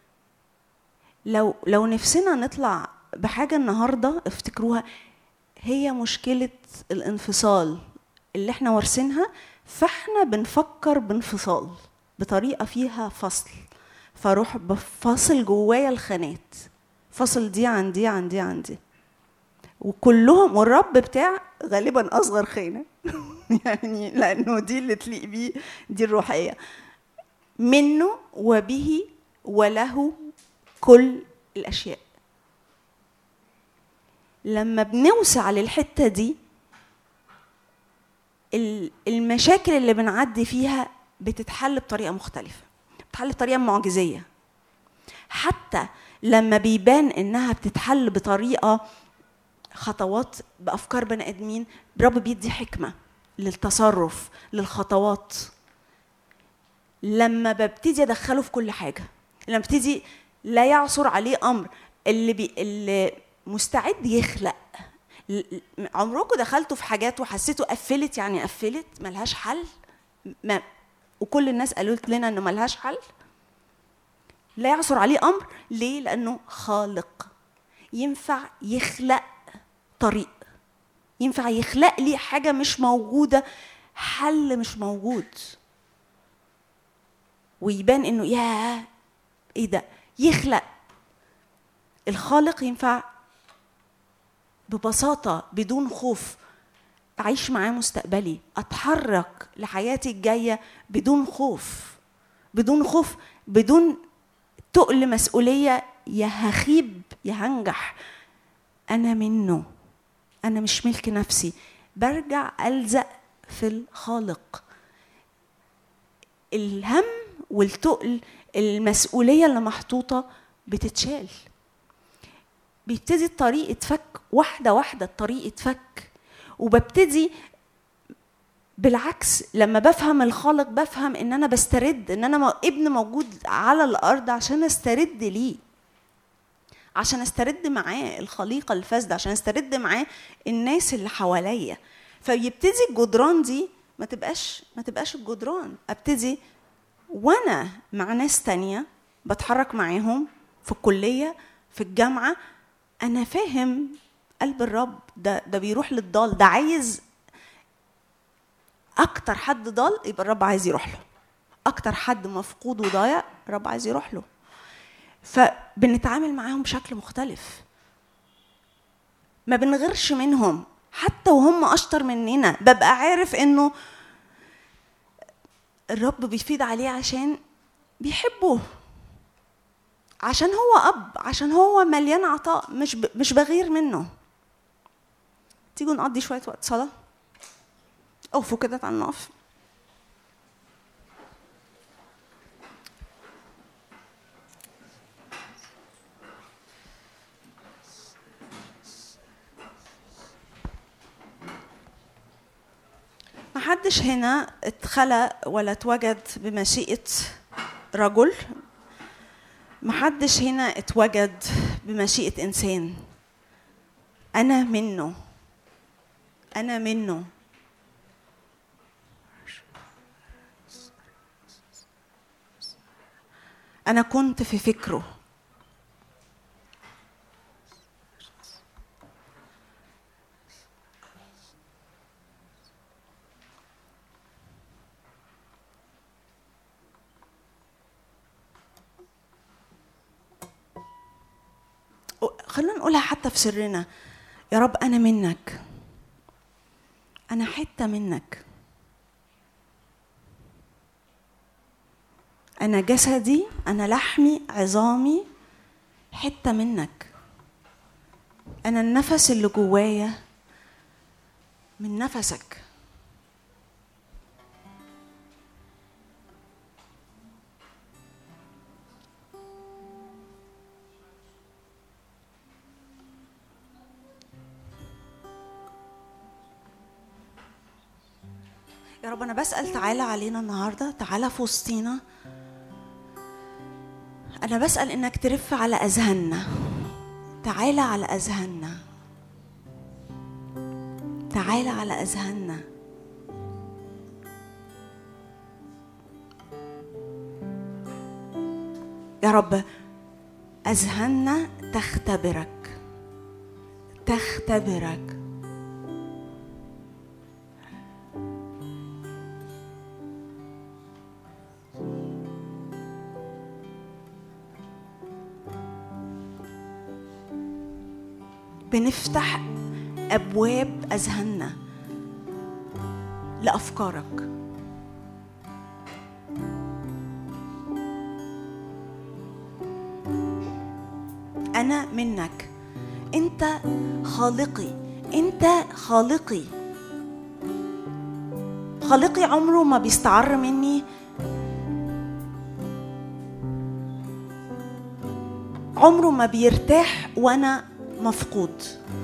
لو نفسنا نطلع بحاجه النهارده افتكروها، هي مشكله الانفصال اللي احنا وارثينها. فاحنا بنفكر بانفصال بطريقه فيها فصل، فاروح بفاصل جوايا الخانات، فاصل دي عن دي عن دي عن دي، وكلهم، والرب بتاع غالبا اصغر خانه يعني لانه دي اللي تليق بيه، دي الروحيه منه وبه وله كل الاشياء. لما بنوسع للحته دي، المشاكل اللي بنعدي فيها بتتحل بطريقه مختلفه، بتتحل بطريقه معجزيه. حتى لما بيبان انها بتتحل بطريقه خطوات بافكار بني ادمين، الرب بيدي حكمه للتصرف، للخطوات. لما ببتدي ادخله في كل حاجه، لما ببتدي لا يعثر عليه امر، اللي مستعد يخلق عمركم دخلتوا في حاجات وحسيتوا قفلت؟ يعني قفلت ملهاش حل، وكل الناس قالت لنا انه ملهاش حل. لا يعثر عليه امر. ليه؟ لانه خالق، ينفع يخلق طريق، ينفع يخلق لي حاجه مش موجوده، حل مش موجود، ويبان انه يا ايه ده. يخلق. الخالق ينفع ببساطه بدون خوف اعيش معاه مستقبلي، اتحرك لحياتي الجايه بدون خوف، بدون خوف، بدون تقل مسؤوليه، يا هخيب يا هنجح. انا منه، انا مش ملك نفسي. برجع الزق في الخالق. الهم والتقل، المسؤوليه اللي محطوطه بتتشال. بيبتدي الطريق يتفك واحده واحده، الطريق يتفك، وببتدي بالعكس. لما بفهم الخالق بفهم ان انا بسترد، ان انا ابن موجود على الارض عشان استرد ليه، عشان استرد معاه الخليقه الفاسده، عشان استرد معاه الناس اللي حواليا. فيبتدي الجدران دي ما تبقاش الجدران. ابتدي وانا مع ناس تانية بتحرك معاهم في الكليه، في الجامعه، انا فاهم قلب الرب. ده بيروح للضال، ده عايز اكتر حد ضال يبقى الرب عايز يروح له، اكتر حد مفقود وضايع الرب عايز يروح له. فبنتعامل معاهم بشكل مختلف، ما بنغيرش منهم حتى وهم اشطر مننا. ببقى عارف انه الرب بيفيد عليه عشان بيحبه، عشان هو اب، عشان هو مليان عطاء، مش بغير منه. تيجوا نقضي شويه وقت صلاه. اقفوا كده، تعالوا نقف. محدش هنا اتخلق ولا اتوجد بمشيئة رجل، محدش هنا اتوجد بمشيئة إنسان. أنا منه، أنا منه. أنا كنت في فكره. خلينا نقولها حتى في سرنا. يا رب أنا منك، أنا حتة منك، أنا جسدي، أنا لحمي، عظامي، حتة منك. أنا النفس اللي جوايا من نفسك. يا رب أنا بسأل، تعالى علينا النهاردة، تعالى في وسطينا. أنا بسأل إنك ترف على أذهاننا، تعالى على أذهاننا، تعالى على أذهاننا. يا رب أذهاننا تختبرك، تختبرك. بنفتح أبواب أذهاننا لأفكارك. أنا منك، أنت خالقي، أنت خالقي. خالقي عمره ما بيستعر مني، عمره ما بيرتاح وأنا مفقود.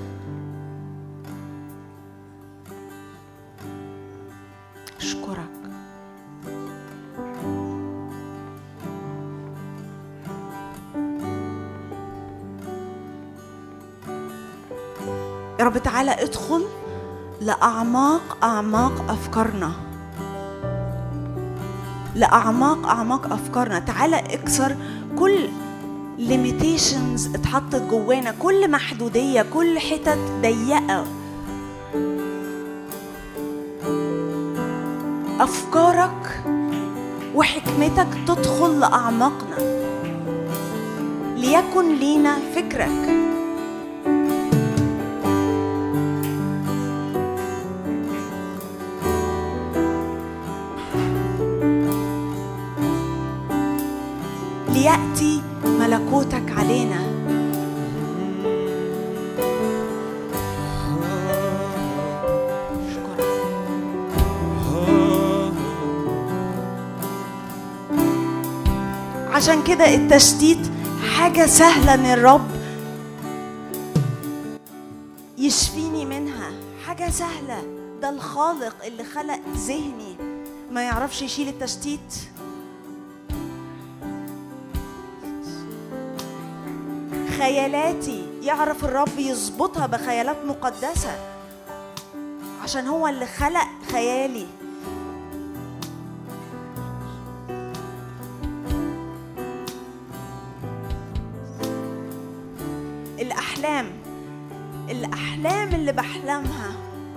أشكرك. يا رب تعالى ادخل لأعماق أعماق أفكارنا، لأعماق أعماق أفكارنا. تعالى اكسر كل limitations اتحطت جوانا، كل محدودية، كل حتت ضيقة. أفكارك وحكمتك تدخل لأعماقنا، ليكن لينا فكرك. ليأتي ملكوتك علينا. عشان كده التشتيت حاجة سهلة ان الرب يشفيني منها، حاجة سهلة. ده الخالق اللي خلق ذهني ما يعرفش يشيل التشتيت. خيالاتي يعرف الرب يظبطها بخيالات مقدسة، عشان هو اللي خلق خيالي. الأحلام اللي بحلمها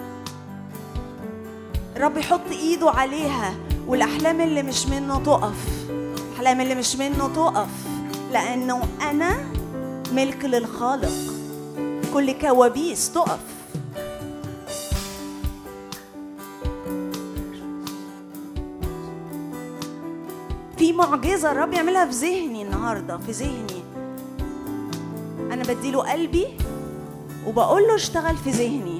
الرب يحط إيده عليها، والأحلام اللي مش منه تقف. الأحلام اللي مش منه تقف، لأنه أنا ملك للخالق. كل كوابيس تقف. في معجزة الرب يعملها في ذهني النهاردة، في ذهني. أنا بديله قلبي وبقول له اشتغل في ذهني.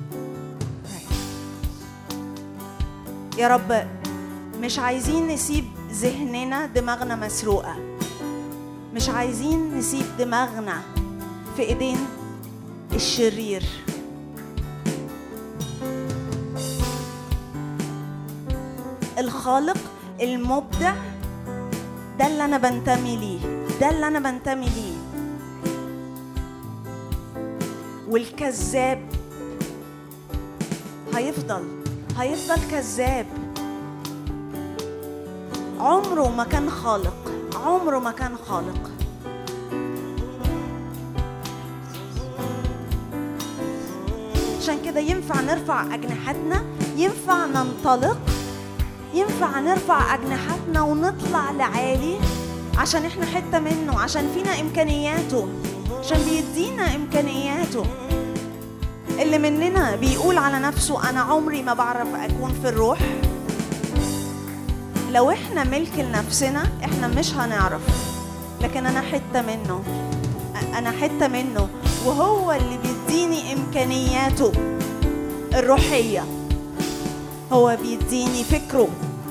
يا رب مش عايزين نسيب ذهننا دماغنا مسروقة، مش عايزين نسيب دماغنا في ايدين الشرير. الخالق المبدع ده اللي انا بنتمي ليه، ده اللي انا بنتمي ليه. والكذاب هيفضل كذاب. عمره ما كان خالق، عمره ما كان خالق. عشان كده ينفع نرفع أجنحتنا، ينفع ننطلق، ينفع نرفع أجنحتنا ونطلع لعالي، عشان احنا حتة منه، عشان فينا إمكانياته، عشان بيدينا إمكانياته. اللي مننا بيقول على نفسه أنا عمري ما بعرف أكون في الروح، لو احنا ملك لنفسنا احنا مش هنعرف. لكن أنا حتة منه، أنا حتة منه، وهو اللي بيديني إمكانياته الروحية، هو بيديني فكره.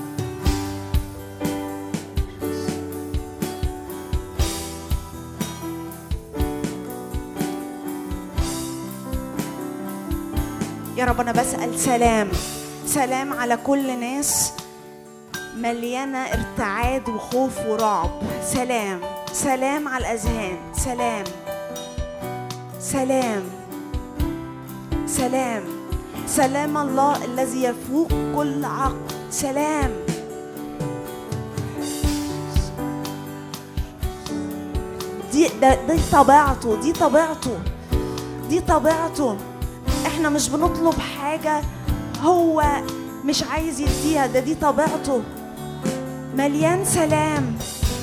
يا رب أنا بسأل سلام على كل ناس مليانة ارتعاد وخوف ورعب. سلام على الأذهان. سلام الله الذي يفوق كل عقل. سلام. دي طبيعته. احنا مش بنطلب حاجة هو مش عايز يديها، دي طبيعته. مليان سلام.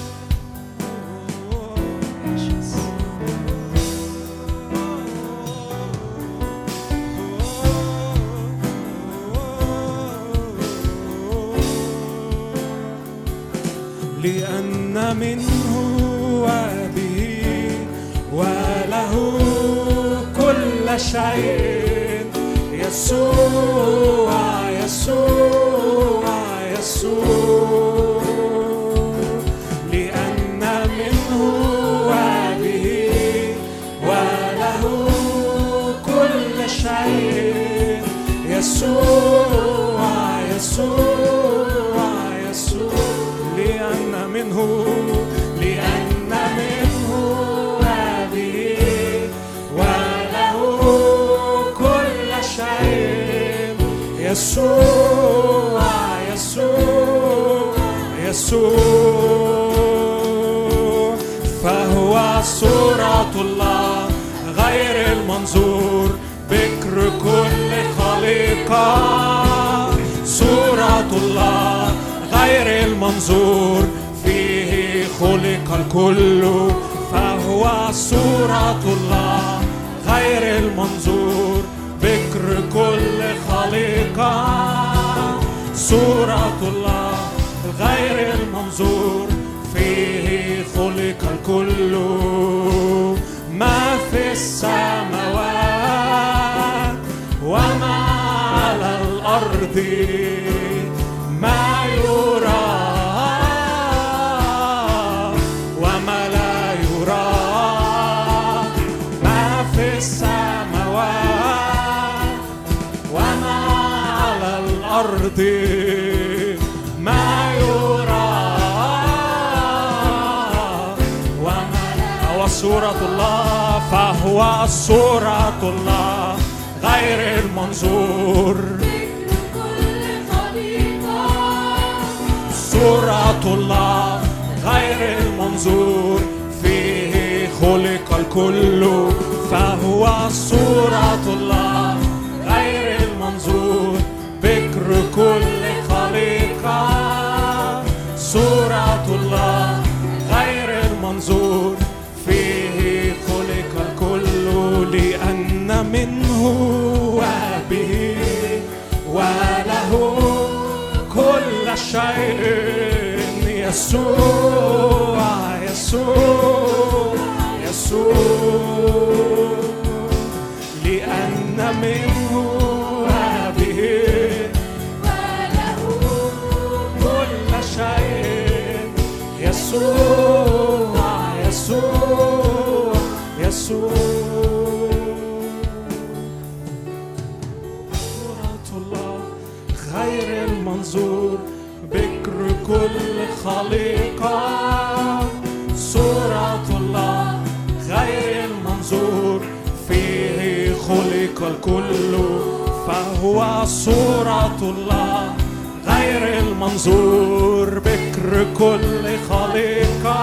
لأن منه وبه وله كل شيء، يسوع لأن منه وبه وله كل شيء، يسوع لأن منه وبه وله يسوع يسوع يسوع، فهو صورة الله غير المنظور، بكر كل خليقة. صورة الله غير المنظور، فيه خلق الكل، فهو صورة الله غير المنظور، بكر كل خليقة. صورة الله غير المنظور، فيه خلق الكل، ما في السماوات وما على الأرض، ما يرى وما لا يرى، ما في السماوات وما على الأرض، ما يرى وما لا. هو صورة الله، فهو صورة الله غير المنظور، صورة الله غير المنظور، فيه خلق الكل، فهو صورة الله غير المنظور، بكر كل خليقة. صورة الله غير المنظور، فيه خلق الكل، لأن منه وبه وله كل شيء. يسوع يسوع يسوع، لأن منه وبه وله كل شيء. يسوع يسوع يسوع، صورة الله غير المنظور، بكر كل خليقة. صورة الله غير المنظور، فيه خلق الكل، فهو صورة الله غير المنظور، بكر كل خليقة.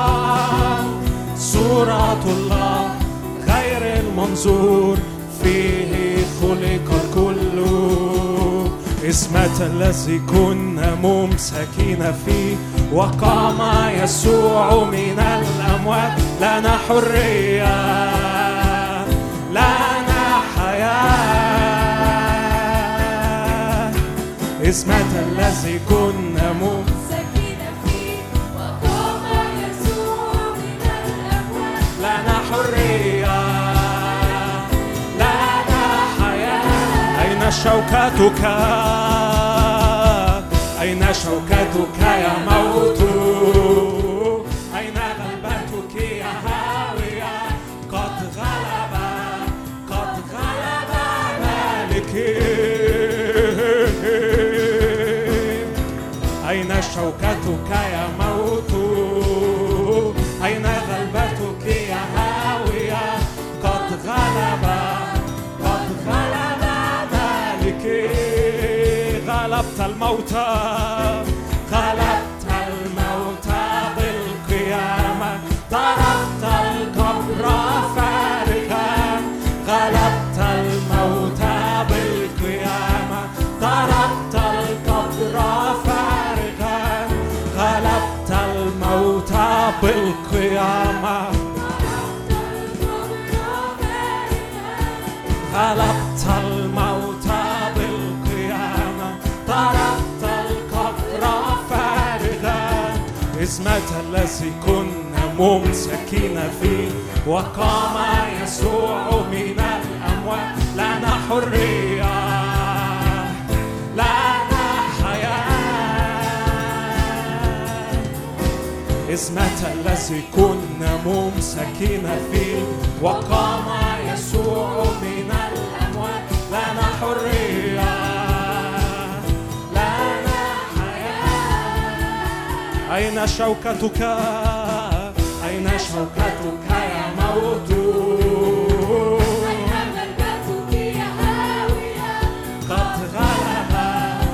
صورة الله غير المنظور، فيه خلق الكل. اسمة الذي كنا ممسكين فيه، وقام يسوع من الأموات، لنا حرية لنا حياة. اسمة الذي كنا ممسكين فيه، وقام يسوع من الأموات، لنا حرية لنا حياة. أين شوكتك أين شوكتك يا موت؟ أين غلبتك يا هاوية؟ قد غلب مالكي. أين شوكتك يا موت؟ أين غلبتك يا هاوية؟ قد غلب مالكي. غلبت الموتى بالقيامة، ضربت القبر فارغا. غلبت الموتى بالقيامة، ضربت القبر فارغا. غلبت الموتى بالقيامة، غلبت الموتى بالقيامة، ضربت القبر فارغا. اسمة الذي كنا ممسكين فيه، وقام يسوع من الأموات، لنا حرية لنا حياة. اسمة الذي كنا ممسكين فيه، وقام يسوع من الأموات، لنا حرية لنا حياة. أين شوكتك أين شوكتك يا موت؟ أين غلبتك يا هاوية؟ قد غلب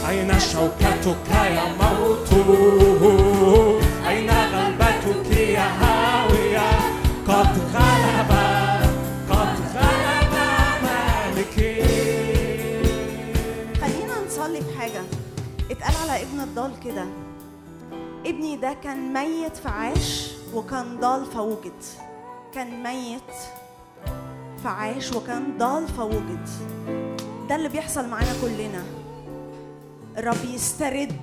أين شوكتك يا موت؟ أين غلبتك يا هاوية؟ قد غلب مالكي. خلينا نصلي في حاجة اتقال على ابن الضال كده: ابني ده كان ميت فعاش وكان ضال فوجد. كان ميت فعاش وكان ضال فوجد. ده اللي بيحصل معانا كلنا. الرب يسترد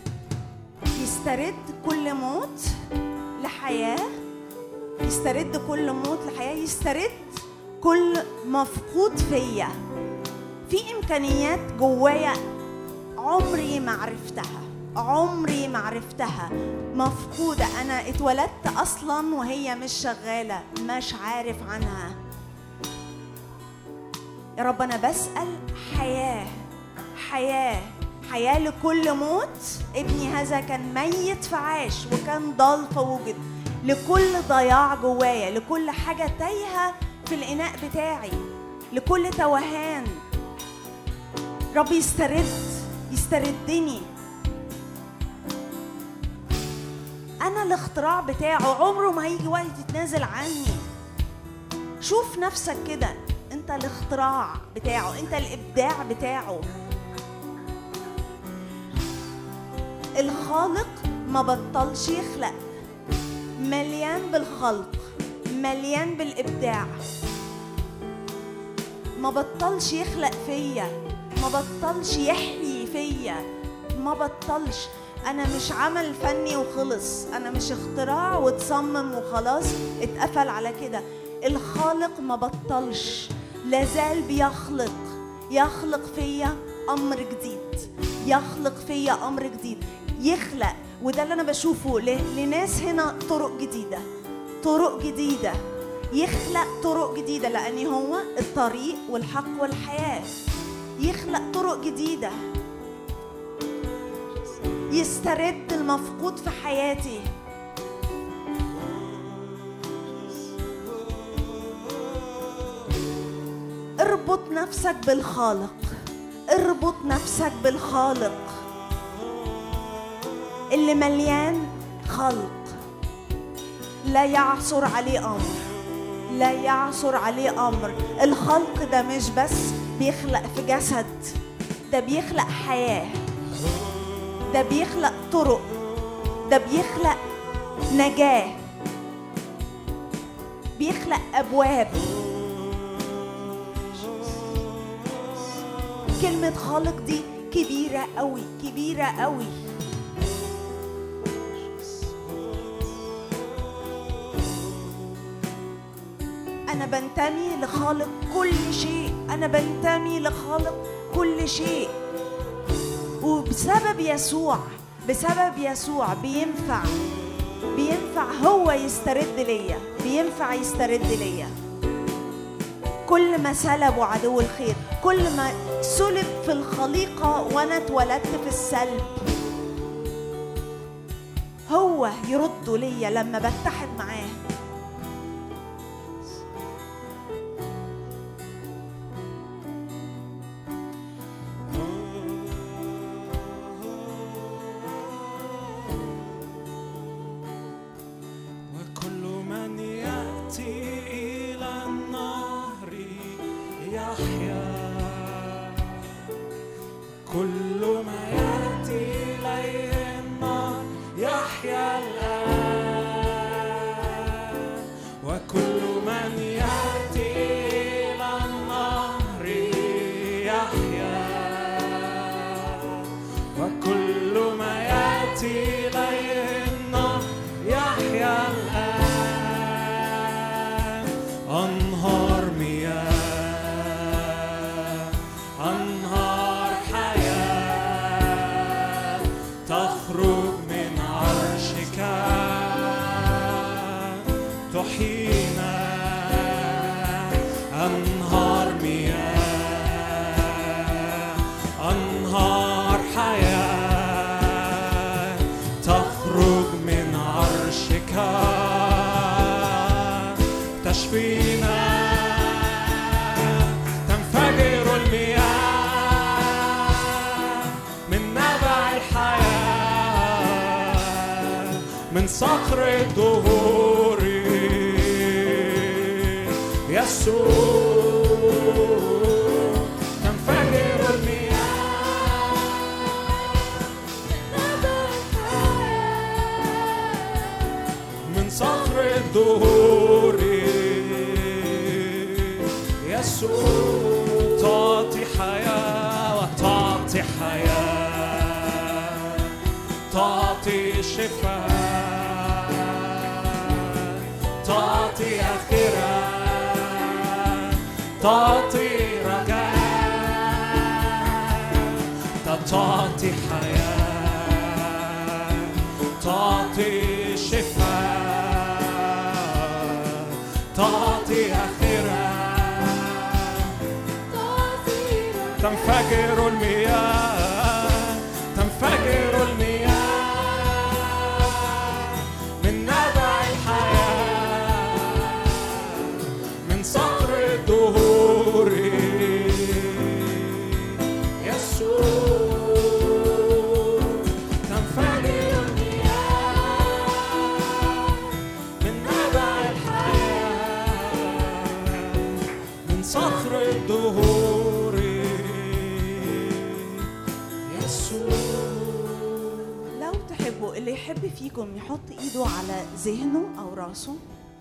كل موت لحياة، يسترد كل موت لحياة، يسترد كل مفقود فيا. في إمكانيات جوايا عمري ما عرفتها مفقودة. أنا اتولدت أصلاً وهي مش شغالة، مش عارف عنها. يا رب أنا بسأل حياة لكل موت. ابني هذا كان ميت فعاش وكان ضال فوجد. لكل ضياع جوايا، لكل حاجة تايهة في الإناء بتاعي، لكل توهان. رب يستردني. أنا الاختراع بتاعه، عمره ما هيجي وقت يتنازل عني. شوف نفسك كده، أنت الاختراع بتاعه، أنت الإبداع بتاعه. الخالق ما بطلش يخلق، مليان بالخلق، مليان بالإبداع. ما بطلش يخلق فيا، ما بطلش يحيي فيا، ما بطلش. أنا مش عمل فني وخلص، أنا مش اختراع وتصمم وخلاص اتقفل على كده. الخالق ما بطلش، لازال يخلق فيا أمر جديد، يخلق فيا أمر جديد، يخلق. وده اللي أنا بشوفه لناس هنا، طرق جديدة، يخلق طرق جديدة، لأن هو الطريق والحق والحياة. يخلق طرق جديدة، يسترد المفقود في حياتي. اربط نفسك بالخالق اللي مليان خلق، لا يعثر عليه أمر. الخلق ده مش بس بيخلق في جسد، ده بيخلق حياة، ده بيخلق طرق، ده بيخلق نجاة، بيخلق أبواب. كلمة خالق دي كبيرة قوي. أنا بنتمي لخالق كل شيء، وبسبب يسوع بينفع هو يسترد ليا كل ما سلبه عدو الخير، كل ما سلب في الخليقة وأنا اتولدت في السلب، هو يرده ليا لما بتحد معاه. أنهار حياة من صخر الدهور يسوع تنفجر المياه من صخر الدهور يسوع تعطي حياة وتعطي حياة تعطي شفاء تعطي آخرة تعطي رجاء تعطي حياة تعطي شفاء تعطي آخرة تنفجر المياه تنفجر المياه من نبع الحياة من صخر الدهور يسوع تنفجر المياه من نبع الحياة من صخر الدهور لو تحبوا اللي يحب فيكم يحط ايده على ذهنه او راسه.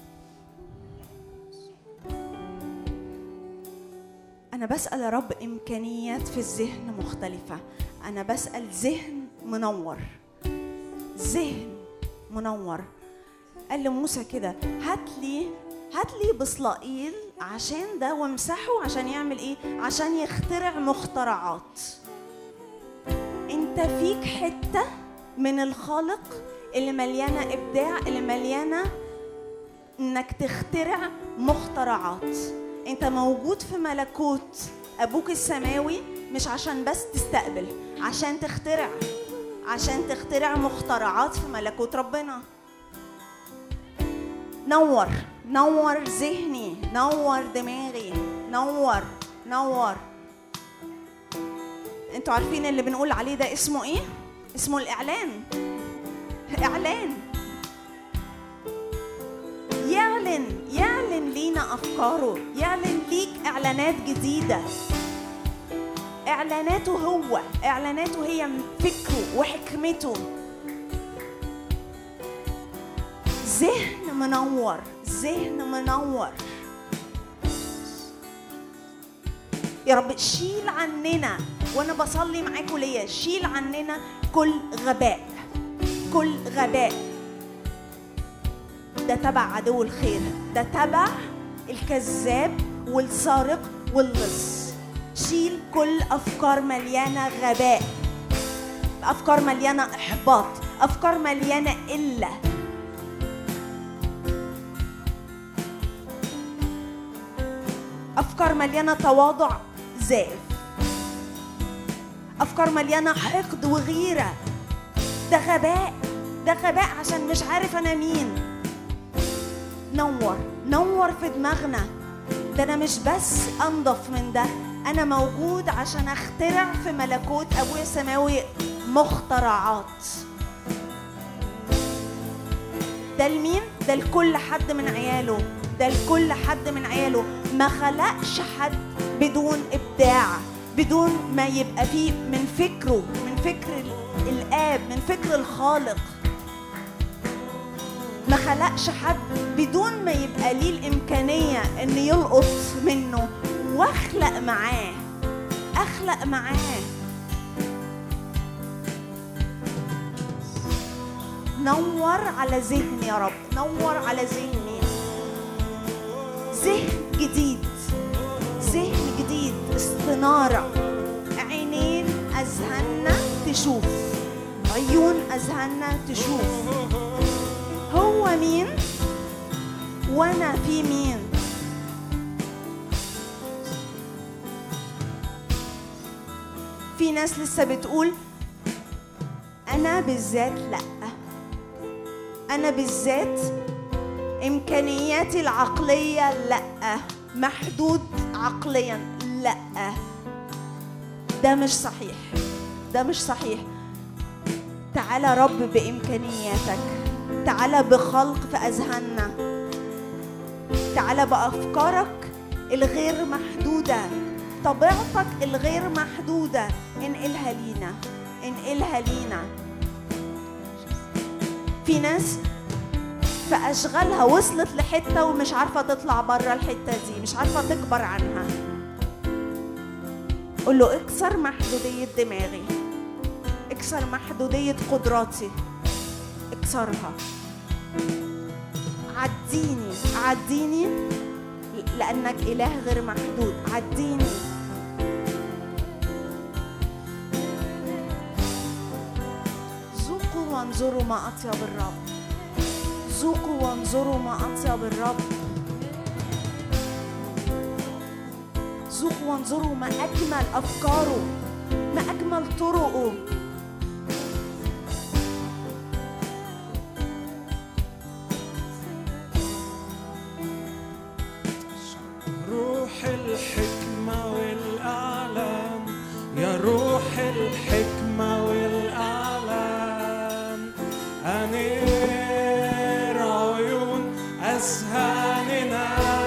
انا بسأل يا رب امكانيات في الذهن مختلفة. انا بسأل ذهن منور، ذهن منور. قال لموسى كده هات لي بصلائيل عشان ده وامسحه عشان يعمل ايه؟ عشان يخترع مخترعات. انت فيك حتة من الخالق اللي مليانة ابداع، اللي مليانة انك تخترع مخترعات. انت موجود في ملكوت ابوك السماوي مش عشان بس تستقبل، عشان تخترع مخترعات في ملكوت ربنا. نور ذهني، نور دماغي، نور. انتوا عارفين اللي بنقول عليه ده اسمه ايه؟ اسمه الاعلان. يعلن لينا افكاره، يعلن ليك اعلانات جديده. اعلاناته هي فكره وحكمته. ذهن منور. يا رب شيل عننا، وانا بصلي معاكم ليا، شيل عننا كل غباء. ده تبع عدو الخير، ده تبع الكذاب والسارق واللص. شيل كل افكار مليانه غباء، افكار مليانه احباط، افكار مليانه قله. افكار مليانه تواضع زائف، افكار مليانه حقد وغيره. ده غباء عشان مش عارف انا مين. نور في دماغنا. ده انا مش بس انضف من ده، انا موجود عشان اخترع في ملكوت ابويا السماوي مخترعات. ده لمين؟ ده لكل حد من عياله. ما خلقش حد بدون ابداع، بدون ما يبقى فيه من فكره، من فكر الآب، من فكر الخالق. ما خلقش حد بدون ما يبقى ليه الإمكانية إن يلقط منه واخلق معاه. نور على ذهني يا رب، نور على ذهني. ذهن جديد، استنارة. عينين أذهاننا تشوف، عيون أذهاننا تشوف هو مين وأنا في مين. في ناس لسه بتقول أنا بالذات لأ، أنا بالذات إمكانياتي العقلية لأ، محدود عقليا لأ. ده مش صحيح. تعالى رب بإمكانياتك، تعالى بخلق في أذهاننا، تعالى بأفكارك الغير محدودة، طبيعتك الغير محدودة، انقلها لينا، انقلها لينا. في ناس في أشغالها وصلت لحتة ومش عارفة تطلع برا الحتة دي، مش عارفة تكبر عنها. قل له اكسر محدودية دماغي، اكسر محدودية قدراتي، اكسرها. عديني عديني لأنك إله غير محدود، عديني. ذوقوا وانظروا ما أطيب الرب، ذوقوا وانظروا ما أطيب الرب، ذوقوا وانظروا ما أجمل أفكاره، ما أجمل طرقه. روح الحكمة والأعلام، يا روح الحكمة والأعلام، أنير عيون أذهاننا.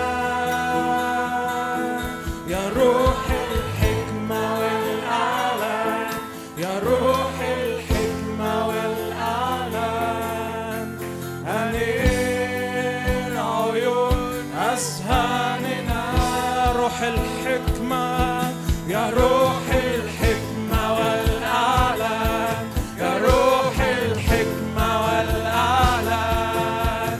يا روح الحكمة والأعلام، يا روح الحكمة والأعلام، أنير عيون أذهاننا. روح الحكمة، يا روح الحكمة والأعلام، يا روح الحكمة والأعلام،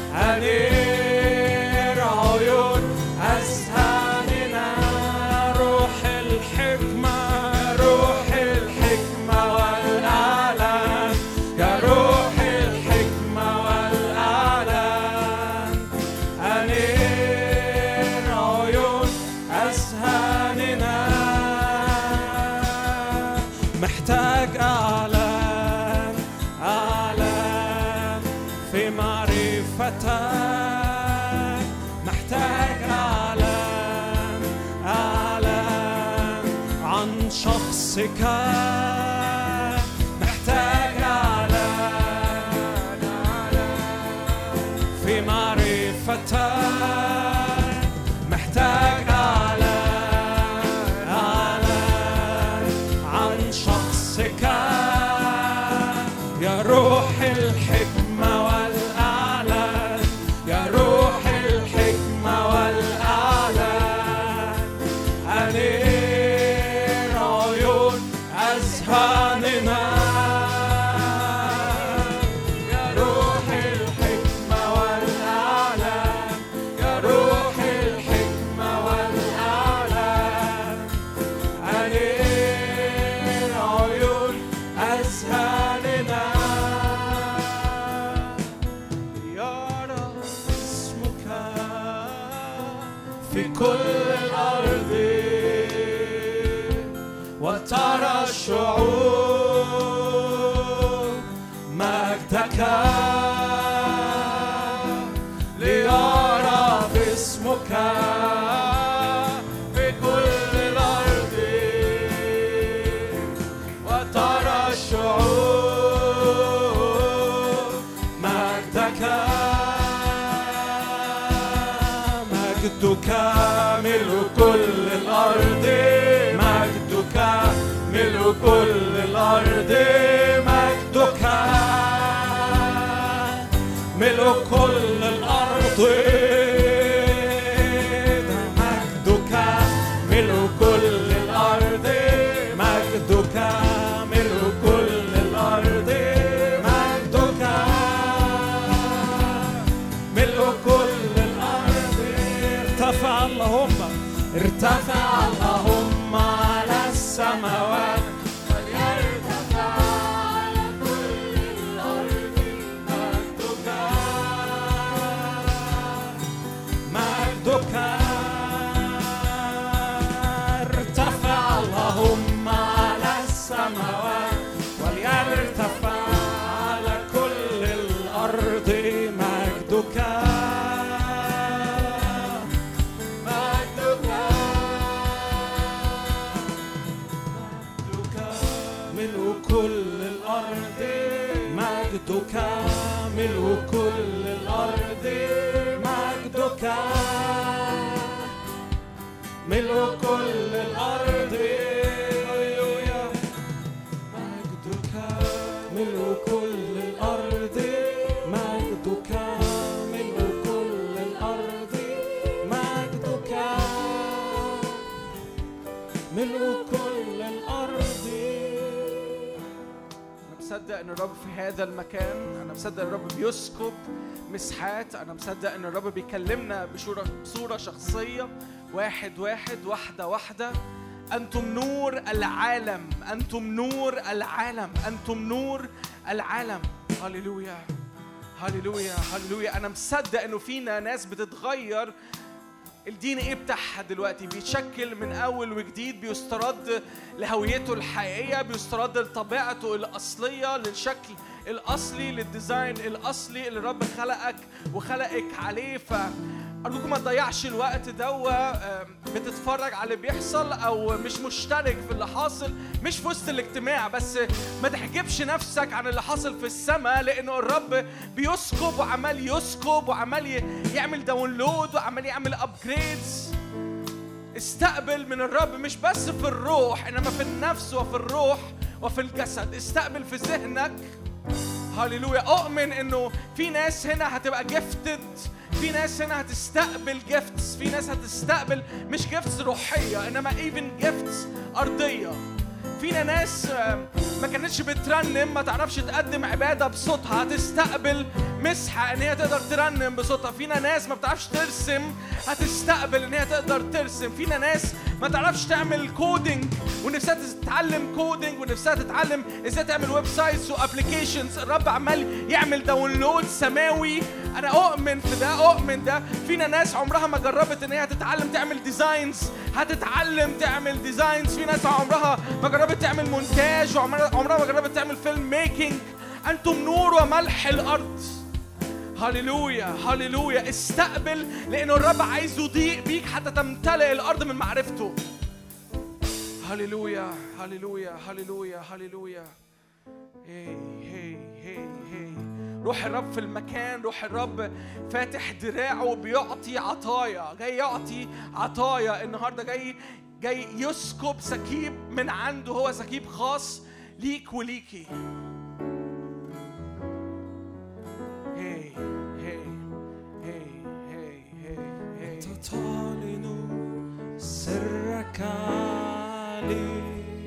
أنير عيون أذهاننا. روح الحكمة، روح الحكمة والأعلام، يا روح الحكمة والأعلام، أنير عيون أذهاننا. محتاج أعلان أعلان في معرفتك، محتاج أعلان أعلان عن شخصك، محتاج أعلان أعلان في معرفتك، محتاج أعلان أعلان عن شخصك. يا روح الحكمة والأعلان، يا روح الحكمة والأعلان، أنير عيون أذهاننا. يا روح الحكمة والأعلان، يا روح الحكمة والأعلان، أنير عيون أذهاننا. يرى اسمك في كل الأرض، وترى الشعوب مجدك، ليرى اسمك في كل الأرض، وترى الشعوب مجدك. مجدك ملء كل الأرض، مجدك ملء كل الأرض، مجدك ملء كل الأرض، مجدك ملء كل الأرض، مجدك ملء كل الأرض، مجدك ملء كل الأرض. ارتفع اللهم، ارتفع اللهم على السماوات، وليرتفع على كل الأرض مجدك، مجدك. ارتفع اللهم على السماوات، وليرتفع على كل الأرض مجدك، مجدك ملء كل الأرض، مجدك مجدك ملء كل الأرض مجدك ملء كل الأرض هللويا مجدك ملء كل الأرض مجدك ملء كل الأرض مجدك ملء كل الأرض. أنا مصدق إن الرب في هذا المكان، أنا مصدق إن الرب بيسكب مسحات، أنا مصدق إن الرب بيكلمنا بصورة شخصية، واحد واحد، واحدة واحدة. أنتم نور العالم، أنتم نور العالم، أنتم نور العالم. هللويا هللويا هللويا. أنا مصدق إنه فينا ناس بتتغير، الدين ايه بتاعها دلوقتي بيتشكل من اول وجديد، بيسترد لهويته الحقيقيه، بيسترد لطبيعته الاصليه، للشكل الاصلي، للديزاين الاصلي اللي الرب خلقك وخلقك عليه. فارجوكم ما تضيعش الوقت بتتفرج على اللي بيحصل او مش مشترك في اللي حاصل، مش في وسط الاجتماع، بس ما تحجبش نفسك عن اللي حاصل في السماء، لانه الرب بيسكب وعمال يسكب وعمال يعمل داونلود وعمال يعمل ابجريدز. استقبل من الرب مش بس في الروح، انما في النفس وفي الروح وفي الجسد. استقبل في ذهنك. هاليلويا. اؤمن انه في ناس هنا هتبقى جيفتد، في ناس هنا هتستقبل جيفتس، في ناس هتستقبل مش جيفتس روحيه انما ايفن جيفتس ارضيه. فينا ناس ما كانتش بترنم، ما تعرفش تقدم عباده بصوتها، هتستقبل مسحه ان هي تقدر ترنم بصوتها. فينا ناس ما بتعرفش ترسم، هتستقبل ان هي تقدر ترسم. فينا ناس ما تعرفش تعمل كودينج ونفسها تتعلم كودينج، ونفسها تتعلم ازاي تعمل ويب سايتس وابلكيشنز. الرب عمال يعمل داونلود سماوي. انا اؤمن في ده، اؤمن ده. فينا ناس عمرها ما جربت ان هي تتعلم تعمل ديزاينز، هتتعلم تعمل ديزاينز. في ناس عمرها ما جربت تعمل مونتاج، وعمرها ما جربت تعمل فيلم ميكينج. انتم نور وملح الارض. هللويا هللويا. استقبل، لانه الرب عايز يضيء بيك حتى تمتلئ الارض من معرفته. هللويا هللويا هللويا هللويا. هي هي هي هي. روح الرب في المكان، روح الرب فاتح دراعه بيعطي عطايا، جاي يعطي عطايا النهارده، جاي يسكب سكيب من عنده، هو سكيب خاص ليك وليكي. هي هي هي هي هي هي. أنت تعلن سرك لي،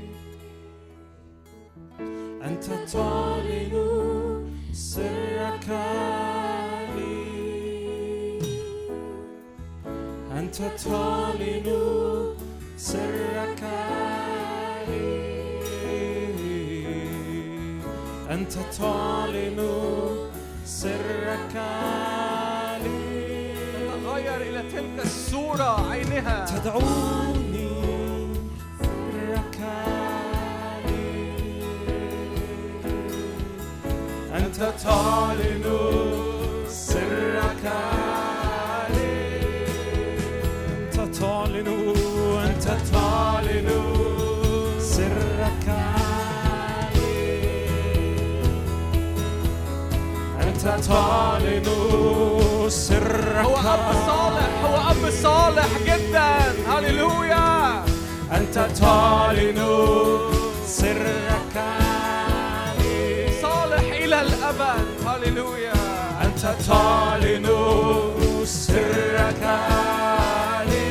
أنت تعلن سرك لي، أنت تعلن سرك لي، أنت تعلن سرك لي. تتغير إلى تلك الصورة عينها. تدعوني سرك لي، أنت تعلن سرك لي، أنت تعلن، أنت تعلن سرك لي، أنت تعلن سرك. هو أب صالح، هو أب صالح جدا. هللويا. أنت تعلن سرك لي، صالح إلى الأبد. هللويا. أنت تعلن سرك لي،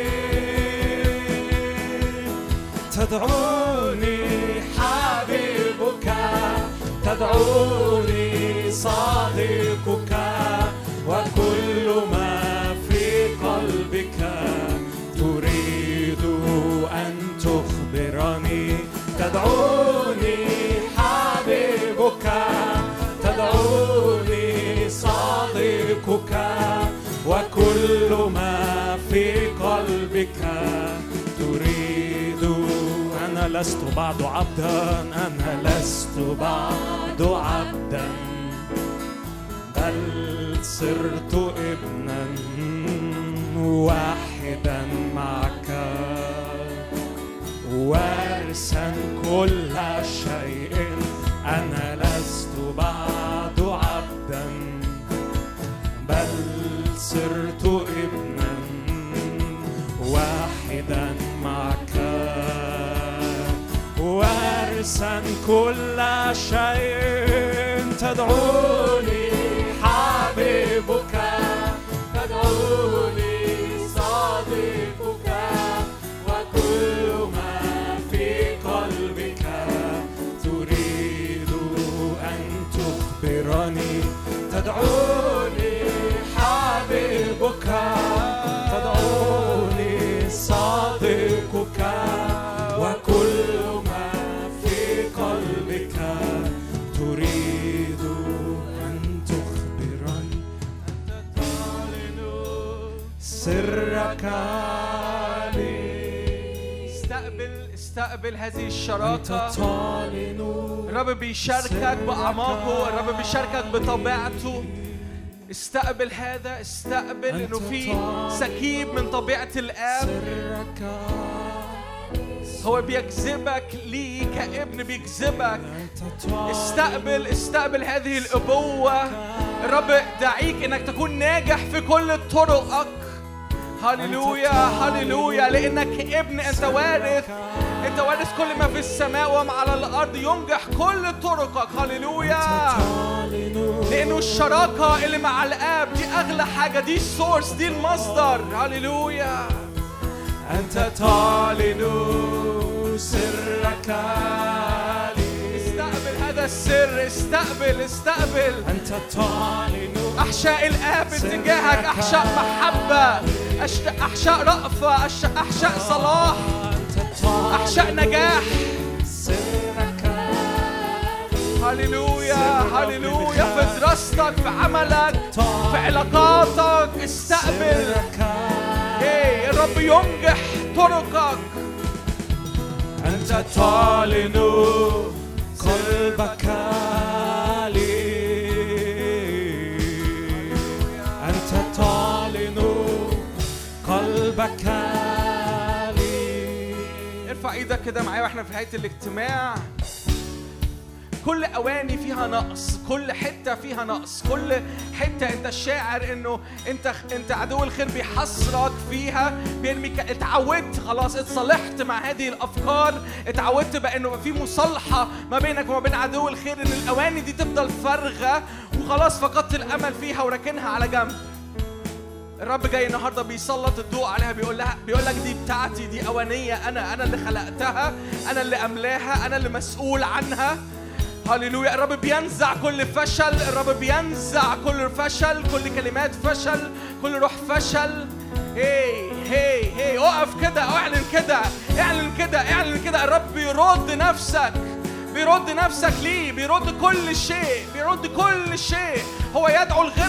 تدعوني حبيبك، تدعوني صادقك، وكل ما في قلبك تريد أن تخبرني. تدعوني حبيبك، تدعوني صادقك، وكل ما في قلبك تريد. أنا لست بعد عبدا، أنا لست بعد عبدا، بل صرت ابنا واحدا معك، وارثا كل شيء. أنا لست بعد عن كل شيء تدعوني حبيبك تدعوني صديقك وكل ما في قلبك تريد أن تخبرني تدعوني حبيبك تدعوني صديقك وكل ما في قلبك تريد أن تخبرني أنت تعلن سرك لي. استقبل هذه الشراكة. الرب بيشاركك بأعماقه، الرب بيشاركك بطبيعته. استقبل هذا، استقبل انه في سكيب من طبيعة الآب. هو بيجذبك ليه كابن، بيجذبك. استقبل هذه الأبوة. الرب دعيك انك تكون ناجح في كل طرقك. هللويا هللويا، لأنك ابن، أنت وارث كل ما في السماء وما على الأرض، ينجح كل طرقك. هللويا، لأنه الشراكة اللي مع الآب دي أغلى حاجة، دي السورس، دي المصدر. هللويا. أنت تعلن سرك لي. استقبل هذا السر، استقبل. أنت تعلن أحشاء الآب اتجاهك، أحشاء محبة، أحشاء رأفة، أحشاء صلاح، أحشاء نجاح. هللويا هللويا. في دراستك، في عملك، في علاقاتك، استقبل. الرب ينجح طرقك. أنت تعلن قلبك لي. أنت تعلن قلبك لي. ارفع ايدك كده معايا واحنا في نهاية الاجتماع. كل أواني فيها نقص، كل حتة فيها نقص، كل حتة أنت شاعر إنه أنت عدو الخير بيحصرك فيها، بيرميك. اتعودت خلاص، اتصالحت مع هذه الأفكار، اتعودت بقى إنه في مصالحة ما بينك وما بين عدو الخير، إن الأواني دي تفضل فارغة وخلاص فقدت الأمل فيها وراكنها على جنب. الرب جاي النهارده بيسلط الضوء عليها، بيقول لك دي بتاعتي، دي أوانية، أنا اللي خلقتها، أنا اللي أملاها، أنا اللي مسؤول عنها. هللويا. الرب بينزع كل فشل، الرب بينزع كل فشل، كل كلمات فشل، كل روح فشل. هي اقف كده، اعلن كده. الرب بيرد نفسك ليه، بيرد كل شيء. هو يدعو الغير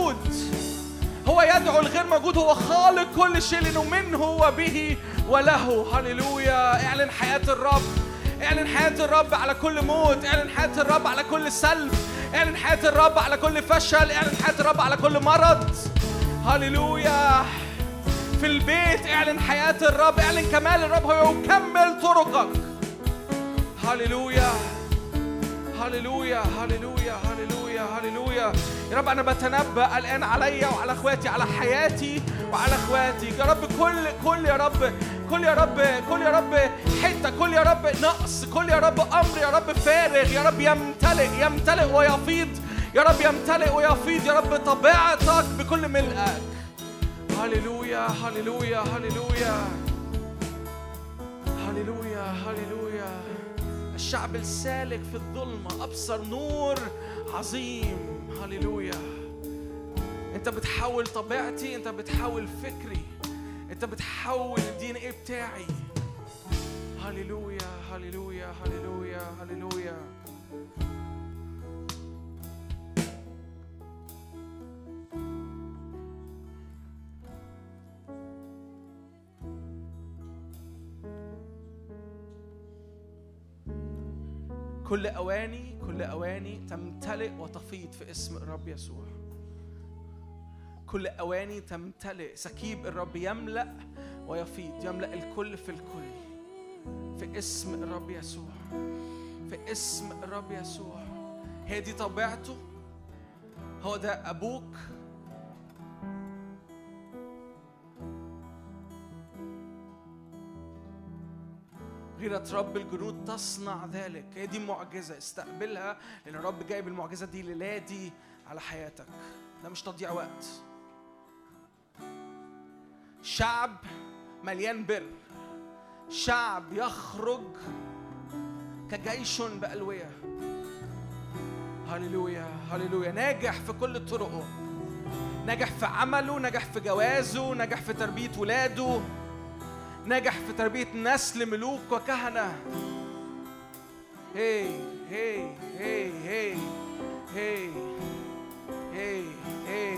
موجود، هو خالق كل شيء، لأنه منه وبه وله. هللويا. اعلن حياة الرب على كل موت، اعلن حياة الرب على كل سلب، اعلن حياة الرب على كل فشل، اعلن حياة الرب على كل مرض. هللويا. في البيت اعلن حياة الرب، اعلن كمال الرب، هو يكمل طرقك. هللويا هللويا هللويا هللويا هللويا. يا رب أنا بتنبأ الآن عليا وعلى أخواتي، على حياتي وعلى أخواتي. يا رب كل يا رب حتة، كل يا رب نقص، كل يا رب أمر يا رب فارغ، يا رب يمتلئ ويفيض، يا رب يمتلئ ويفيض يا رب طبيعتك بكل ملئك. هللويا هللويا هللويا هللويا هللويا. الشعب السالك في الظلمة أبصر نور عظيم. هللويا. أنت بتحول طبيعتي، أنت بتحول فكري، أنت بتحول الدين إيه بتاعي. هللويا هللويا هللويا هللويا. كل أواني تمتلئ وتفيض في اسم الرب يسوع. كل أواني تمتلئ، سكيب الرب يملأ ويفيض، يملأ الكل في الكل في اسم الرب يسوع، في اسم الرب يسوع. هي دي طبيعته، هو ده أبوك. غيرة رب الجنود تصنع ذلك. هي دي معجزة، استقبلها، لأن الرب جايب المعجزة دي ليلادي على حياتك. ده مش تضييع وقت. شعب مليان بر، شعب يخرج كجيش بألوية. هللويا هللويا. ناجح في كل طرقه، ناجح في عمله، ناجح في جوازه، ناجح في تربية ولاده، ناجح في تربية نسل ملوك وكهنة. هي هي هي هي هي هي هي.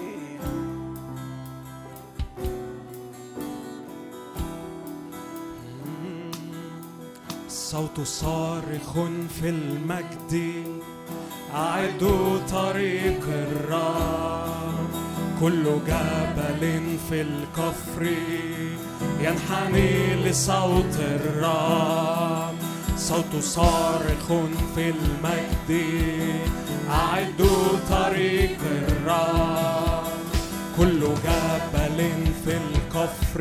صوت صارخ في المجد، أعدوا طريق الرب. كل جبل في الكفر ينحني لصوت الرب. صوت صارخ في المجد، أعدوا طريق الرب. كل جبل في الكفر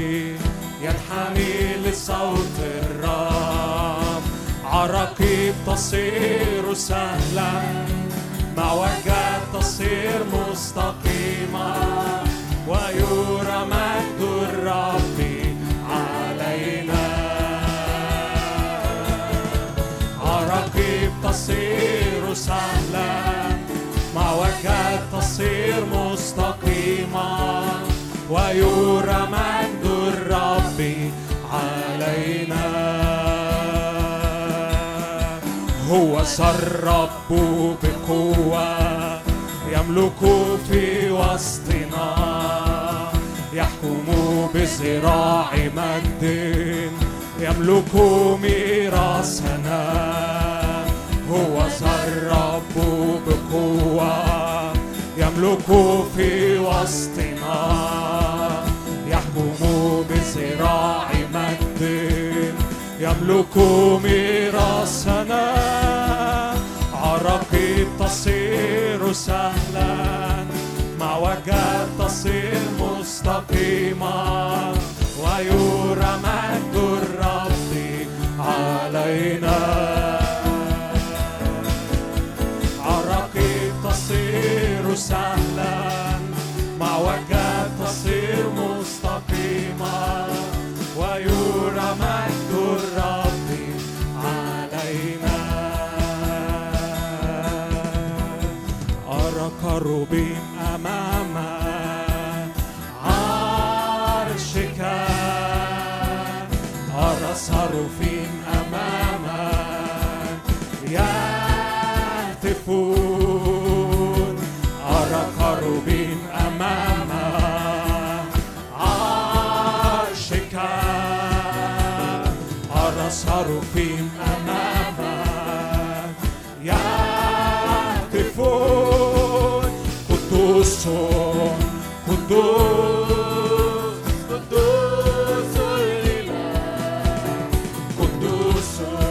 ينحني لصوت الرب. عراقيب تصير سهلا، معوجات تصير مستقيمة، ويرى مجد الرب علينا. عراقيب تصير سهلا، معوجات تصير مستقيمة، ويرى مجد الرب علينا. هو الرب بقوة يملك في وسطنا، يحكم بذراع مجد، يملك ميراثنا. هو الرب بقوة يملك في وسطنا، يحكم بذراع مجد، يملك ميراثنا. عراقيب تصير سهلا، معوجات تصير مستقيمة، ويرى مجد الرب علينا. عراقيب تصير سهلا، معوجات تصير مستقيمة، ويرى مجد الرب علينا. أرى كروبيم أمام عرشك، أرى صاروفيم أمامك يهتفون. أرى كروبيم أمام عرشك، أرى صاروفيم أمامك يهتفون. قدوس قدوس قدوس الإله، قدوس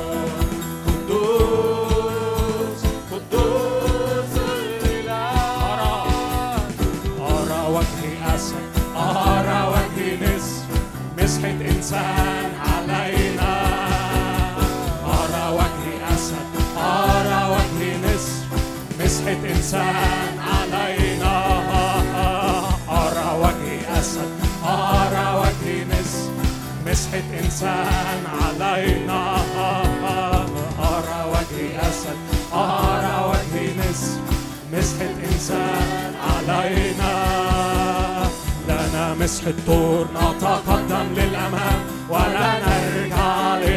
قدوس قدوس الإله. أرى وجه أسد، أرى وجه نسر، مسحة إنسان علينا. أرى وجه أسد، أرى وجه نسر، مسحة إنسان علينا. أرى وجه أسد، أرى وجه نسر، مسحة إنسان علينا. أرى وجه أسد، أرى وجه نسر، مسحة إنسان علينا. لنا مسحة طور نتقدم للأمام ولا نرجع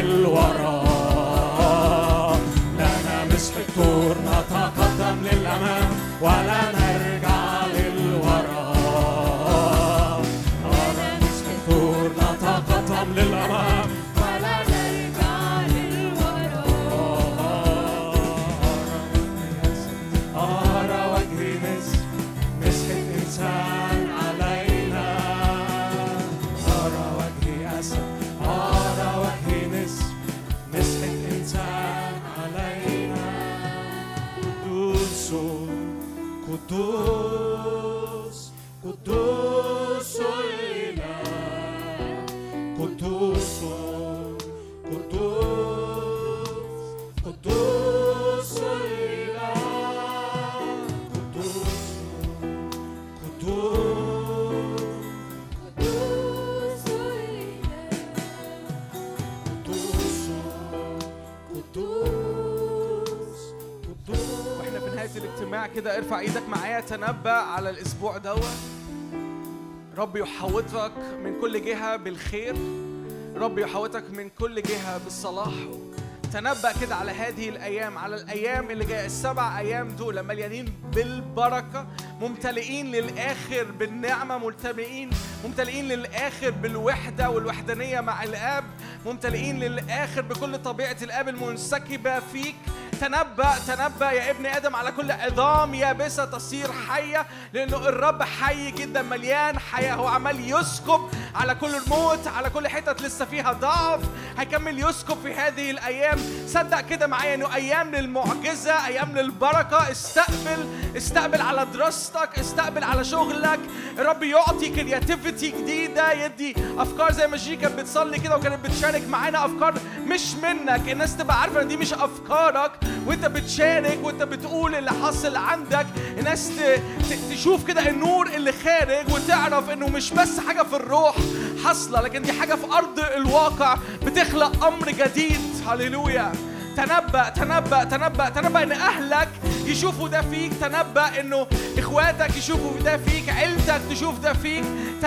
للوراء. لنا مسحة طور نتقدم للأمام ولا نرجع للوراء. لنا مسحة طور نتقدم للأمام ولا نرجع للوراء. أرى وجه نسر، مسحة إنسان علينا. أرى وجه أسد، أرى وجه نسر، مسحة إنسان علينا. قدوس قدوس قدوس الإله، قدوس قدوس نهاية الاجتماع كده ارفع ايدك معايا، تنبأ على الاسبوع دوت. رب يحوطك من كل جهة بالخير، رب يحوطك من كل جهة بالصلاح. تنبأ كده على هذه الأيام، على الأيام اللي جاية. ال7 أيام دول مليانين بالبركة، ممتلئين للآخر بالنعمة، ممتلئين للآخر بالوحدة والوحدانية مع الآب، ممتلئين للآخر بكل طبيعة الآب المنسكبة فيك. تنبأ يا ابن آدم على كل عظام يابسة تصير حية، لأنه الرب حي جدا مليان حياة. هو عمال يسكب على كل الموت، على كل حتة لسه فيها ضعف، هيكمل يسكب في هذه الأيام. صدق كده معايا إنه أيام للمعجزة، أيام للبركة. استقبل على دراستك، استقبل على شغلك. الرب يعطي كرياتيفيتي جديدة، يدي أفكار زي ما جي كانت بتصلي كده وكانت بتشارك معانا أفكار مش منك. الناس تبقى عارفة إن دي مش أفكارك، وانت بتشارك وانت بتقول اللي حاصل عندك. الناس تشوف كده النور اللي خارج، وتعرف انه مش بس حاجة في الروح حاصلة، لكن دي حاجة في أرض الواقع بتخلق أمر جديد. هاليلويا. تنبأ ان أهلك يشوفوا ده فيك. تنبأ انه إخواتك يشوفوا ده فيك، عيلتك تشوف ده فيك.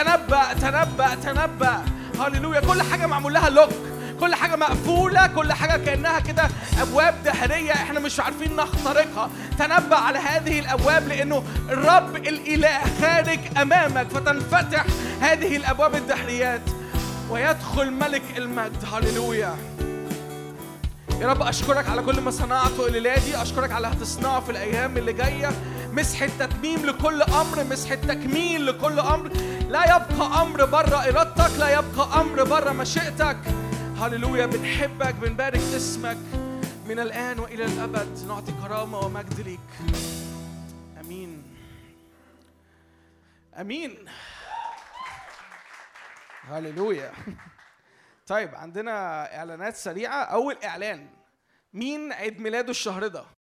تنبأ. هاليلويا. كل حاجة معمول لها لوك، كل حاجة مقفولة، كل حاجة كأنها كده أبواب دهرية إحنا مش عارفين نخترقها. تنبأ على هذه الأبواب، لأنه الرب الإله خارج أمامك، فتنفتح هذه الأبواب الدهريات ويدخل ملك المجد. هاليلويا. يا رب أشكرك على كل ما صنعته الليلة دي، أشكرك على هتصنعه في الأيام اللي جاية. مسحة تتميم لكل أمر، مسحة تكميل لكل أمر. لا يبقى أمر بره إرادتك، لا يبقى أمر بره مشيئتك. هاليلويا. بنحبك، بنبارك اسمك من الآن وإلى الأبد. نعطي كرامة ومجد ليك. أمين. هاليلويا. طيب عندنا إعلانات سريعة. أول إعلان، مين عيد ميلاده الشهر ده؟